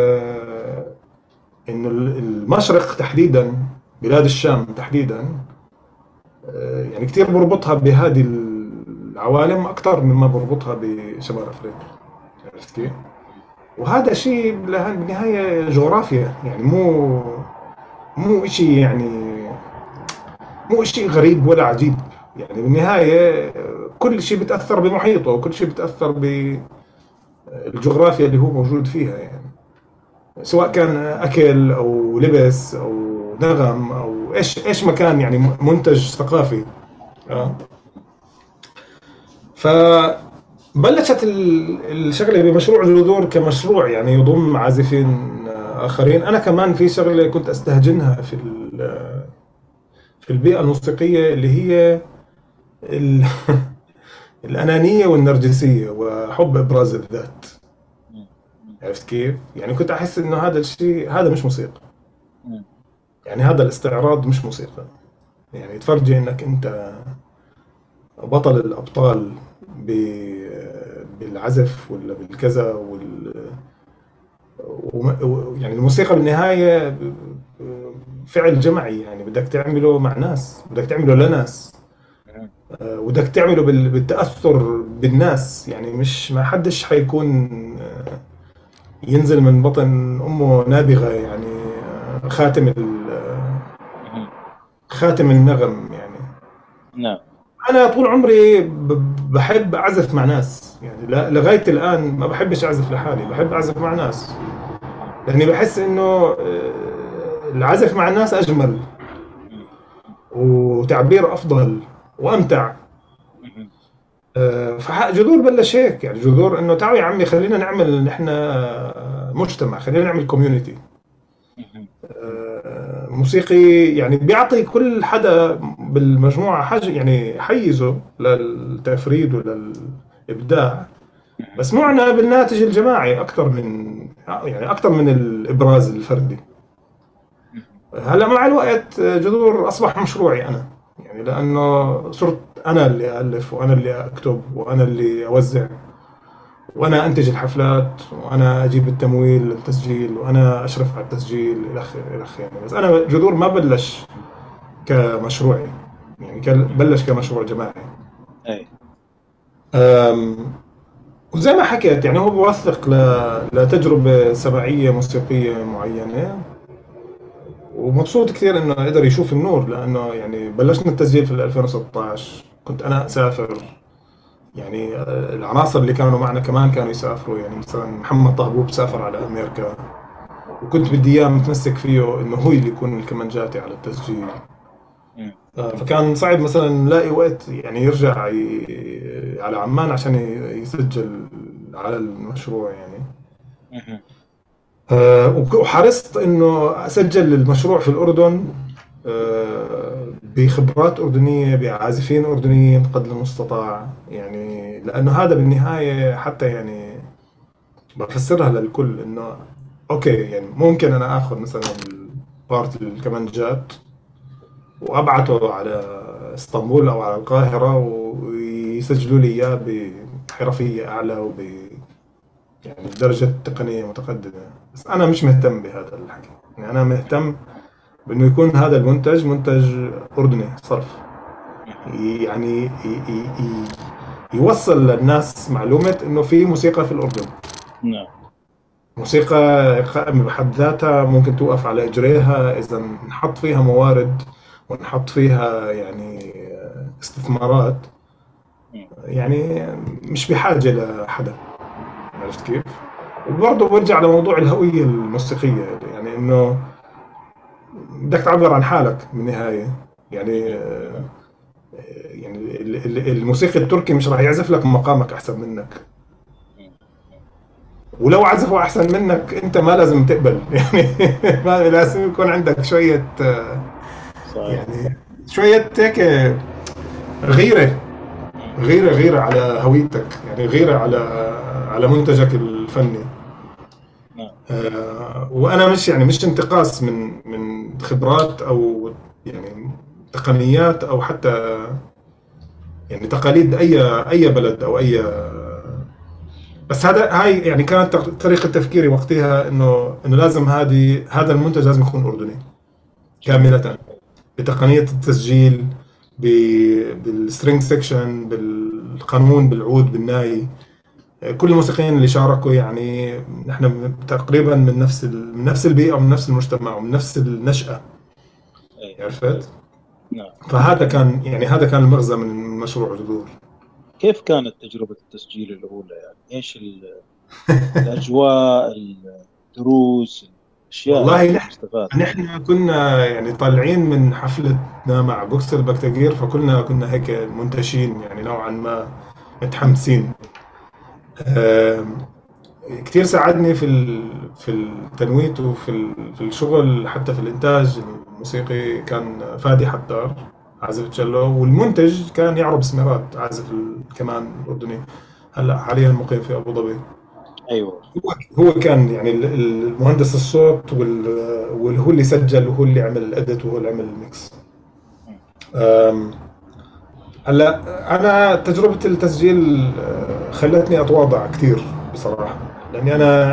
إنه المشرق تحديدا، بلاد الشام تحديدا، يعني كثير بربطها بهذه العوالم أكثر مما بربطها بشمال أفريقيا. عرفت كيف؟ وهذا شيء بالنهاية جغرافيا، يعني مو شيء يعني مو شيء غريب ولا عجيب. يعني بالنهاية كل شيء بتأثر بمحيطه، وكل شيء بتأثر بالجغرافيا اللي هو موجود فيها يعني، سواء كان أكل أو لبس أو نغم أو إيش ما كان، يعني منتج ثقافي. مم. فبلشت الشغلة بمشروع جذور كمشروع يعني يضم عازفين آخرين. أنا كمان في شغلة كنت أستهجنها في البيئة الموسيقية، اللي هي ال- الأنانية والنرجسية وحب إبراز الذات. مم. عرفت كيف؟ يعني كنت أحس إنه هذا الشيء هذا مش موسيقى، مم. يعني هذا الاستعراض مش موسيقى. يعني تفرجي إنك أنت بطل الأبطال بالعزف ولا بالكذا يعني الموسيقى بالنهاية فعل جمعي، يعني بدك تعمله مع ناس، بدك تعمله لناس، مم. وبدك تعمله بالتأثر بالناس. يعني مش ما حدش حيكون ينزل من بطن أمه نابغة يعني، مم. خاتم النغم يعني. نعم. أنا طول عمري بحب أعزف مع ناس، يعني لغاية الآن ما بحبش أعزف لحالي، بحب أعزف مع ناس، مم. لأني بحس إنه العزف مع الناس أجمل مم. وتعبير أفضل وأمتع. مم. فجذور بلش هيك، يعني جذور إنه تعالوا يا عمي خلينا نعمل نحن مجتمع، خلينا نعمل كوميونيتي مم. موسيقي، يعني بيعطي كل حدا بالمجموعة حاجة يعني حيزه للتفريد وللإبداع، مم. بس معنى بالناتج الجماعي أكثر من يعني أكثر من الإبراز الفردي. مم. هلا مع الوقت جذور أصبح مشروعي أنا، يعني لأنه صرت أنا اللي ألف وأنا اللي أكتب وأنا اللي أوزع وأنا أنتج الحفلات وأنا أجيب التمويل للتسجيل وأنا أشرف على التسجيل إلخ يعني. بس أنا جذور ما بلش كمشروعي، يعني بلش كمشروع جماعي. أي. أم، وزي ما حكيت يعني هو بوثق لتجربة سمعية موسيقية معينة، ومبسوط كثير انه قدر يشوف النور، لانه يعني بلشنا التسجيل في 2016، كنت انا اسافر يعني العناصر اللي كانوا معنا كمان كانوا يسافروا، يعني مثلا محمد طهبوب سافر على امريكا، وكنت بدي اياه متمسك فيه انه هو اللي يكون الكمانجاتي على التسجيل. مم. فكان صعب مثلا نلاقي وقت يعني يرجع على عمان عشان يسجل على المشروع يعني. مم. وحرصت انه اسجل المشروع في الاردن بخبرات اردنيه، بعازفين اردنيين قدر المستطاع، يعني لانه هذا بالنهايه حتى يعني بفسرها للكل انه اوكي، يعني ممكن انا اخذ مثلا البارت الكمانجات وابعته على اسطنبول او على القاهره ويسجلوا لي اياه بحرفيه اعلى يعني بدرجه تقنيه متقدمه. بس انا مش مهتم بهذا الحكي، يعني انا مهتم بانه يكون هذا المنتج منتج اردني صرف، مم. يعني يوصل للناس معلومه انه في موسيقى في الاردن، نعم. موسيقى قائمة بحد ذاتها ممكن توقف على إجريها إذا نحط فيها موارد ونحط فيها يعني استثمارات، مم. يعني مش بحاجة لحدا. عرفت كيف؟ وبرضه برجع لموضوع الهوية الموسيقية، يعني إنه بدك تعبر عن حالك بالنهاية. يعني يعني الموسيقي التركي مش راح يعزف لك مقامك أحسن منك، ولو عزفوا أحسن منك أنت ما لازم تقبل يعني. ما لازم يكون عندك شوية صحيح. يعني شوية هيك غيرة، غيرة على هويتك، يعني غيرة على منتجك الفني. نعم. وانا مش انتقاص من خبرات او يعني تقنيات او حتى يعني تقاليد اي بلد او اي، بس هاي يعني كانت طريقة تفكيري وقتها، انه لازم هذا المنتج لازم يكون اردني جميل. كاملة، بتقنية التسجيل، بالسترينج سيكشن، بالقانون، بالعود، بالناي. كل الموسيقيين اللي شاركوا يعني نحن تقريبا من نفس البيئة ومن نفس المجتمع ومن نفس النشأة. أي. عرفت؟ نعم. هذا كان المغزى من مشروع جذور. كيف كانت تجربة التسجيل الأولى؟ يعني إيش الأجواء، الدروس، الأشياء والله يعني نحن المستفادة؟ نحن كنا يعني طالعين من حفلتنا مع بوكس البكتاجير، فكنا هيك منتشين يعني نوعا ما متحمسين. آم، كتير ساعدني في التنويت في الشغل، حتى في الإنتاج الموسيقي كان فادي حدار عازف تشيلو، والمنتج كان يعرب سميرات عازف الكمان الأردني، هلا حاليا مقيم في أبو ظبي. أيوه. هو كان يعني المهندس الصوت وهو اللي سجل وهو اللي عمل الاديت وهو اللي عمل الميكس. مم. أم، هلا انا تجربه التسجيل خلتني اتواضع كثير بصراحه، لاني انا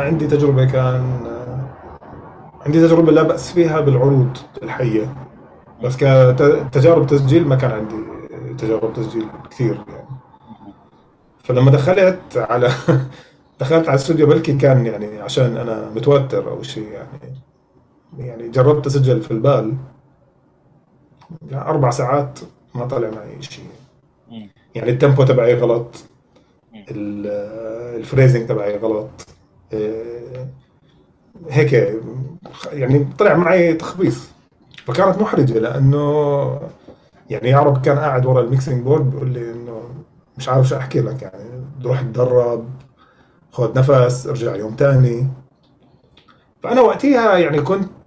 عندي تجربه لا باس فيها بالعروض الحيه، مم. بس كتجارب تسجيل ما كان عندي تجارب تسجيل كثير يعني. مم. فلما دخلت على الاستوديو، بلكي كان يعني عشان انا متوتر او شيء يعني جربت اسجل في البال، يعني 4 ساعات ما طلع معي شيء. مم. يعني التيمبو تبعي غلط، مم. الفريزنج تبعي غلط، آه، هيك يعني طلع معي تخبيص. فكانت محرجة، لأنه يعني يعرب كان قاعد ورا الميكسينج بورد بيقول لي إنه مش عارف شو أحكي لك، يعني روح اتدرب، خذ نفس، ارجع يوم تاني. فأنا وقتها يعني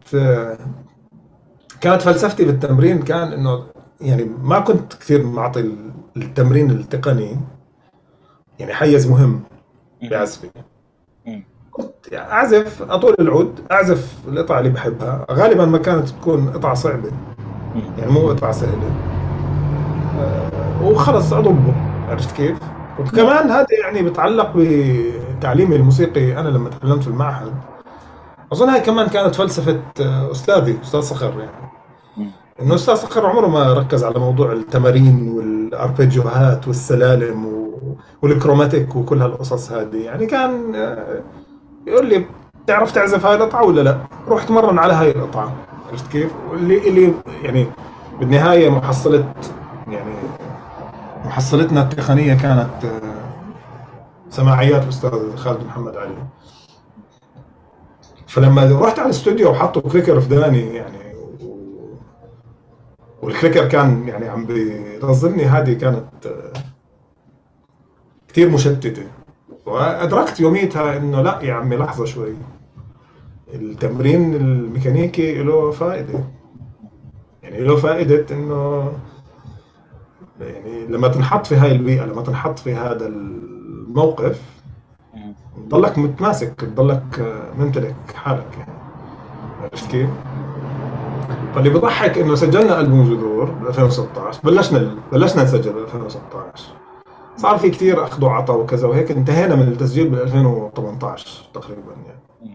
كانت فلسفتي بالتمرين كان إنه يعني ما كنت كثير معطي التمرين التقني يعني حيز مهم مم. بعزفي. مم. يعني اعزف اطول العود، اعزف القطع اللي بحبها، غالبا ما كانت تكون قطعه صعبه، مم. يعني مو قطعه سهله، وخلص اضبه. عرفت كيف؟ نعم. وكمان هذا يعني بتعلق بتعليمي الموسيقي انا لما تعلمت في المعهد. اظن هاي كمان كانت فلسفه استاذي استاذ صخر، يعني مم. انه استاذ صخر عمره ما ركز على موضوع التمارين والاربيجيوهات والسلالم والكروماتيك وكل هالقصص هذه. يعني كان يقول لي تعرف تعزف هاي القطعة ولا لا؟ روح اتمرن على هاي القطعة. عرفت كيف؟ اللي يعني بالنهاية يعني محصلتنا التقنية كانت سماعيات الأستاذ خالد محمد علي. فلما رحت على الاستوديو وحطوا كليكر في داني يعني والكليكر كان يعني عم بينظمني، هذه كانت كثير مشتتة. وأدركت يوميتها إنه لا يا عمي لحظة شوي، التمرين الميكانيكي له فائدة. يعني له فائدة إنه يعني لما تنحط في هاي البيئة، لما تنحط في هذا الموقف، مم. تضلك متماسك، تضلك ممتلك حالك يعني. عرفت كيف؟ فاللي بضحك انه سجلنا ألبوم جذور ب 2016، بلشنا نسجل ب 2016، صار في كتير اخذ وعطا وكذا وهيك، انتهينا من التسجيل بال 2018 تقريبا يعني. مم.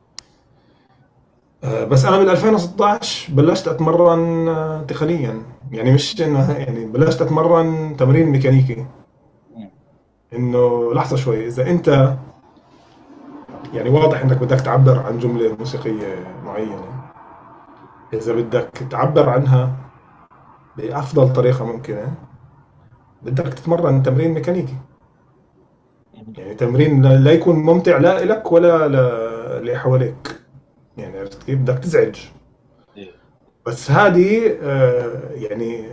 بس انا بال 2016 بلشت اتمرن تقنيا، يعني مش انه يعني بلشت اتمرن تمرين ميكانيكي. مم. انه لحظة شوي، اذا انت يعني واضح انك بدك تعبر عن جملة موسيقية معينة، اذا بدك تعبر عنها بافضل طريقة ممكنة، بدك تتمرن تمرين ميكانيكي. مم. يعني تمرين لا يكون ممتع لا لك ولا اللي حواليك. يعني عرفت كيف؟ بدك تزعج. إيه. بس هذه يعني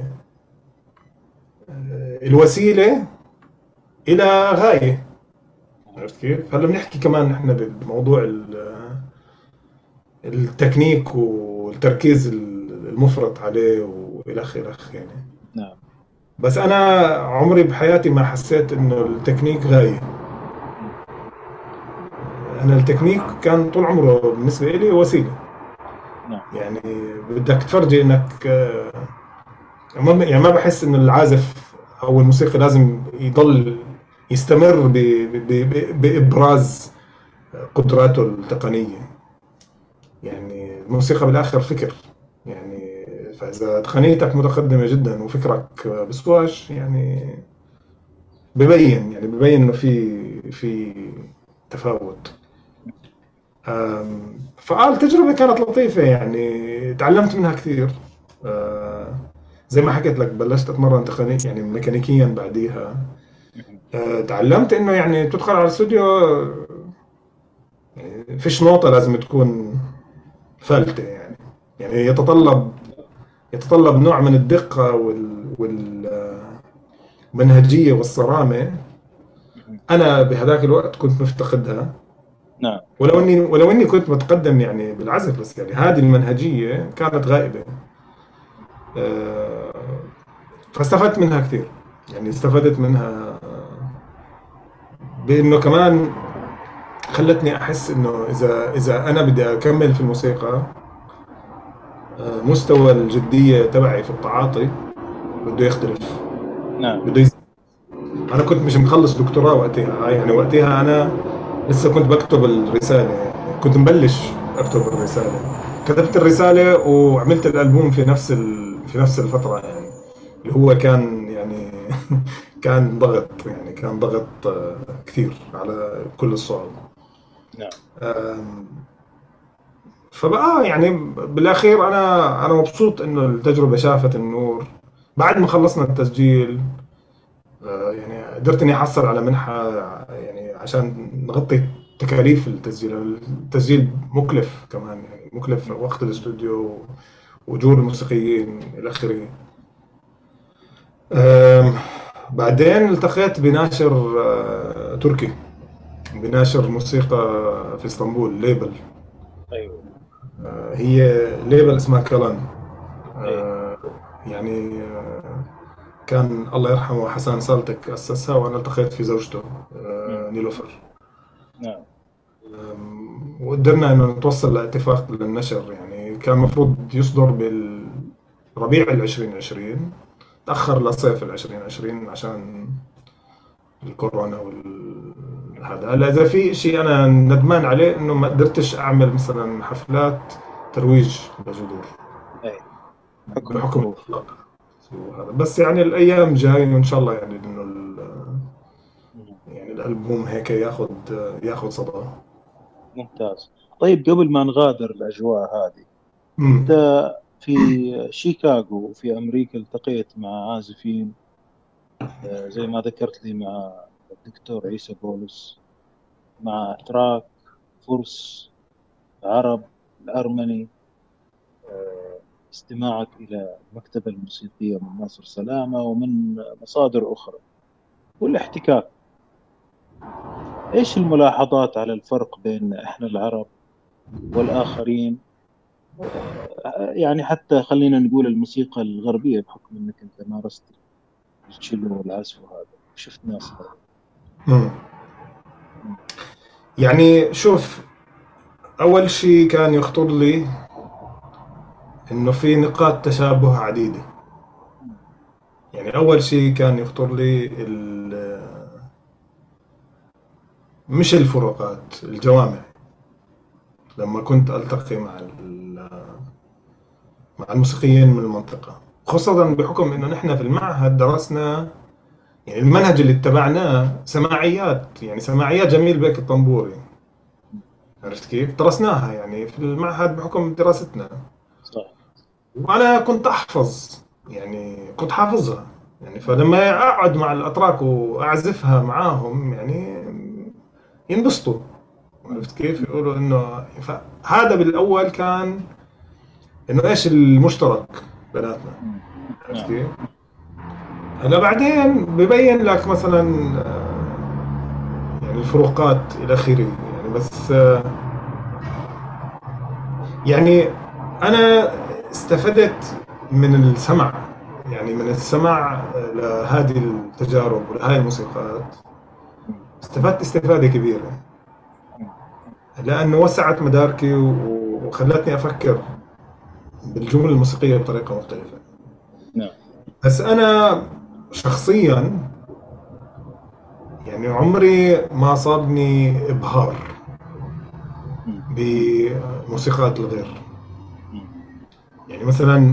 الوسيلة إلى غاية. عرفت كيف؟ هلا بنحكي كمان نحن بموضوع التكنيك والتركيز المفرط عليه والى اخره يعني. نعم. بس انا عمري بحياتي ما حسيت انه التكنيك غاية. مم. انا التكنيك كان طول عمره بالنسبة لي وسيلة. نعم. يعني بدك تفرجي انك يعني ما بحس انه العازف او الموسيقي لازم يضل يستمر بابراز قدراته التقنية. يعني الموسيقى بالاخر فكر يعني. فاذا تقنيتك متقدمة جدا وفكرك بسواش يعني ببين انه في تفاوت. فالتجربة كانت لطيفة يعني تعلمت منها كثير. زي ما حكيت لك بلشت اتمرن تقني يعني ميكانيكيا بعديها. مم. تعلمت انه يعني تدخل على الاستوديو يعني فيش نوتة لازم تكون فلتة يعني. يعني يتطلب نوع من الدقة والمنهجية والصرامة. مم. أنا بهذاك الوقت كنت مفتقدها. نعم. ولو إني كنت متقدم يعني بالعزف، بس يعني هذه المنهجية كانت غائبة. آه، فاستفدت منها كثير. يعني استفدت منها بإنه كمان خلتني أحس إنه إذا أنا بدي أكمل في الموسيقى، مستوى الجدية تبعي في التعاطي بده يختلف. نعم. بده يزيد. انا كنت مش مخلص دكتوراه وقتها، يعني وقتها انا لسه كنت بكتب الرساله، يعني كنت مبلش اكتب الرساله. كتبت الرساله وعملت الالبوم في نفس الفتره يعني. اللي هو كان يعني كان ضغط كثير على كل الصعد. نعم. آم، فبقى يعني بالاخير انا مبسوط انه التجربه شافت النور. بعد ما خلصنا التسجيل يعني قدرت اني احصل على منحة يعني عشان نغطي تكاليف التسجيل. التسجيل مكلف كمان، يعني مكلف مم. وقت الاستوديو واجور الموسيقيين الى اخره. أم، بعدين التقيت بناشر تركي، بناشر موسيقى في اسطنبول، ليبل. ايوه. هي ليبل اسمها كلان. اي. آه، يعني كان الله يرحمه حسن سالتك أسسها، وأنا التقيت في زوجته مم. نيلوفر. نعم. وقدرنا انه نتوصل لاتفاق للنشر. يعني كان المفروض يصدر بالربيع 2020، تأخر لصيف 2020 عشان الكورونا هذا. هلا إذا في شيء أنا ندمان عليه إنه ما قدرتش أعمل مثلا حفلات ترويج لجذور اي. حكم بحكم الظروف. وهذا. بس يعني الأيام جاي وإن شاء الله يعني إنه مم. يعني الألبوم هيك ياخذ صدى. ممتاز. طيب قبل ما نغادر الأجواء هذه، أمم. أنت في شيكاغو في أمريكا التقيت مع عازفين زي ما ذكرت لي، مع الدكتور عيسى بولس، مع تراك، فرس، عرب، الأرمني، استماعك إلى المكتبة الموسيقية من ناصر سلامة ومن مصادر أخرى والاحتكاك، إيش الملاحظات على الفرق بين إحنا العرب والآخرين؟ يعني حتى خلينا نقول الموسيقى الغربية، بحكم أنك أنت مارست التشيلو والعزف وهذا، شفت ناس برا. أمم. يعني شوف، أول شيء كان يخطر لي إنه في نقاط تشابه عديدة. يعني أول شيء كان يخطر لي مش الفروقات، الجوامع. لما كنت ألتقي مع الموسيقيين من المنطقة، خاصة بحكم إنه نحن في المعهد درسنا، يعني المنهج اللي اتبعناه سماعيات، يعني سماعيات جميل بيك الطنبوري. عرفت كيف؟ درسناها يعني في المعهد بحكم دراستنا. صح. وأنا كنت أحفظ، يعني كنت حافظها. يعني فلما أقعد مع الأتراك وأعزفها معاهم يعني ينبسطوا. عرفت كيف؟ يقولوا إنه، فهذا بالأول كان انه ايش المشترك بيناتنا. مم. عرفت نعم. كيف؟ هلا بعدين ببين لك مثلا يعني الفروقات الى اخره يعني. بس يعني انا استفدت من السمع، يعني من السمع لهذه التجارب ولهذه الموسيقات. مم. استفدت استفادة كبيرة، مم. لأنه وسعت مداركي وخلتني أفكر بالجمل الموسيقية بطريقة مختلفة. نعم. بس أنا شخصيا يعني عمري ما صابني إبهار مم. بموسيقات الغير. مم. يعني مثلا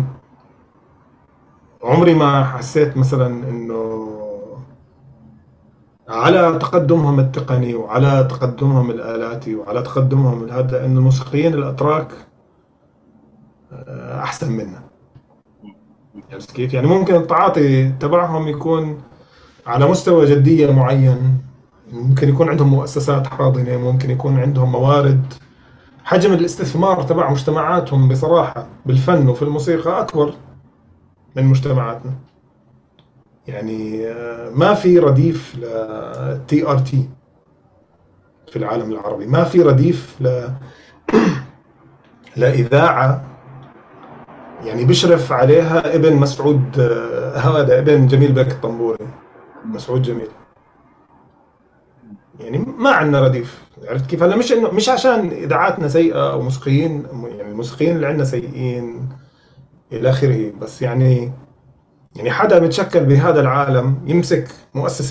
عمري ما حسيت مثلا إنه على تقدمهم التقني وعلى تقدمهم الآلاتي وعلى تقدمهم هذا إنه الموسيقيين الأتراك أحسن منا. مم. عرفت كيف؟ يعني ممكن التعاطي تبعهم يكون على مستوى جدية معين، ممكن يكون عندهم مؤسسات حاضنة، ممكن يكون عندهم موارد. حجم الاستثمار تبع مجتمعاتهم بصراحة بالفن وفي الموسيقى أكبر من مجتمعاتنا. يعني ما في رديف للتي ار تي في العالم العربي، ما في رديف لإذاعة يعني بيشرف عليها ابن مسعود، هذا ابن جميل بك الطنبوري، مم. مسعود جميل. يعني ما عندنا رديف. عرفت كيف؟ هلا مش انه مش عشان اذاعاتنا سيئه او موسيقيين، يعني الموسيقيين اللي عندنا سيئين الى اخره، بس يعني يعني حدا متشكل بهذا العالم يمسك مؤسسه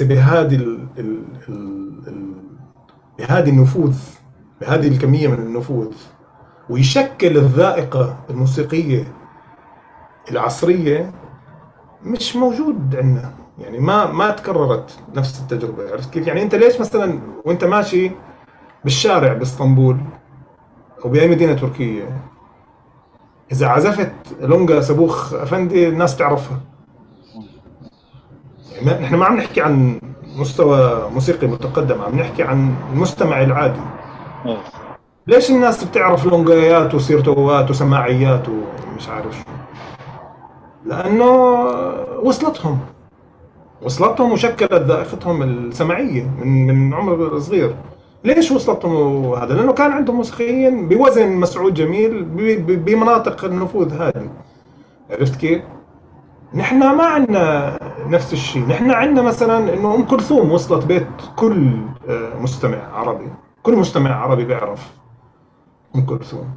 بهذه النفوذ، بهذه الكميه من النفوذ، ويشكل الذائقه الموسيقيه العصريه، مش موجود عندنا. يعني ما تكررت نفس التجربه. عرفت كيف؟ يعني انت ليش مثلا وانت ماشي بالشارع باسطنبول او باي مدينه تركيه، اذا عزفت لونجا سبوخ افندي الناس تعرفها. مم. يعني نحن ما عم نحكي عن مستوى موسيقي متقدم، عم نحكي عن المستمع العادي. إيه. ليش الناس بتعرف لونجايات وسيرتوات وسماعيات ومش عارف شو؟ لانه وصلتهم وصلتهم وشكلت ذائقتهم السمعيه من عمر صغير. ليش وصلتهم هذا؟ لانه كان عندهم موسيقيين بوزن مسعود جميل بمناطق النفوذ هذه. عرفت كيف؟ نحن ما عندنا نفس الشيء. نحن عندنا مثلا انه ام كلثوم وصلت بيت كل مستمع عربي، كل مستمع عربي بيعرف ام كلثوم.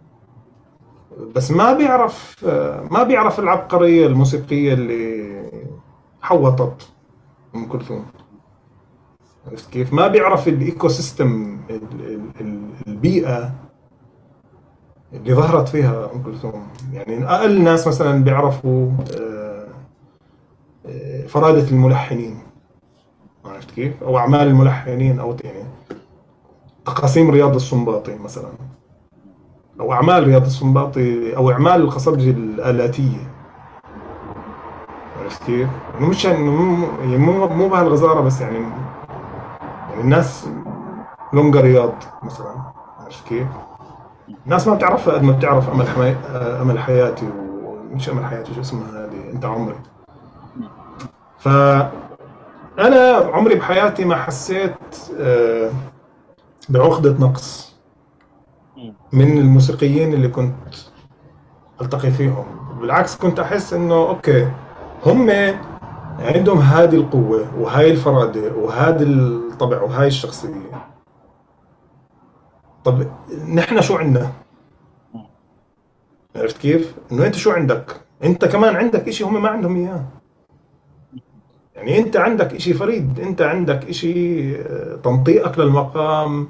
بس ما بيعرف العبقريه الموسيقيه اللي حوطت ام كلثوم. عرفت كيف؟ ما بيعرف الايكو سيستم، البيئه اللي ظهرت فيها ام كلثوم. يعني اقل ناس مثلا بيعرفوا فرادة الملحنين. عرفت كيف؟ او اعمال الملحنين، او يعني تقاسيم رياض السنباطي مثلا، او اعمال رياض السنباطي، او اعمال الخصبجي الالاتيه. عرفت كيف؟ انه مش انه يعني مو بهالغزاره، بس يعني الناس لونجا رياض مثلا. عرفت كيف؟ الناس ما بتعرفها قد ما بتعرف امل حياتي، ومش امل حياتي، شو اسمها هذه، انت عمري. مم. فانا عمري بحياتي ما حسيت بعقدة نقص مم. من الموسيقيين اللي كنت التقي فيهم. بالعكس كنت احس انه اوكي، هم عندهم هذه القوة وهاي الفرادة وهذا الطبع وهاي الشخصية. طب نحن شو عندنا؟ مم. عرفت كيف؟ انه انت شو عندك؟ انت كمان عندك اشي هم ما عندهم اياه. يعني انت عندك اشي فريد، انت عندك اشي تنطيقك للمقام،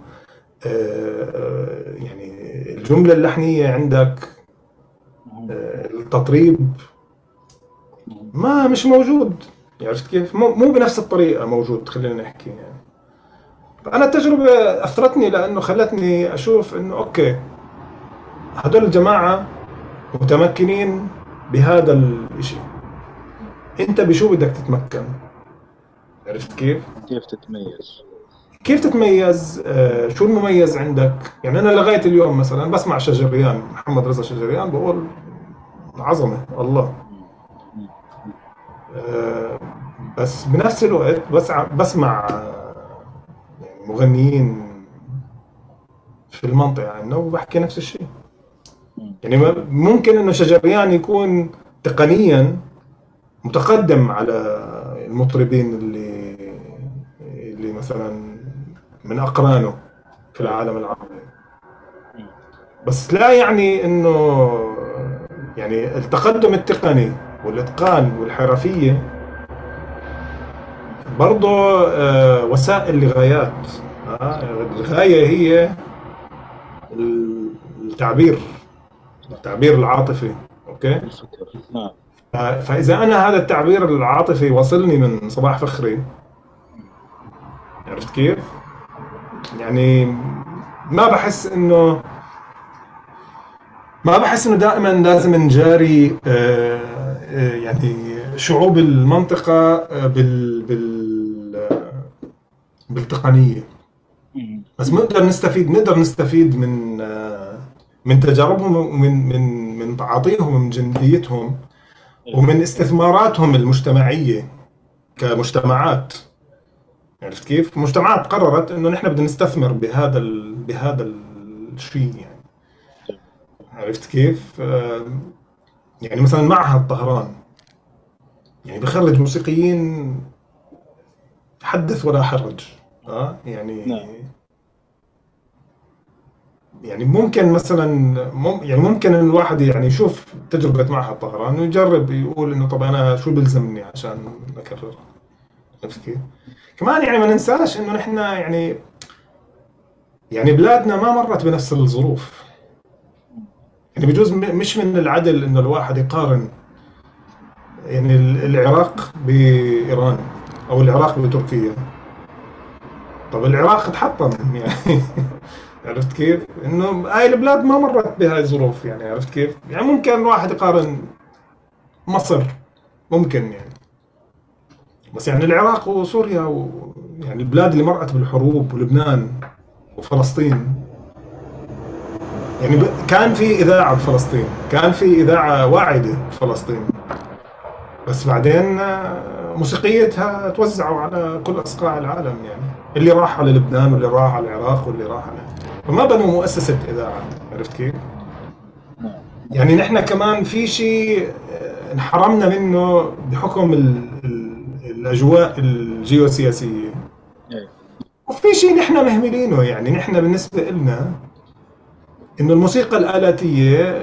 يعني الجملة اللحنية عندك، مم. التطريب مم. ما مش موجود. عرفت كيف؟ مو بنفس الطريقة موجود، خلينا نحكي يعني. فأنا التجربة أثرتني لأنه خلتني أشوف إنه أوكي، هدول الجماعة متمكنين بهذا الإشي، أنت بشو بدك تتمكن؟ عرفت كيف؟ كيف تتميز؟ كيف تتميز؟ شو المميز عندك؟ يعني أنا لغاية اليوم مثلا بسمع شجريان، محمد رضا شجريان، بقول عظمة والله. مم. مم. آه، بس بنفس الوقت بسمع يعني مغنيين في المنطقة عندنا وبحكي نفس الشيء. مم. يعني ممكن انه شجريان يكون تقنيا متقدم على المطربين اللي مثلا من اقرانه في أي. العالم العربي، مم. بس لا يعني انه يعني التقدم التقني والاتقان والحرفية برضه وسائل لغايات. الغاية هي التعبير، التعبير العاطفي. اوكي. الفكر، نعم. فاذا انا هذا التعبير العاطفي وصلني من صباح فخري، مم. عرفت كيف؟ يعني ما بحس انه ما بحس انه دائما لازم نجاري يعني شعوب المنطقة بالتقنية. مم. بس نقدر نستفيد من من تجاربهم ومن تعاطيهم ومن جنديتهم أي. ومن استثماراتهم المجتمعية كمجتمعات. عرفت كيف؟ مجتمعات قررت انه نحن بدنا نستثمر بهذا الشيء يعني. جميل. عرفت كيف؟ يعني مثلا معهد طهران يعني بخرج موسيقيين حدث ولا حرج. يعني نعم. يعني ممكن مثلا يعني ممكن إن الواحد يعني يشوف تجربة معهد طهران ويجرب يقول انه طب انا شو بيلزمني عشان اكرر. عرفت كيف؟ كمان يعني ما ننساش انه نحن يعني بلادنا ما مرت بنفس الظروف. مم. يعني بجوز مش من العدل انه الواحد يقارن يعني العراق بايران او العراق بتركيا. طب العراق تحطم يعني. عرفت كيف؟ انه هاي البلاد ما مرت بهاي الظروف يعني. عرفت كيف؟ يعني ممكن الواحد يقارن مصر، ممكن يعني. بس يعني العراق وسوريا يعني البلاد اللي مرت بالحروب ولبنان وفلسطين. يعني كان في إذاعة بفلسطين، كان في إذاعة واعدة بفلسطين، بس بعدين موسيقيتها توزعوا على كل أصقاع العالم يعني. اللي راح على لبنان واللي راح على العراق واللي راح على، فما بنوا مؤسسة إذاعة. عرفت كيف؟ نعم. يعني نحن كمان في شيء انحرمنا منه بحكم الأجواء الجيوسياسية، أي. وفي شيء نحن مهملينه. يعني نحن بالنسبة لنا إنه الموسيقى الآلاتية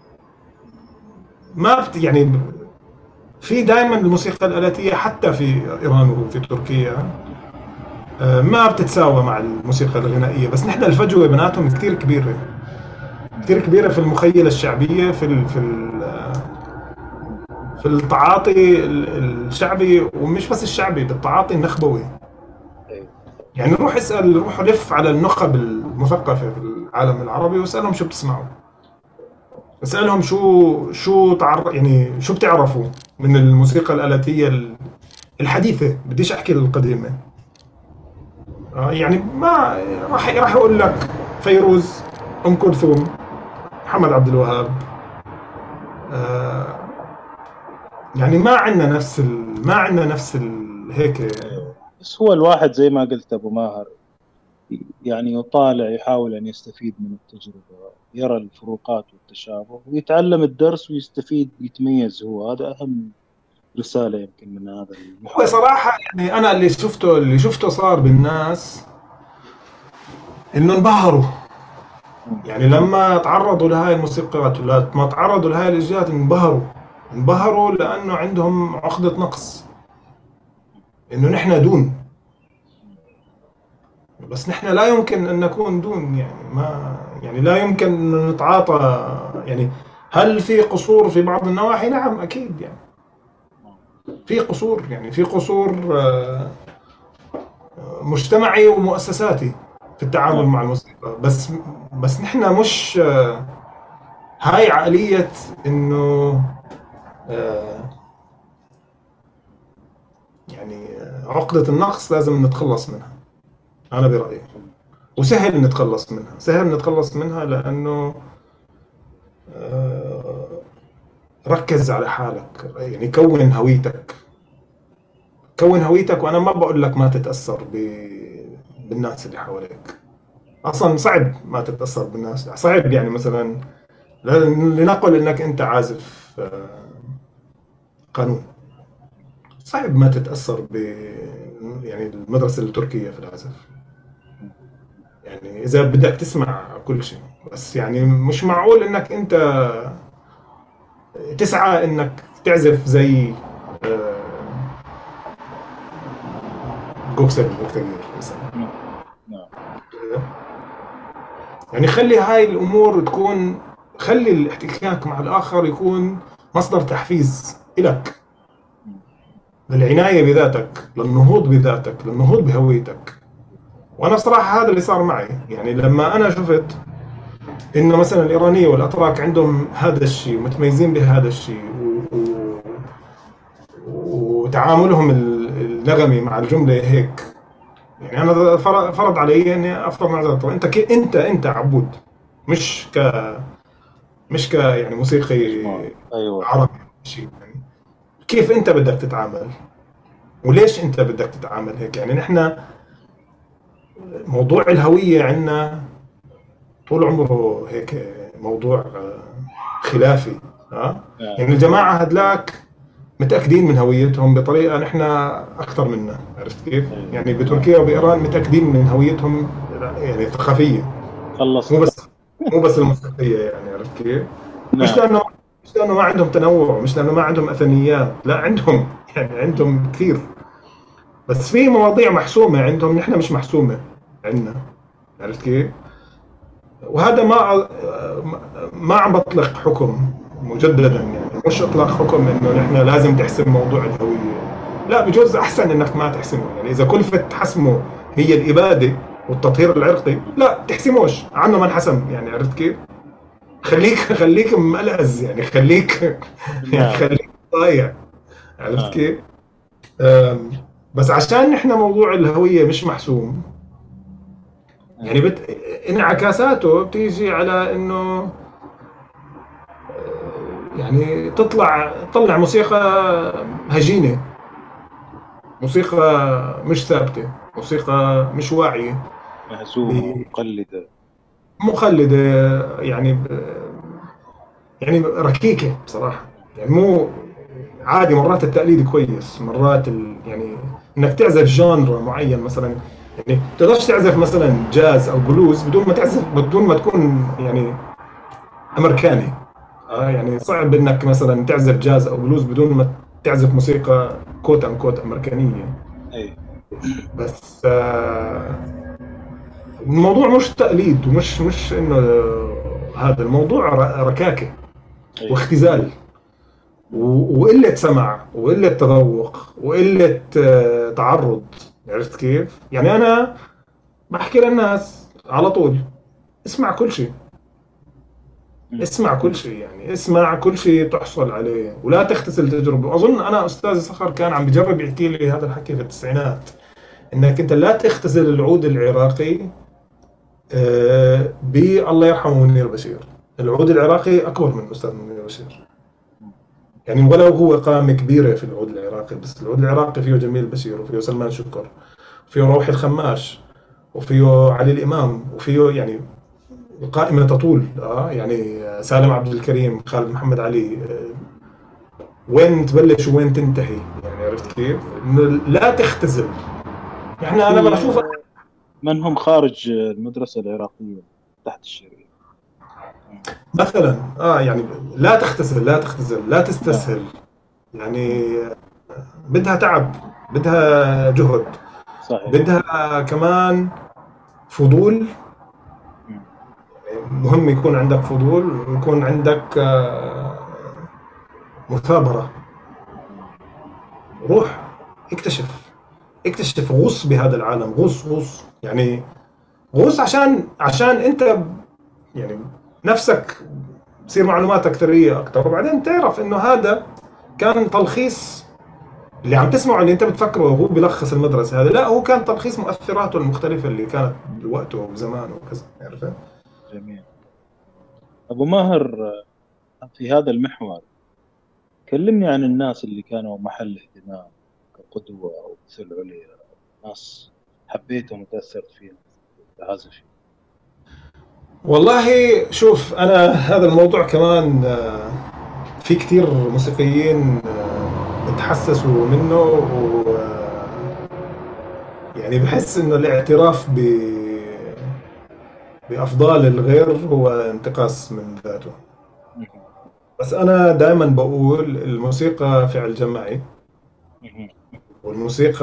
ما يعني في دائما الموسيقى الآلاتية حتى في إيران وفي تركيا ما بتتساوى مع الموسيقى الغنائية. بس نحن الفجوة بيناتهم كثير كبيرة، مم. كثير كبيرة في المخيلة الشعبية في التعاطي الشعبي، ومش بس الشعبي، بالتعاطي النخبوي. أي. يعني روح لف على النخب المثقفة في العالم العربي واسألهم شو بتسمعوا، اسألهم يعني شو بتعرفوا من الموسيقى الآلاتية الحديثة. بديش أحكي القديمة. يعني ما راح أقول لك فيروز، أم كلثوم، محمد عبد الوهاب. آه، يعني ما عندنا نفس هيك. أي. بس هو الواحد زي ما قلت أبو ماهر، يعني يطالع، يحاول أن يستفيد من التجربة، يرى الفروقات والتشابه ويتعلم الدرس ويستفيد، يتميز. هو هذا أهم رسالة يمكن من هذا هو المحور. صراحة يعني أنا اللي شفته صار بالناس إنه انبهروا. مم. يعني لما تعرضوا لهاي الموسيقات ولما تعرضوا لهاي الإجيال انبهروا لأنه عندهم عقدة نقص، إنه نحن دون. بس نحن لا يمكن أن نكون دون. يعني ما يعني لا يمكن أن نتعاطى. يعني هل في قصور في بعض النواحي؟ نعم أكيد. يعني في قصور، يعني في قصور مجتمعي ومؤسساتي في التعامل نعم. مع الموسيقى. بس نحن مش هاي عقلية إنه آه، يعني عقدة النقص لازم نتخلص منها. أنا برأيي وسهل نتخلص منها، سهل نتخلص منها لأنه آه، ركز على حالك، يعني كون هويتك، كون هويتك. وانا ما بقول لك ما تتاثر بالناس اللي حواليك، اصلا صعب ما تتاثر بالناس، صعب يعني مثلا لنقل انك انت عازف قانون، صعب ما تتاثر يعني المدرسه التركيه في العزف. يعني اذا بدك تسمع كل شيء، بس يعني مش معقول انك انت تسعى انك تعزف زي آه، جوكسل بكتير مثلا. نعم. نعم. يعني خلي هاي الامور تكون، خلي الاحتكاك مع الاخر يكون مصدر تحفيز لك، للعنايه بذاتك، للنهوض بذاتك، للنهوض بهويتك. وانا صراحه هذا اللي صار معي، يعني لما انا شفت انه مثلا الايرانيه والاتراك عندهم هذا الشيء، متميزين بهذا الشيء، وتعاملهم النغمي مع الجمله هيك. يعني انا فرض علي اني افضل مع ذلك. طب انت انت عبود، مش مش يعني موسيقي مجموعة، أيوة. عربي شيء يعني. كيف انت بدك تتعامل، وليش انت بدك تتعامل هيك؟ يعني نحن موضوع الهويه عندنا طول عمره هيك موضوع خلافي. نعم. يعني الجماعه هدلاك متاكدين من هويتهم بطريقه نحن اكثر منا، عرفت كيف؟ أيوة. يعني نعم. بتركيا وبايران متاكدين من هويتهم، يعني ثقافيه، مو خلصنا. بس مو بس الموسيقيه، يعني عرفت كيف؟ مش نعم. لانه مش لانه ما عندهم تنوع، مش لانه ما عندهم اثنيات، لا عندهم، يعني عندهم كثير. بس في مواضيع محسومه عندهم نحن مش محسومه عندنا، عرفت كيف؟ وهذا ما عم بطلق حكم مجددا، يعني مش اطلاق حكم انه نحن لازم تحسم موضوع الهويه. لا، بجوز احسن انك ما تحسمه. يعني اذا كلفت حسمه هي الاباده والتطهير العرقي، لا تحسموش عنه ما انحسم، يعني عرفت كيف؟ خليك مقلقز، يعني خليك يعني نعم. خليك ضايع، عرفت آه. كيف؟ أم، بس عشان نحن موضوع الهويه مش محسوم، يعني انعكاساته بتيجي على انه يعني تطلع موسيقى هجينة، موسيقى مش ثابتة، موسيقى مش واعية، مهزومة مقلدة. مخلدة، يعني يعني ركيكة بصراحة. يعني مو عادي، مرات التقليد كويس، مرات يعني انك تعزف جانرا معين مثلا. يعني تقدرش تعزف مثلا جاز او بلوز بدون ما تكون يعني امريكاني. يعني صعب انك مثلا تعزف جاز او بلوز بدون ما تعزف موسيقى كوت ان كوت امريكانيه. أي. بس الموضوع مش تقليد، ومش انه هذا الموضوع ركاكه أي. واختزال وقله سمع وقله تذوق وقله تعرض، عرفت كيف؟ يعني انا بحكي للناس على طول: اسمع كل شيء، اسمع كل شيء، يعني اسمع كل شيء تحصل عليه، ولا تختزل تجربة. وأظن أنا أستاذ صخر كان عم بجرب يحكي لي هذا الحكي في التسعينات، إنك أنت لا تختزل العود العراقي بالله يرحمه منير بشير. العود العراقي أكبر من أستاذ منير بشير، يعني ولو هو قامة كبيرة في العود العراقي، بس العود العراقي فيه جميل بشير، وفيه سلمان شكر، وفيه روحي الخماش، وفيه علي الإمام، وفيه يعني القائمة تطول. يعني سالم عبد الكريم، خالد محمد علي، وين تبلش وين تنتهي، يعني عرفت كيف؟ انه لا تختزل. يعني انا وفي بشوف من هم خارج المدرسة العراقية تحت الشريعة. مثلا يعني لا تختزل، لا تختزل، لا نعم. تستسهل. يعني بدها تعب، بدها جهد، صحيح. بدها كمان فضول. مهم يكون عندك فضول، ويكون عندك مثابرة. روح اكتشف، اكتشف، غوص بهذا العالم، غوص غوص، يعني غوص عشان انت يعني نفسك تصير معلوماتك ثريه اكثر، وبعدين تعرف انه هذا كان تلخيص اللي عم تسمعه، اللي انت بتفكره هو بيلخص المدرسه، هذا لا، هو كان تلخيص مؤثراته المختلفه اللي كانت بوقته وبزمانه وكذا، عرفت؟ جميل. أبو ماهر، في هذا المحور كلمني عن الناس اللي كانوا محل اهتمام كقدوة أو مثل عليا، ناس حبيتهم وتأثرت فيهم العازف. والله شوف، أنا هذا الموضوع كمان في كتير موسيقيين اتحسسوا منه، و يعني بحس إنه الاعتراف بأفضال الغير هو انتقاص من ذاته. مهم. بس أنا دائما بقول الموسيقى فعل جماعي، مهم. والموسيقى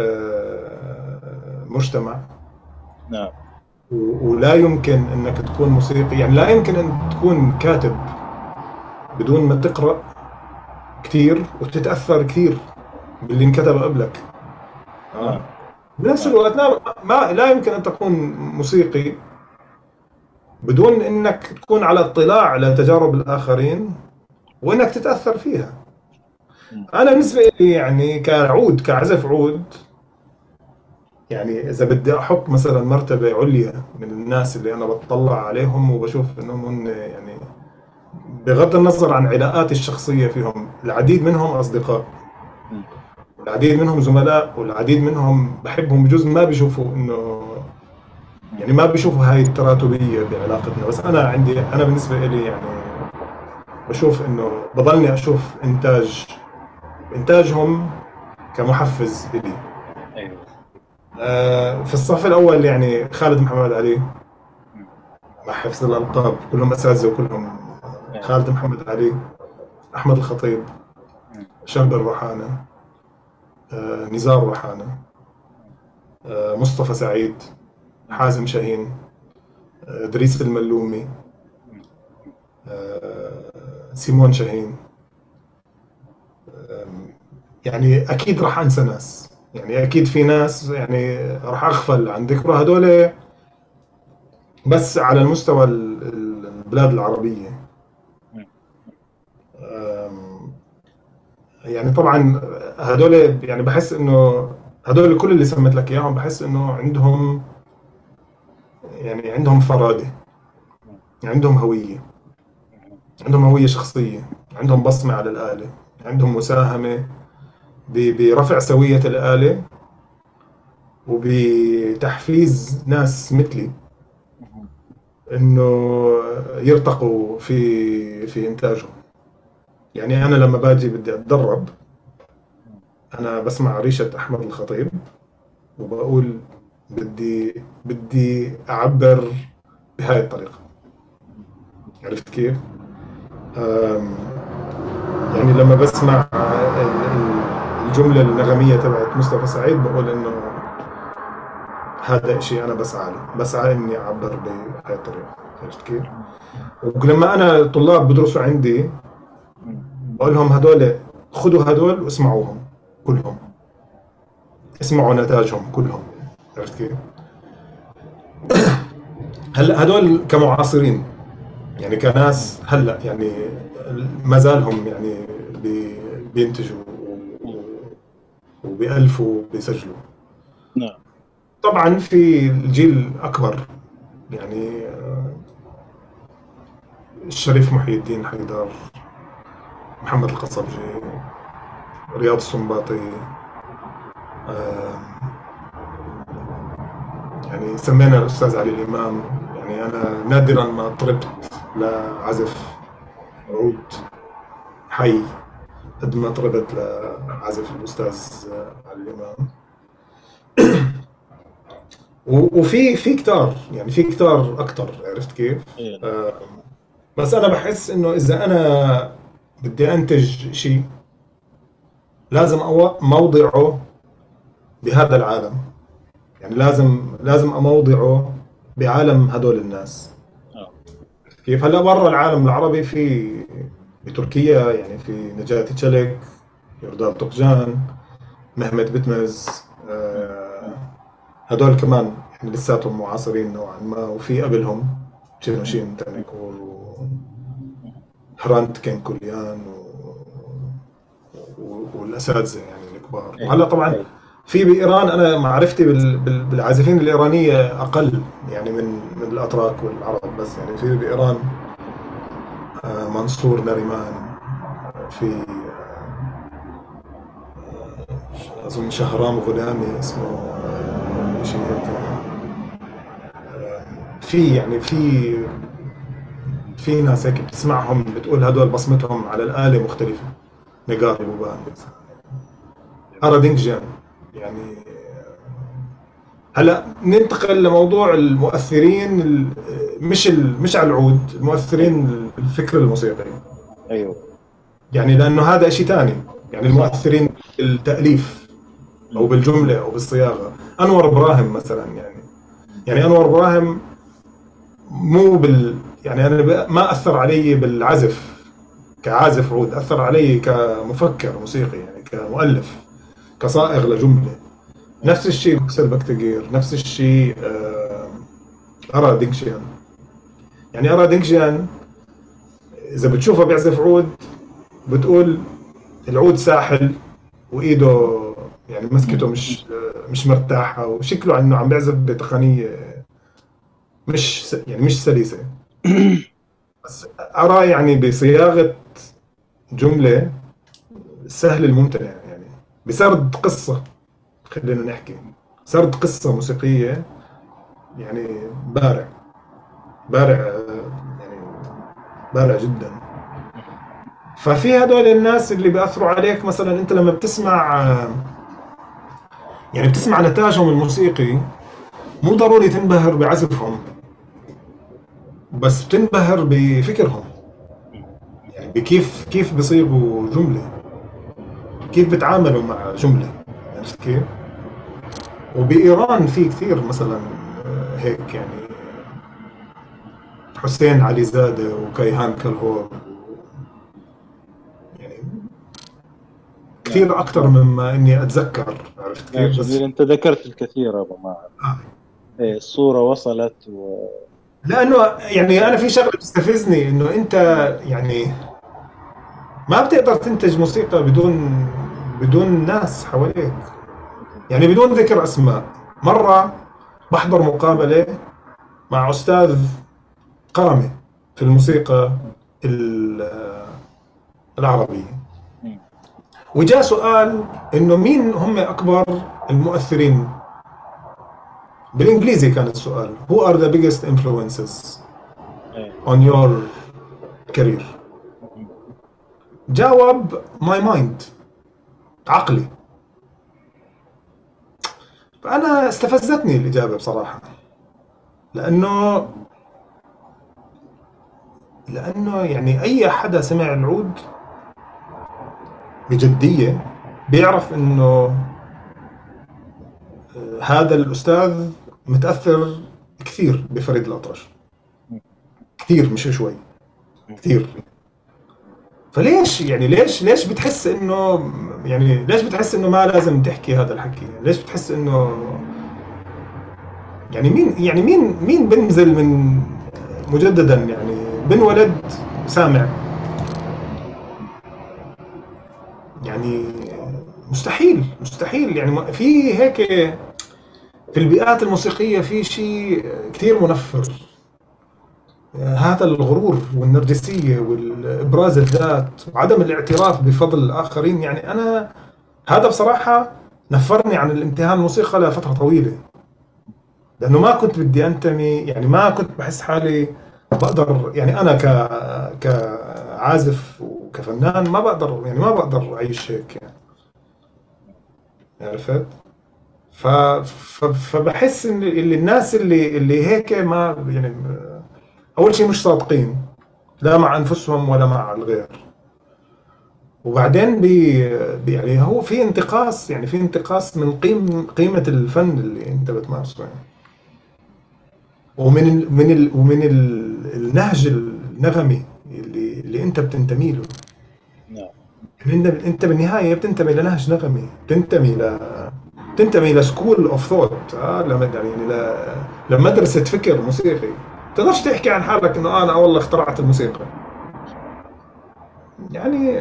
مجتمع. نعم. ولا يمكن انك تكون موسيقي، يعني لا يمكن ان تكون كاتب بدون ما تقرأ كثير وتتأثر كثير باللي انكتب قبلك. نعم. بنفس نعم. الوقت لا يمكن ان تكون موسيقي بدون انك تكون على اطلاع على تجارب الاخرين وانك تتأثر فيها. مم. انا بالنسبة لي يعني كعود، كعزف عود، يعني اذا بدي احط مثلا مرتبة عليا من الناس اللي انا بتطلع عليهم وبشوف انهم هن يعني بغض النظر عن علاقاتي الشخصية فيهم، العديد منهم أصدقاء، مم. العديد منهم زملاء، والعديد منهم بحبهم، بجوز ما بيشوفوا إنه مم. يعني ما بيشوفوا هاي التراتبية بعلاقتنا. بس أنا بالنسبة إلي يعني بشوف إنه بضلني أشوف إنتاجهم كمحفز إلي. أيوه. في الصف الأول يعني خالد محمد علي، مم. مع حفظ الألقاب كلهم أساتذة وكلهم. أيوه. خالد محمد علي، أحمد الخطيب، مم. شرب الرحانة، نزار رحانة، مصطفى سعيد، مم. حازم شاهين، دريس الملومي، مم. سيمون شاهين. يعني أكيد راح أنسى ناس، يعني أكيد في ناس يعني راح أغفل عن ذكره هدول، بس على المستوى البلاد العربية. مم. يعني طبعا هدول يعني بحس إنه هدول كل اللي سميت لك إياهم بحس إنه عندهم يعني عندهم فرادة، مم. عندهم هوية، مم. عندهم هوية شخصية، عندهم بصمة على الآلة، عندهم مساهمة برفع سوية الآلة وبتحفيز ناس مثلي مم. إنه يرتقوا في إنتاجهم. يعني أنا لما باجي بدي أتدرب، مم. أنا بسمع ريشة أحمد الخطيب وبقول بدي أعبر بهاي الطريقة. عرفت كيف؟ أم، يعني لما بسمع الجملة النغمية تبعت مصطفى سعيد بقول إنه هذا إشي أنا بسعى إني أعبر بهاي الطريقة. عرفت كيف؟ مم. ولما أنا طلاب بدرسوا عندي مم. بقول لهم هدول خذوا هدول واسمعوهم كلهم، اسمعوا نتاجهم كلهم. عرفت كيف؟ هلا هدول كمعاصرين، يعني مم. كناس هلا يعني ما زالهم يعني بينتجوا مم. وبيألفوا وبيسجلوا. نعم. طبعا في الجيل الأكبر يعني الشريف محي الدين حيدر، محمد القصبجي، رياض السنباطي، آه، يعني سمينا الأستاذ علي الإمام. يعني أنا نادرا ما طربت لعزف عود حي قد ما طربت لعزف الأستاذ علي الإمام. وفي كتار، يعني في كتار أكتر. عرفت كيف؟ أيوه. نعم. آه، بس أنا بحس إنه إذا أنا بدي أنتج شيء لازم موضعه بهذا العالم، يعني لازم أموضعه بعالم هدول الناس. آه. كيف هلا برا العالم العربي بتركيا يعني في نجاة تشلك، يردال طقجان، مهمت بتمز، مم. هدول كمان يعني لساتهم معاصرين نوعا ما، وفي قبلهم مم. تشينوشين تانيكور وهرانت كينكوليان والاساتذه يعني الكبار. أيوه. وهلا طبعا في بايران انا معرفتي بالعازفين الايرانيه اقل يعني من الاتراك والعرب، بس يعني في بايران منصور ناريمان، في أظن شهرام غلامي اسمه، شيء هيك. في يعني في ناس هيك بتسمعهم بتقول هدول بصمتهم على الآلة مختلفة. نقاط بوبان، أرادينجيان. يعني هلا ننتقل لموضوع المؤثرين، مش على العود، المؤثرين الفكر الموسيقي. ايوه يعني لانه هذا شيء ثاني. يعني صح. المؤثرين التأليف او بالجملة او بالصياغة. انور ابراهيم مثلا، يعني انور ابراهيم مو يعني انا ما اثر علي بالعزف كعازف عود، اثر علي كمفكر موسيقي، يعني كمؤلف، كصائغ لجملة. نفس الشيء مكسر بكتير، نفس الشيء أرا دينكشيان. يعني أرا دينكشيان إذا بتشوفه بيعزف عود بتقول العود ساحل وإيده يعني مسكته مش مرتاحة، وشكله إنه عم بيعزف بتقنية مش سلسة. بس أرا يعني بصياغة جملة سهل الممتنع، يعني بسرد قصة، خلينا نحكي سرد قصة موسيقية، يعني بارع يعني بارع جدا. ففي هدول الناس اللي بيأثروا عليك. مثلا انت لما بتسمع يعني بتسمع نتاجهم الموسيقي، مو ضروري تنبهر بعزفهم، بس بتنبهر بفكرهم، يعني كيف بيصيغوا جملة، كيف بيتعاملوا مع جملة. عرفت كيف؟ وبإيران في كثير مثلا هيك، يعني حسين علي زادة وكيهان كلهور، يعني نعم. كثير أكثر مما إني أتذكر. عرفت لا كيف؟ بس جميل، انت ذكرت الكثير ابو معاذ. آه. إيه، الصورة وصلت لأنه يعني أنا في شغلة بتستفزني، إنه أنت يعني ما بتقدر تنتج موسيقى بدون ناس حواليك، يعني بدون ذكر أسماء. مرة بحضر مقابلة مع أستاذ قامة في الموسيقى العربية، وجاء سؤال إنه مين هم أكبر المؤثرين. بالإنجليزي كان السؤال Who are the biggest influences on your career. جاوب my mind، عقلي. فأنا استفزتني الإجابة بصراحة، لأنه يعني أي حدا سمع العود بجدية بيعرف إنه هذا الأستاذ متأثر كثير بفريد الأطرش، كثير مش شوي، كثير. فليش يعني ليش بتحس إنه يعني ليش بتحس إنه ما لازم تحكي هذا الحكي؟ ليش بتحس إنه يعني مين بنزل من مجددا، يعني بنولد سامع، يعني مستحيل يعني في هيك في البيئات الموسيقية في شيء كثير منفر، هذا الغرور والنرجسية والإبراز الذات وعدم الاعتراف بفضل الآخرين. يعني أنا هذا بصراحة نفرني عن الامتهان الموسيقى لفترة طويلة، لأنه ما كنت بدي أنتمي، يعني ما كنت بحس حالي بقدر، يعني أنا كعازف وكفنان ما بقدر أعيش هيك، يعني عرفت؟ فبحس إن الناس اللي هيك ما يعني أول شيء مش صادقين لا مع أنفسهم ولا مع الغير، وبعدين يعني هو في انتقاص، يعني في انتقاص من قيمة الفن اللي أنت بتمارسه، يعني النهج النغمي اللي انت بتنتمي له. نعم. يعني انت بالنهايه بتنتمي لنهج نغمي، بتنتمي لسكول اوف ثوت، يعني لمدرسه فكر موسيقي. تقدرش تحكي عن حالك انه انا والله اخترعت الموسيقى، يعني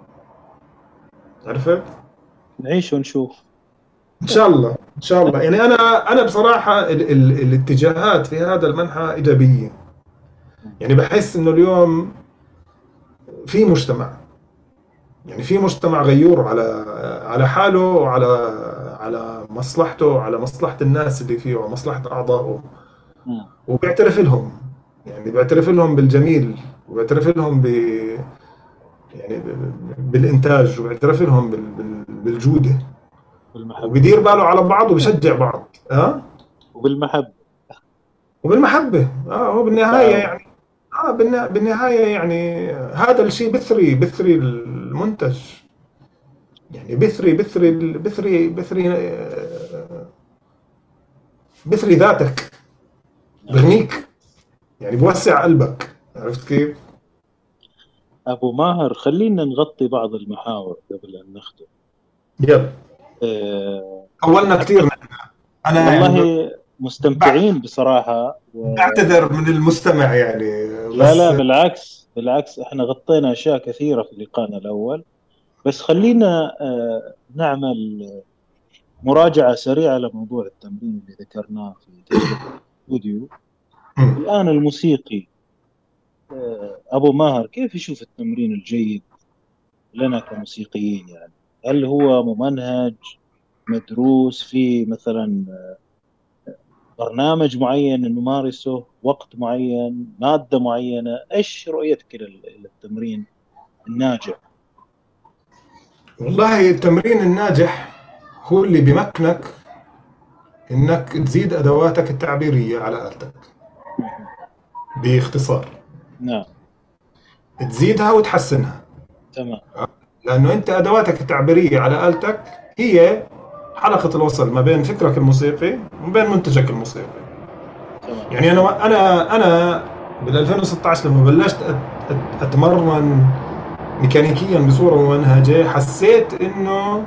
عرفت؟ نعيش ونشوف. ان شاء الله ان شاء الله. يعني انا بصراحه الاتجاهات في هذا المنحى ايجابيه، يعني بحس انه اليوم في مجتمع يعني في مجتمع غيور على حاله، على مصلحته، على مصلحة الناس اللي فيه ومصلحة أعضائه، مم. وبيعترف لهم. يعني بيعترف لهم بالجميل، وبيعترف لهم يعني بالإنتاج، وبيعترف لهم بالجودة، بالمحبة. وبيدير باله على بعض وبيشجع بعض. وبالمحبة. وبالمحبة. هو بالنهاية والتعاون. يعني، بالنهاية يعني هذا الشيء بثري المنتج. يعني بثري ذاتك، نعم. بغنيك، يعني بوسع قلبك. عرفت كيف؟ أبو ماهر، خلينا نغطي بعض المحاور قبل أن نختم. يلا. أه طولنا كثير. أعتقد أنا والله يعني مستمتعين بصراحة بعتذر من المستمع يعني. لا لا، بس بالعكس بالعكس، احنا غطينا أشياء كثيرة في لقائنا الأول. بس خلينا نعمل مراجعة سريعة لموضوع التمرين اللي ذكرناه في تجربة الاستوديو. الآن الموسيقي أبو ماهر كيف يشوف التمرين الجيد لنا كموسيقيين؟ يعني هل هو ممنهج مدروس في مثلا برنامج معين نمارسه وقت معين مادة معينة؟ إيش رؤيتك للتمرين الناجح؟ والله التمرين الناجح هو اللي بيمكنك انك تزيد ادواتك التعبيرية على آلتك. مهم. باختصار، نعم. تزيدها وتحسنها. تمام. لانه انت ادواتك التعبيرية على آلتك هي حلقة الوصل ما بين فكرك الموسيقي وما بين منتجك الموسيقي. تمام. يعني انا بال 2016 لما بلشت اتمرن ميكانيكيا بصورة ممنهجة، حسيت انه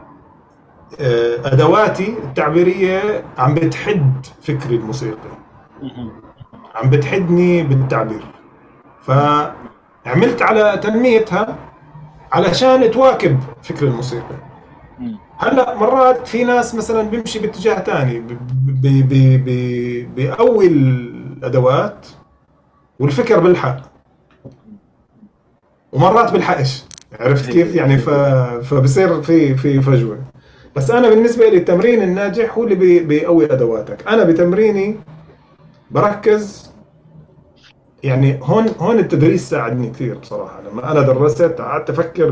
ادواتي التعبيريه عم بتحد فكري الموسيقي، مهم. عم بتحدني بالتعبير. فعملت على تنميتها علشان تواكب فكر الموسيقى. مهم. هلا مرات في ناس مثلا بيمشي باتجاه تاني، بيقوي الادوات والفكر بالحق، ومرات بالحقش. عرفت كيف يعني؟ فبصير في فجوه. بس انا بالنسبه لي التمرين الناجح هو اللي بيقوي ادواتك. انا بتمريني بركز، يعني هون التدريس ساعدني كثير بصراحه. لما انا درست قعدت افكر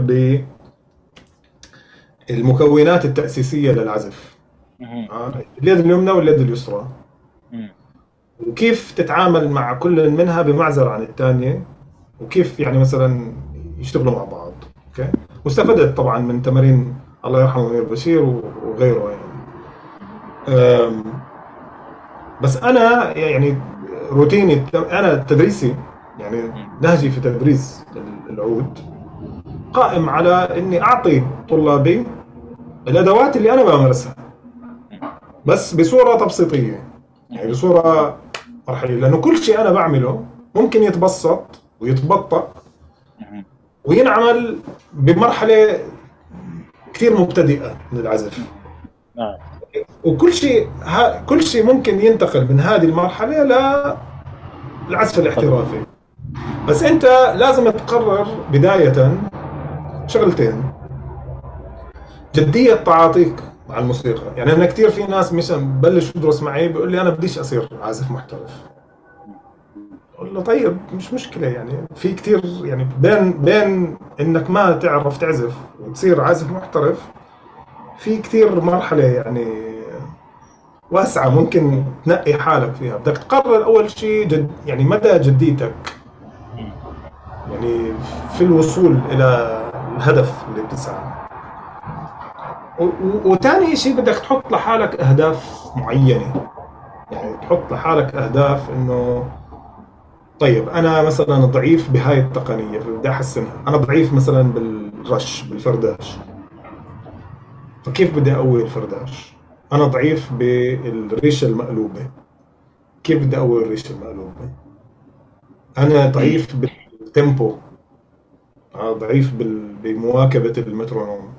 بالمكونات التاسيسيه للعزف، مهم. اليد اليمنى واليد اليسرى، مهم. وكيف تتعامل مع كل منها بمعزل عن الثانيه، وكيف يعني مثلا يشتغلوا مع بعض. اوكي. واستفدت طبعا من تمارين الله يرحمه منير بشير وغيره يعني. أم، بس انا يعني روتيني، انا تدريسي يعني مهم. نهجي في تدريس العود قائم على اني اعطي طلابي الادوات اللي انا بمارسها، بس بصوره تبسيطيه، يعني مهم. بصوره مرحليه. لانه كل شيء انا بعمله ممكن يتبسط ويتبطأ مهم. وينعمل بمرحله كثير مبتدئه من العزف. نعم. وكل شيء كل شيء ممكن ينتقل من هذه المرحله للعزف طب. الاحترافي. بس انت لازم تقرر بدايه شغلتين: جديه تعاطيك مع الموسيقى. يعني انا كثير في ناس مش ببلش يدرس معي بيقول لي انا بديش اصير عازف محترف. اقول له طيب مش مشكله، يعني في كثير يعني بين انك ما تعرف تعزف وتصير عازف محترف في كثير مرحله يعني واسعه ممكن تنقي حالك فيها. بدك تقرر اول شيء يعني مدى جديتك مهم. يعني في الوصول الى الهدف اللي بتسعى. وتاني شيء بدك تحط لحالك اهداف معينه. يعني تحط لحالك اهداف انه طيب انا مثلا ضعيف بهاي التقنيه فبدي احسنها. انا ضعيف مثلا بالرش بالفرداش، فكيف بدي اقوي الفرداش؟ انا ضعيف بالريشه المقلوبه، كيف بدي اقوي الريشه المقلوبه؟ انا ضعيف بالتيمبو، ضعيف بمواكبه المترونوم،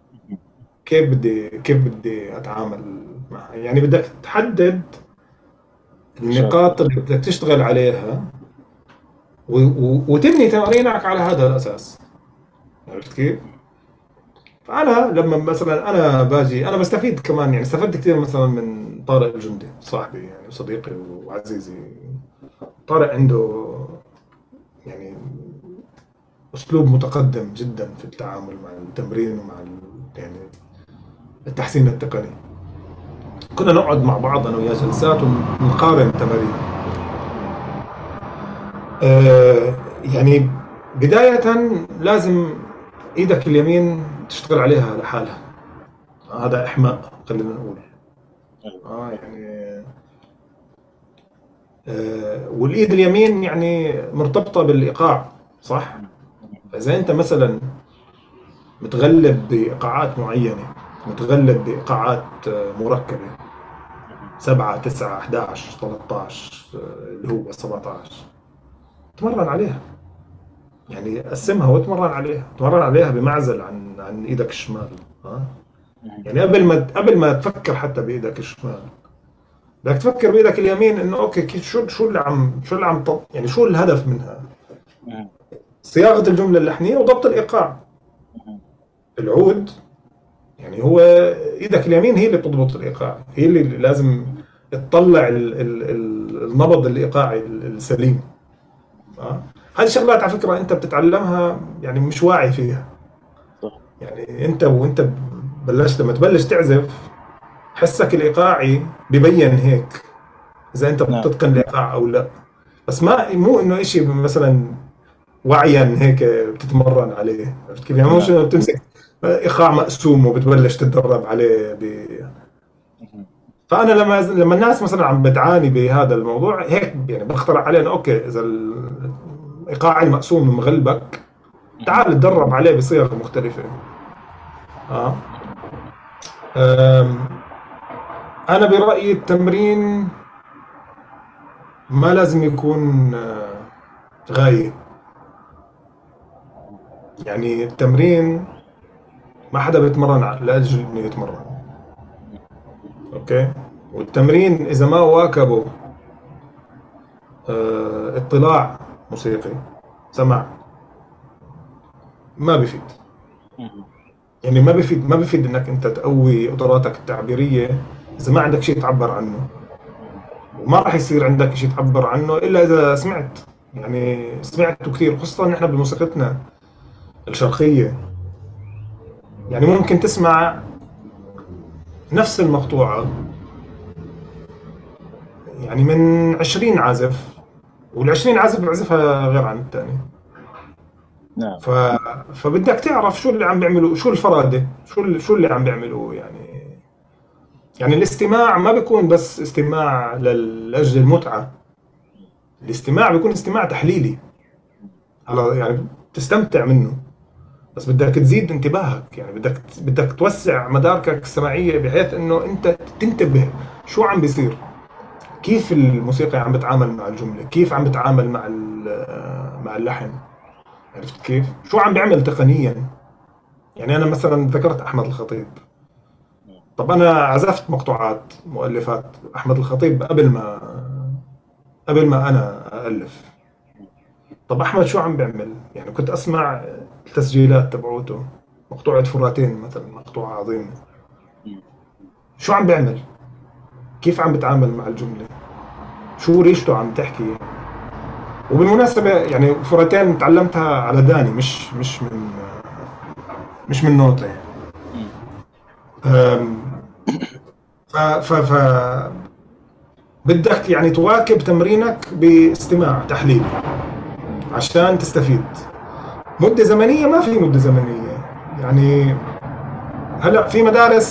كيف بدي اتعامل معها؟ يعني بدك تحدد شاطر. النقاط اللي بدك تشتغل عليها وتبني تمارينك على هذا الاساس. عرفت كيف؟ فأنا لما مثلا أنا باجي أنا بستفيد كمان، يعني استفدت كثير مثلا من طارق الجندي صاحبي يعني وصديقي وعزيزي. طارق عنده يعني أسلوب متقدم جدا في التعامل مع التمرين ومع يعني التحسين التقني. كنا نقعد مع بعض أنا وياه جلسات ونقارن تمارين. يعني بداية لازم إيدك اليمين تشتغل عليها لحالها، هذا إحماء خلينا نقول. يعني والإيد اليمين يعني مرتبطة بالإيقاع، صح؟ فإذا أنت مثلا متغلب بإيقاعات معينة، متغلب بإيقاعات مركبة 7 9 11 13 اللي هو 17، تمرن عليها. يعني قسمها واتمرن عليها، تمرن عليها بمعزل عن ايدك الشمال. ها يعني قبل ما تفكر حتى بايدك الشمال، بدك تفكر بايدك اليمين انه اوكي كيف شو اللي عم يعني شو الهدف منها؟ صياغه الجمله اللحنيه وضبط الايقاع. العود يعني هو ايدك اليمين هي اللي بتضبط الايقاع، هي اللي لازم تطلع النبض الايقاعي السليم. هذه شغلات على فكره انت بتتعلمها يعني مش واعي فيها. صح. يعني انت وانت لما تبلش تعزف حسك الايقاعي ببين هيك اذا انت نعم. بتتقن الايقاع او لا. بس ما مو انه اشي مثلا وعيا هيك بتتمرن عليه، عرفت كيف؟ يعني مش نعم. انه بتمسك ايقاع مقسوم وبتبلش تتدرب عليه فانا لما الناس مثلا عم بتعاني بهذا الموضوع هيك يعني بقترح عليه انه اوكي اذا الايقاع المقسوم مغلبك تعال تدرب عليه بصيغ مختلفه. اه انا برايي التمرين ما لازم يكون غاية. يعني التمرين ما حدا بيتمرن لأجل إنه يتمرن، أوكي؟ والتمرين إذا ما واكبه اطلاع موسيقي، سمع، ما بيفيد. يعني ما بيفيد إنك أنت تقوي قدراتك التعبيرية إذا ما عندك شيء تعبر عنه. وما راح يصير عندك شيء تعبر عنه إلا إذا سمعت، يعني سمعته كثير، خصوصا نحن بموسيقتنا الشرقية. يعني ممكن تسمع نفس المقطوعة يعني من 20 عازف، وال20 عازف بعزفها غير عن الثاني. نعم. ف... فبدك تعرف شو اللي عم بيعملوا، شو الفرادة، شو اللي عم بيعملوه. يعني الاستماع ما بيكون بس استماع لأجل المتعة، الاستماع بيكون استماع تحليلي على يعني تستمتع منه، بس بدك تزيد انتباهك. يعني بدك توسع مداركك السمعية بحيث انه انت تنتبه شو عم بيصير، كيف الموسيقى عم بتعامل مع الجملة، كيف عم بتعامل مع اللحن، عرفت كيف؟ شو عم بيعمل تقنيا. يعني أنا مثلا ذكرت أحمد الخطيب، طب أنا عزفت مقطوعات مؤلفات أحمد الخطيب قبل ما أنا أألف. طب أحمد شو عم بيعمل؟ يعني كنت أسمع التسجيلات تبعوته، مقطوعة فراتين مثلا، مقطوعة عظيمة، شو عم بيعمل؟ كيف عم بتعامل مع الجملة؟ شو ريشته عم تحكي؟ وبالمناسبة يعني فراتين تعلمتها على داني، مش من نوتة يعني. ف ف ف بدك يعني تواكب تمرينك باستماع تحليلي عشان تستفيد. مدة زمنية ما في مدة زمنية. يعني هلا في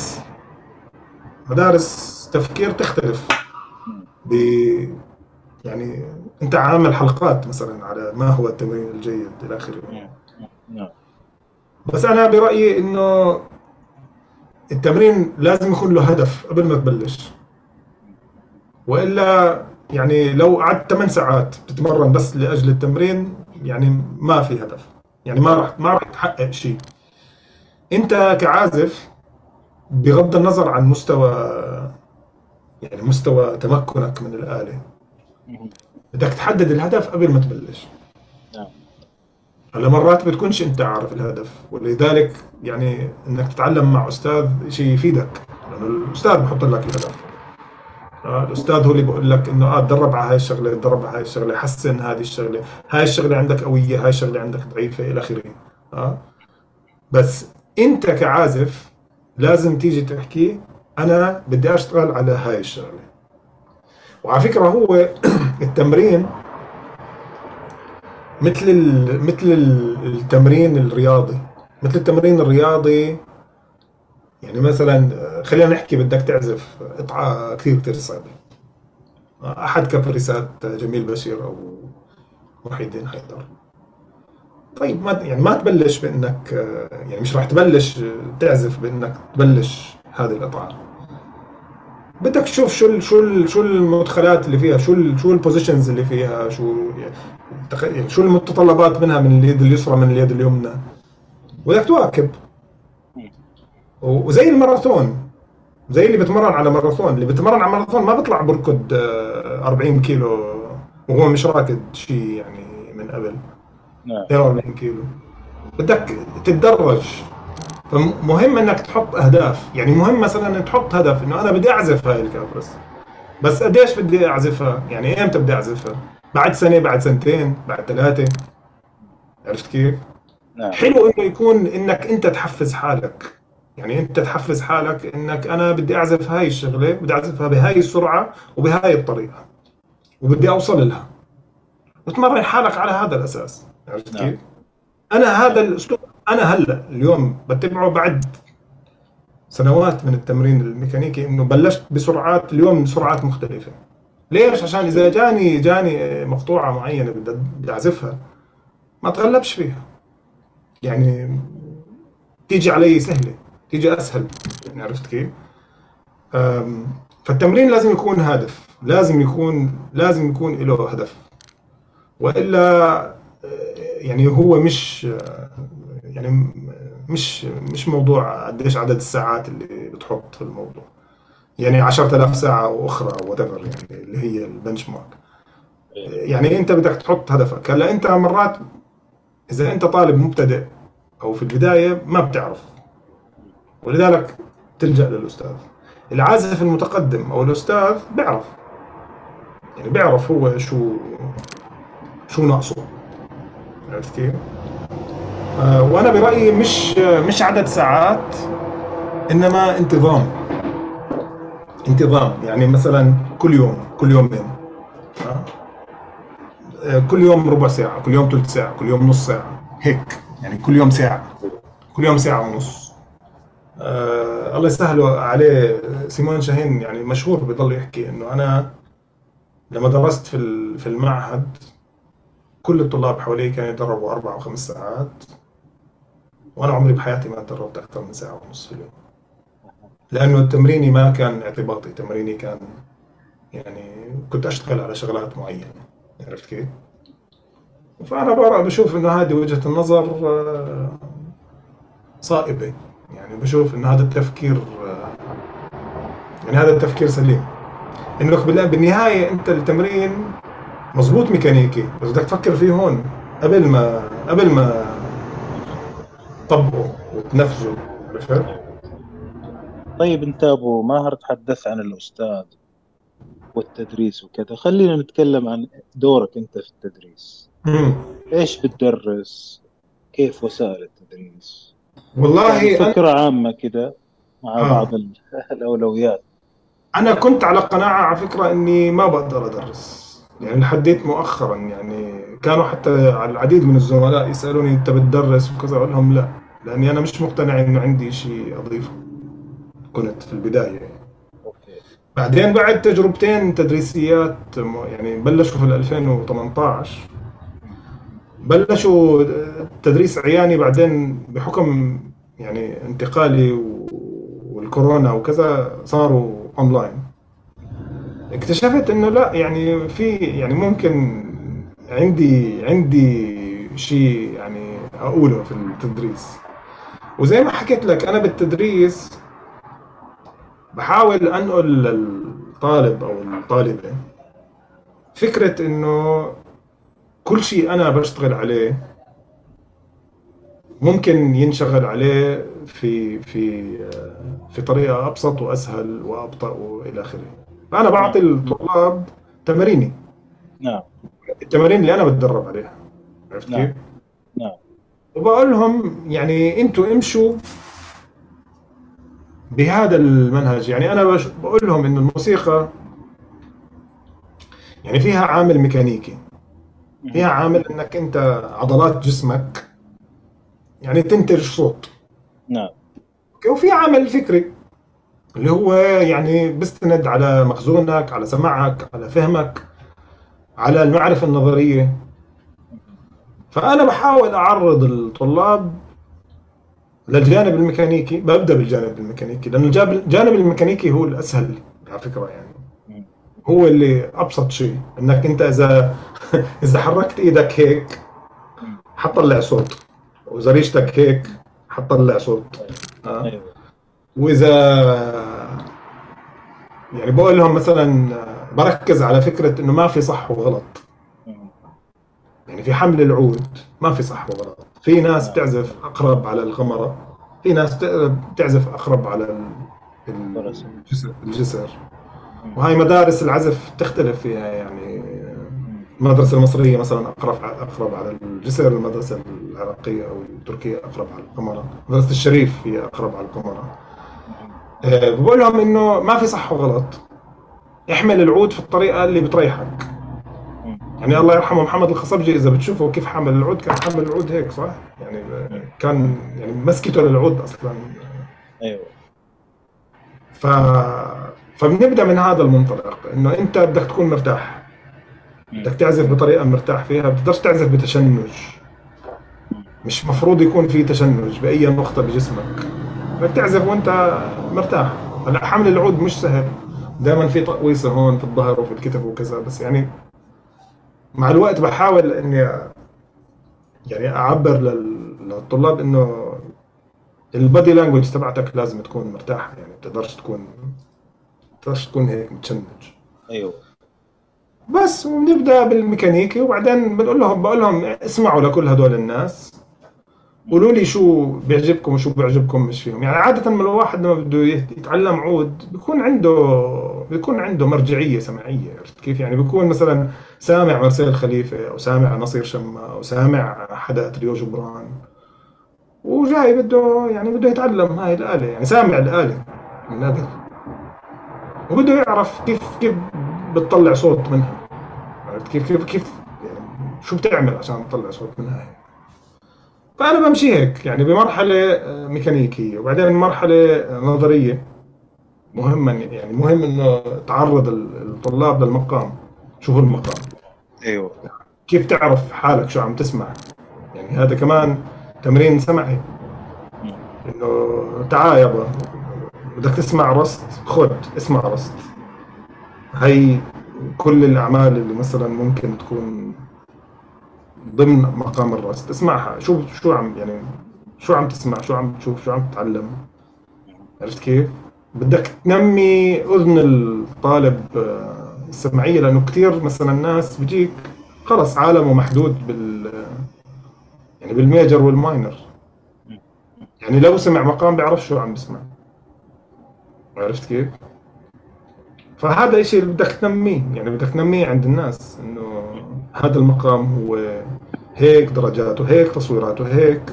مدارس تفكير تختلف ب يعني انت عامل حلقات مثلا على ما هو التمرين الجيد الى اخره. نعم. بس انا برأيي انه التمرين لازم يكون له هدف قبل ما تبلش، والا يعني لو قعدت 8 ساعات بتتمرن بس لاجل التمرين يعني ما في هدف، يعني ما راح تحقق شيء. انت كعازف بغض النظر عن مستوى تمكنك من الآلة، بدك تحدد الهدف قبل ما تبلش. نعم. هلا مرات بتكونش انت عارف الهدف، ولذلك يعني انك تتعلم مع استاذ شيء يفيدك، لانه الاستاذ بحط لك الهدف. الاستاذ هو اللي بقول لك انه تدرب على هاي الشغله، تدرب على هاي الشغله، حسن هذه الشغله، هاي الشغله عندك قويه، هاي الشغله عندك ضعيفه الى اخره. اه بس انت كعازف لازم تيجي تحكي انا بدي اشتغل على هاي الشغله. وعلى فكره هو التمرين التمرين الرياضي، مثل التمرين الرياضي. يعني مثلا خلينا نحكي بدك تعزف قطعة كثير كثير صعبة، أحد كفرسات جميل بشير أو محي الدين حيدر. طيب ما يعني ما تبلش بأنك يعني مش راح تبلش تعزف بأنك تبلش هذه القطعة. بدك تشوف شو المدخلات اللي فيها، شو البوزيشنز اللي فيها، يعني شو المتطلبات منها من اليد اليسرى من اليد اليمنى، وبدك تواكب. وزي الماراثون، زي اللي بتمرن على ماراثون، اللي بتمرن على ماراثون ما بيطلع بركض 40 كيلو وهو مش راكد شيء يعني من قبل نعم. 42 كيلو. بدك تتدرج. فمهم انك تحط اهداف، يعني مهم مثلا تحط هدف انه انا بدي اعزف هاي الكابرس، بس قديش بدي اعزفها، يعني امتى بدي اعزفها، بعد سنة، بعد سنتين، بعد ثلاثة. عرفت كيف؟ نعم. حلو انه يكون انك انت تحفز حالك، يعني انت تحفز حالك انك انا بدي اعزف هاي الشغله، بدي اعزفها بهاي السرعه وبهاي الطريقه وبدي اوصل لها، وتمرن حالك على هذا الاساس. عرفت نعم. كيف؟ انا هذا الاسلوب انا هلا اليوم بتبعه بعد سنوات من التمرين الميكانيكي، انه بلشت بسرعات اليوم سرعات مختلفه. ليش؟ عشان اذا جاني مقطوعه معينه بدي اعزفها ما اتغلبش فيها، يعني تيجي علي سهله، تيجي اسهل. يعني عرفت كيف؟ فالتمرين لازم يكون هادف، لازم يكون له هدف، والا يعني هو مش يعني مش موضوع قديش عدد الساعات اللي بتحط في الموضوع، يعني 10,000 ساعة واخرى وات ايفر، يعني اللي هي البنش مارك. إيه. يعني انت بدك تحط هدفك. هلا انت مرات اذا انت طالب مبتدئ او في البداية ما بتعرف، ولذلك تلجأ للاستاذ. العازف المتقدم او الاستاذ بيعرف، يعني بيعرف هو شو ناقصه. عرفت كيف؟ وانا برايي مش عدد ساعات، انما انتظام. يعني مثلا كل يوم، كل يومين، آه، كل يوم ربع ساعه، كل يوم ثلث ساعه، كل يوم نص ساعه، هيك يعني كل يوم ساعه، كل يوم ساعه ونص. الله يسهل عليه. سيمون شاهين يعني مشهور بيضل يحكي انه انا لما درست في المعهد كل الطلاب حوالي كانوا يتدربوا 4 و5 ساعات، وانا عمري بحياتي ما تدربت اكثر من ساعه ونص في اليوم، لانه تمريني ما كان اعتباطي، تمريني كان يعني كنت اشتغل على شغلات معينه. عرفت كيف؟ فانا بشوف انه هذه وجهه النظر صائبه، يعني بشوف انه هذا التفكير يعني هذا التفكير سليم. انه بالنهايه انت التمرين مزبوط ميكانيكي، بس بدك تفكر فيه هون قبل ما تطبقه وتنفذه. عرفت؟ طيب انت ابو ماهر تحدث عن الاستاذ والتدريس وكذا، خلينا نتكلم عن دورك انت في التدريس. امم ايش بتدرس؟ كيف وسائل التدريس؟ يعني والله انا فكرة عامة كده مع بعض اه الأولويات. انا كنت على قناعه على فكره اني ما بقدر ادرس، يعني لحديت مؤخرا يعني كانوا حتى على العديد من الزملاء يسالوني انت بتدرس وكذا، اقول لهم لا، لاني انا مش مقتنع انه عندي شيء اضيفه. كنت في البدايه يعني. اوكي. بعدين بعد تجربتين تدريسيات يعني بلشوا في 2018، بلشوا تدريس عياني، بعدين بحكم يعني انتقالي والكورونا وكذا صاروا اونلاين. اكتشفت انه لا، يعني في يعني ممكن عندي شيء يعني اقوله في التدريس. وزي ما حكيت لك انا بالتدريس بحاول انقل للطالب او الطالبة فكرة انه كل شيء انا بشتغل عليه ممكن ينشغل عليه في طريقة أبسط وأسهل وأبطأ وإلى آخره. فأنا نعم. بعطي الطلاب تماريني، نعم. التمارين اللي أنا بتدرب عليها، عرفت كيف؟ نعم. نعم. وبقول لهم يعني أنتوا امشوا بهذا المنهج. يعني أنا بقول لهم إن الموسيقى يعني فيها عامل ميكانيكي، فيها عامل إنك أنت عضلات جسمك يعني تنتج صوت، نعم. وفي عامل فكري اللي هو يعني بيستند على مخزونك، على سماعك، على فهمك، على المعرفة النظرية. فأنا بحاول أعرض الطلاب للجانب الميكانيكي، ببدأ بالجانب الميكانيكي لأن الجانب الميكانيكي هو الأسهل على فكرة. يعني هو اللي أبسط شيء، إنك أنت إذا إذا حركت إيدك هيك حتطلع صوت، وإذا ريشتك هيك حتطلع صوت. ايوه. وإذا يعني بقول لهم مثلا بركز على فكرة إنه ما في صح وغلط. يعني في حمل العود ما في صح وغلط. في ناس نعم. بتعزف أقرب على الغمرة، في ناس بتعزف أقرب على درس. الجسر. وهاي مدارس العزف تختلف فيها. يعني المدرسة المصرية مثلا أقرب على الجسر، المدرسة العراقية أو التركية أقرب على القمرة، مدرسة الشريف هي أقرب على القمرة. بقول لهم إنه ما في صح وغلط، احمل العود في الطريقة اللي بتريحك. يعني الله يرحمه محمد الخصبجي، إذا بتشوفه كيف حمل العود، كان حمل العود هيك صح؟ يعني كان يعني مسكته للعود أصلا. ايوه. ف... فبنبدأ من هذا المنطلق إنه أنت بدك تكون مرتاح، بدك تعزف بطريقة مرتاح فيها، بتقدرش تعزف بتشنج. مش مفروض يكون في تشنج بأي نقطة بجسمك، بدك تعزف وأنت مرتاح. هلا حمل العود مش سهل، دائما في تقويصة هون في الظهر وفي الكتف وكذا، بس يعني مع الوقت بحاول إني يعني أعبر للطلاب إنه البادي لانجوج تبعتك لازم تكون مرتاحة. يعني بتقدرش تكون هيك متشنج. ايوه. بس وبنبدأ بالميكانيكي، وبعدين بقول لهم اسمعوا لكل هدول الناس، قولوا لي شو بيعجبكم وشو بيعجبكم مش فيهم. يعني عادة لما الواحد لما بده يتعلم عود بيكون عنده مرجعية سمعية، عرفت كيف؟ يعني بيكون مثلا سامع مرسيل خليفة أو سامع نصير شما أو سامع حدا تريو جبران، وجاي بده يتعلم هاي الآلة، يعني سامع الآلة من قبل، وبده يعرف كيف بتطلع صوت منها، عرفت كيف يعني شو بتعمل عشان تطلع صوت منها. فأنا بمشي هيك يعني بمرحلة ميكانيكية، وبعدين مرحلة نظرية مهمة. يعني مهم إنه تعرض الطلاب للمقام. شو هو المقام؟ ايوه. كيف تعرف حالك شو عم تسمع؟ يعني هذا كمان تمرين سمعي. إنه تعال يابا بدك تسمع رست، خد اسمع رست. هي كل الأعمال اللي مثلا ممكن تكون ضمن مقام الرست اسمعها. شو عم يعني شو عم تسمع، شو عم تشوف، شو عم تتعلم، عرفت كيف؟ بدك تنمي أذن الطالب السمعية، لأنه كتير مثلا الناس بيجيك خلص عالمه محدود يعني بالميجر والماينر. يعني لو سمع مقام بيعرف شو عم بسمع، عرفت كيف؟ فهذا الشيء اللي بدك تنميه، يعني بدك تنميه عند الناس إنه هذا المقام هو هيك درجاته، هيك تصويراته، هيك.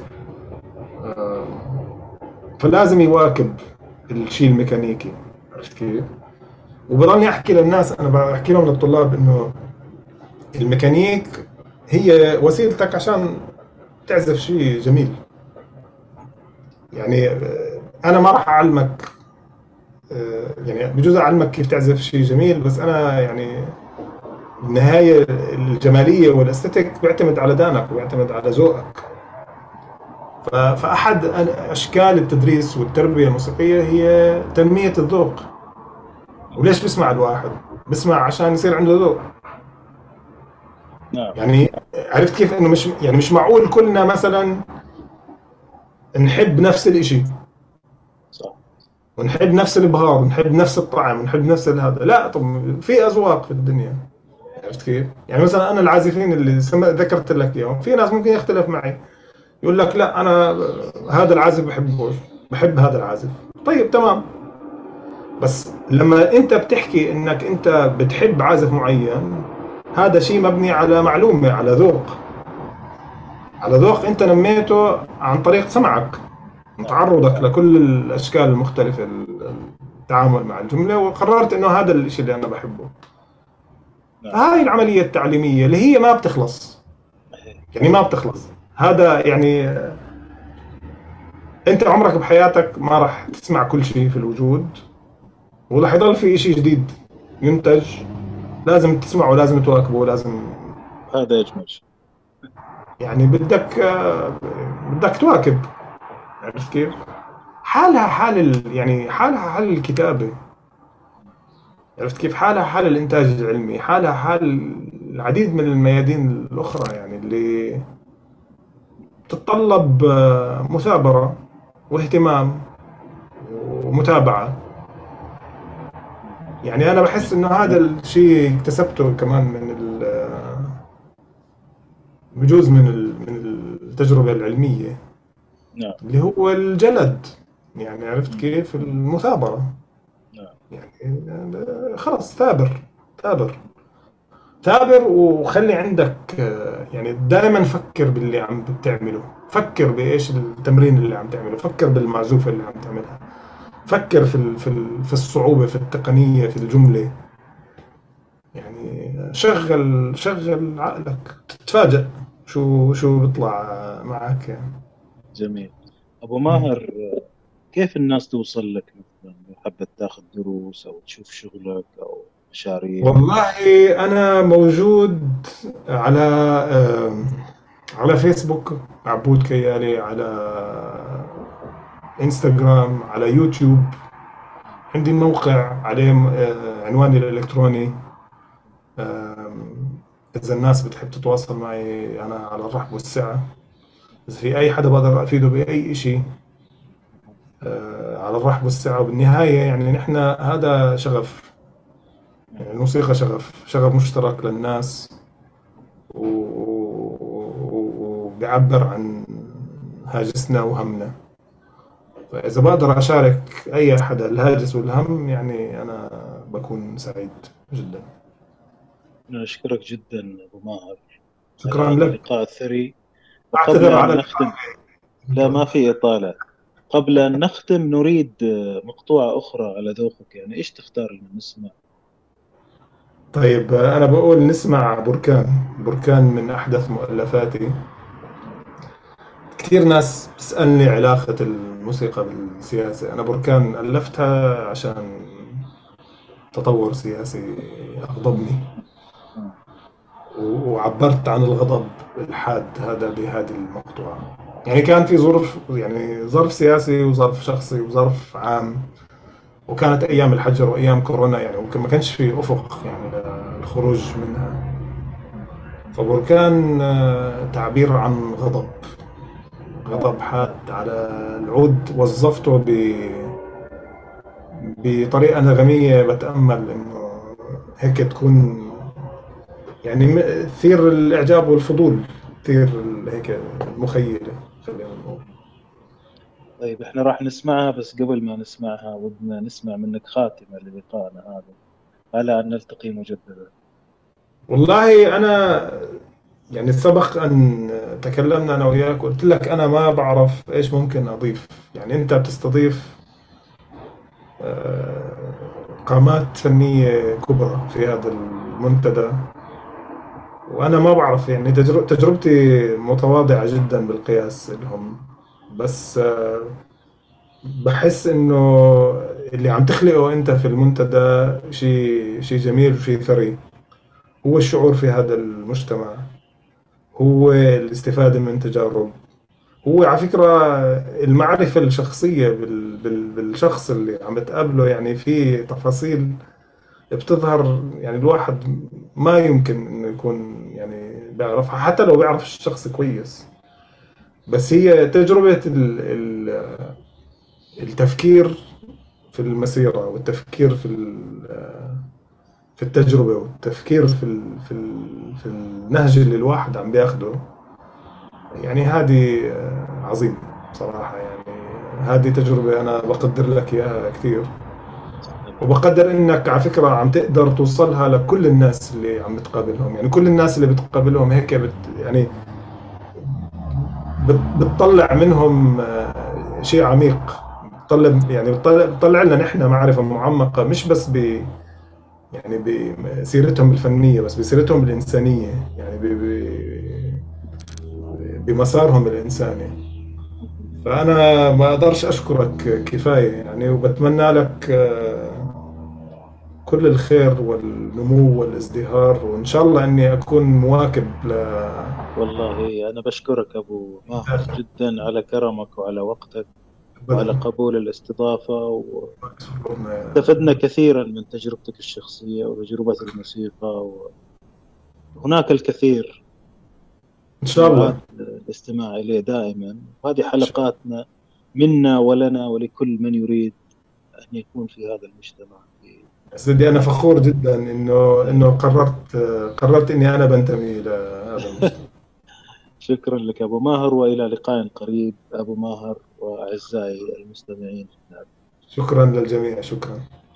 فلازم يواكب الشيء الميكانيكي، عرفت كيف؟ وبضلني احكي للناس، انا بحكي لهم للطلاب انه الميكانيك هي وسيلتك عشان تعزف شيء جميل. يعني انا ما راح اعلمك، يعني بجوز اعلمك كيف تعزف شيء جميل، بس انا يعني النهاية الجمالية والاستاتيك بيعتمد على دانك وبيعتمد على ذوقك. فأحد أشكال التدريس والتربية الموسيقية هي تنمية الذوق. وليش بسمع الواحد؟ بسمع عشان يصير عنده ذوق. نعم. يعني عرفت كيف؟ انه مش معقول كلنا مثلا نحب نفس الاشي صح. ونحب نفس الابهار ونحب نفس الطعم ونحب نفس هذا. لا، طب في اذواق في الدنيا، عرفت كيف؟ يعني مثلا انا العازفين اللي ذكرت لك اياهم، في ناس ممكن يختلف معي يقول لك لا انا هذا العازف بحبه، بحب هذا العازف. طيب تمام، بس لما انت بتحكي انك انت بتحب عازف معين، هذا شيء مبني على معلومة، على ذوق، على ذوق انت نميته عن طريق سمعك، نعم. تعرضك لكل الاشكال المختلفة، التعامل مع الجملة، وقررت انه هذا الاشي اللي انا بحبه. نعم. فهاي العملية التعليمية اللي هي ما بتخلص، صحيح. يعني ما بتخلص. هذا يعني انت عمرك بحياتك ما راح تسمع كل شيء في الوجود، وراح يضل في شيء جديد ينتج، لازم تسمعه، لازم تواكبه، لازم هذا أجمل شيء. يعني بدك تواكب. عرفت كيف؟ حالها حال يعني حالها حال الكتابة. عرفت كيف؟ حالها حال الإنتاج العلمي، حالها حال العديد من الميادين الأخرى، يعني اللي تتطلب مثابرة واهتمام ومتابعة. يعني أنا بحس إنه هذا الشيء اكتسبته كمان من بجوز من التجربة العلمية، نعم. اللي هو الجلد. يعني عرفت كيف؟ المثابرة. نعم. يعني خلص ثابر، ثابر، ثابر، وخلي عندك يعني دائما فكر باللي عم بتعمله، فكر بإيش التمرين اللي عم تعمله، فكر بالمعزوفة اللي عم تعملها، فكر في الصعوبة، في التقنية، في الجملة. يعني شغل عقلك، تتفاجأ شو بيطلع معك يعني. جميل. أبو ماهر، كيف الناس توصل لك مثلا لو حبت تاخذ دروس أو تشوف شغلك أو مشاريع؟ والله أنا موجود على آم، على فيسبوك عبود كيالي، على انستغرام، على يوتيوب. عندي موقع عليه عنواني الإلكتروني. إذا الناس بتحب تتواصل معي أنا على الرحب والسعة. إذا في أي حدا بقدر أفيده بأي إشي، على الرحب والسعة. وبالنهاية يعني نحن هذا شغف، يعني الموسيقى شغف مشترك للناس، وبيعبر عن هاجسنا وهمنا. فإذا بقدر أشارك أي حدا الهاجس والهم، يعني أنا بكون سعيد جدا. أنا أشكرك جدا أبو ماهر على شكرا هذا لك. اللقاء الثري. وقبل أعتذر أن على نختم، الإطالة. لا ما في إطالة، قبل أن نختم نريد مقطوعة أخرى على ذوقك، يعني إيش تختار لنا نسمع؟ طيب أنا بقول نسمع بركان. بركان من أحدث مؤلفاتي. كثير ناس بتسألني علاقة الموسيقى بالسياسة. أنا بركان ألفتها عشان تطور سياسي أغضبني، آه. وعبرت عن الغضب الحاد هذا بهذه المقطوعة. يعني كان في ظرف، يعني ظرف سياسي وظرف شخصي وظرف عام، وكانت أيام الحجر وأيام كورونا، يعني ممكن ما كانش في أفق يعني للخروج منها. فبركان تعبير عن غضب، نعم. غضب حاد على العود. وظفته بطريقة نغمية بتأمل إنه هيك تكون، يعني تثير الإعجاب والفضول، تثير هيك المخيلة، خلينا نقول. طيب إحنا راح نسمعها، بس قبل ما نسمعها ودنا نسمع منك خاتمة للقائنا هذا، على أن نلتقي مجددا. والله أنا يعني سبق أن تكلمنا أنا وياك، قلت لك أنا ما بعرف إيش ممكن أضيف. يعني أنت بتستضيف قامات فنية كبرى في هذا المنتدى، وأنا ما بعرف. يعني تجربتي متواضعة جدا بالقياس لهم. بس بحس إنه اللي عم تخلقه أنت في المنتدى شيء جميل وشيء ثري. هو الشعور في هذا المجتمع، هو الاستفادة من تجارب، هو على فكرة المعرفة الشخصية بالشخص اللي عم بتقابله. يعني في تفاصيل بتظهر، يعني الواحد ما يمكن انه يكون يعني بيعرفها حتى لو بيعرف الشخص كويس. بس هي تجربة التفكير في المسيرة، والتفكير في التجربة، والتفكير في النهج اللي الواحد عم بياخده. يعني هذه عظيمة بصراحة. يعني هذه تجربة أنا بقدر لك إياها كثير، وبقدر إنك على فكرة عم تقدر توصلها لكل الناس اللي عم بتقابلهم. يعني كل الناس اللي بتقابلهم هيك يعني بتطلع منهم شيء عميق. بتطلع يعني بتطلع لنا نحن معرفة معمقة، مش بس يعني بسيرتهم الفنية، بس بسيرتهم الإنسانية، يعني بمسارهم الإنساني. فأنا ما أقدرش أشكرك كفاية يعني، وبتمنى لك كل الخير والنمو والازدهار، وإن شاء الله إني أكون مواكب والله أنا بشكرك أبو ماهر لأهدافك. جدا على كرمك وعلى وقتك وعلى أبدا. قبول الاستضافة، شكرا. واستفدنا كثيرا من تجربتك الشخصية وتجربة الموسيقى، وهناك الكثير إن شاء يعاد الله. الاستماع إليه دائما. وهذه حلقاتنا منا ولنا ولكل من يريد أن يكون في هذا المجتمع سيدي أنا في فخور جدا إنه قررت إني أنا بنتمي لهذا المجتمع. شكرا لك أبو ماهر، وإلى لقاء قريب أبو ماهر وأعزائي المستمعين. شكرا للجميع، شكرا.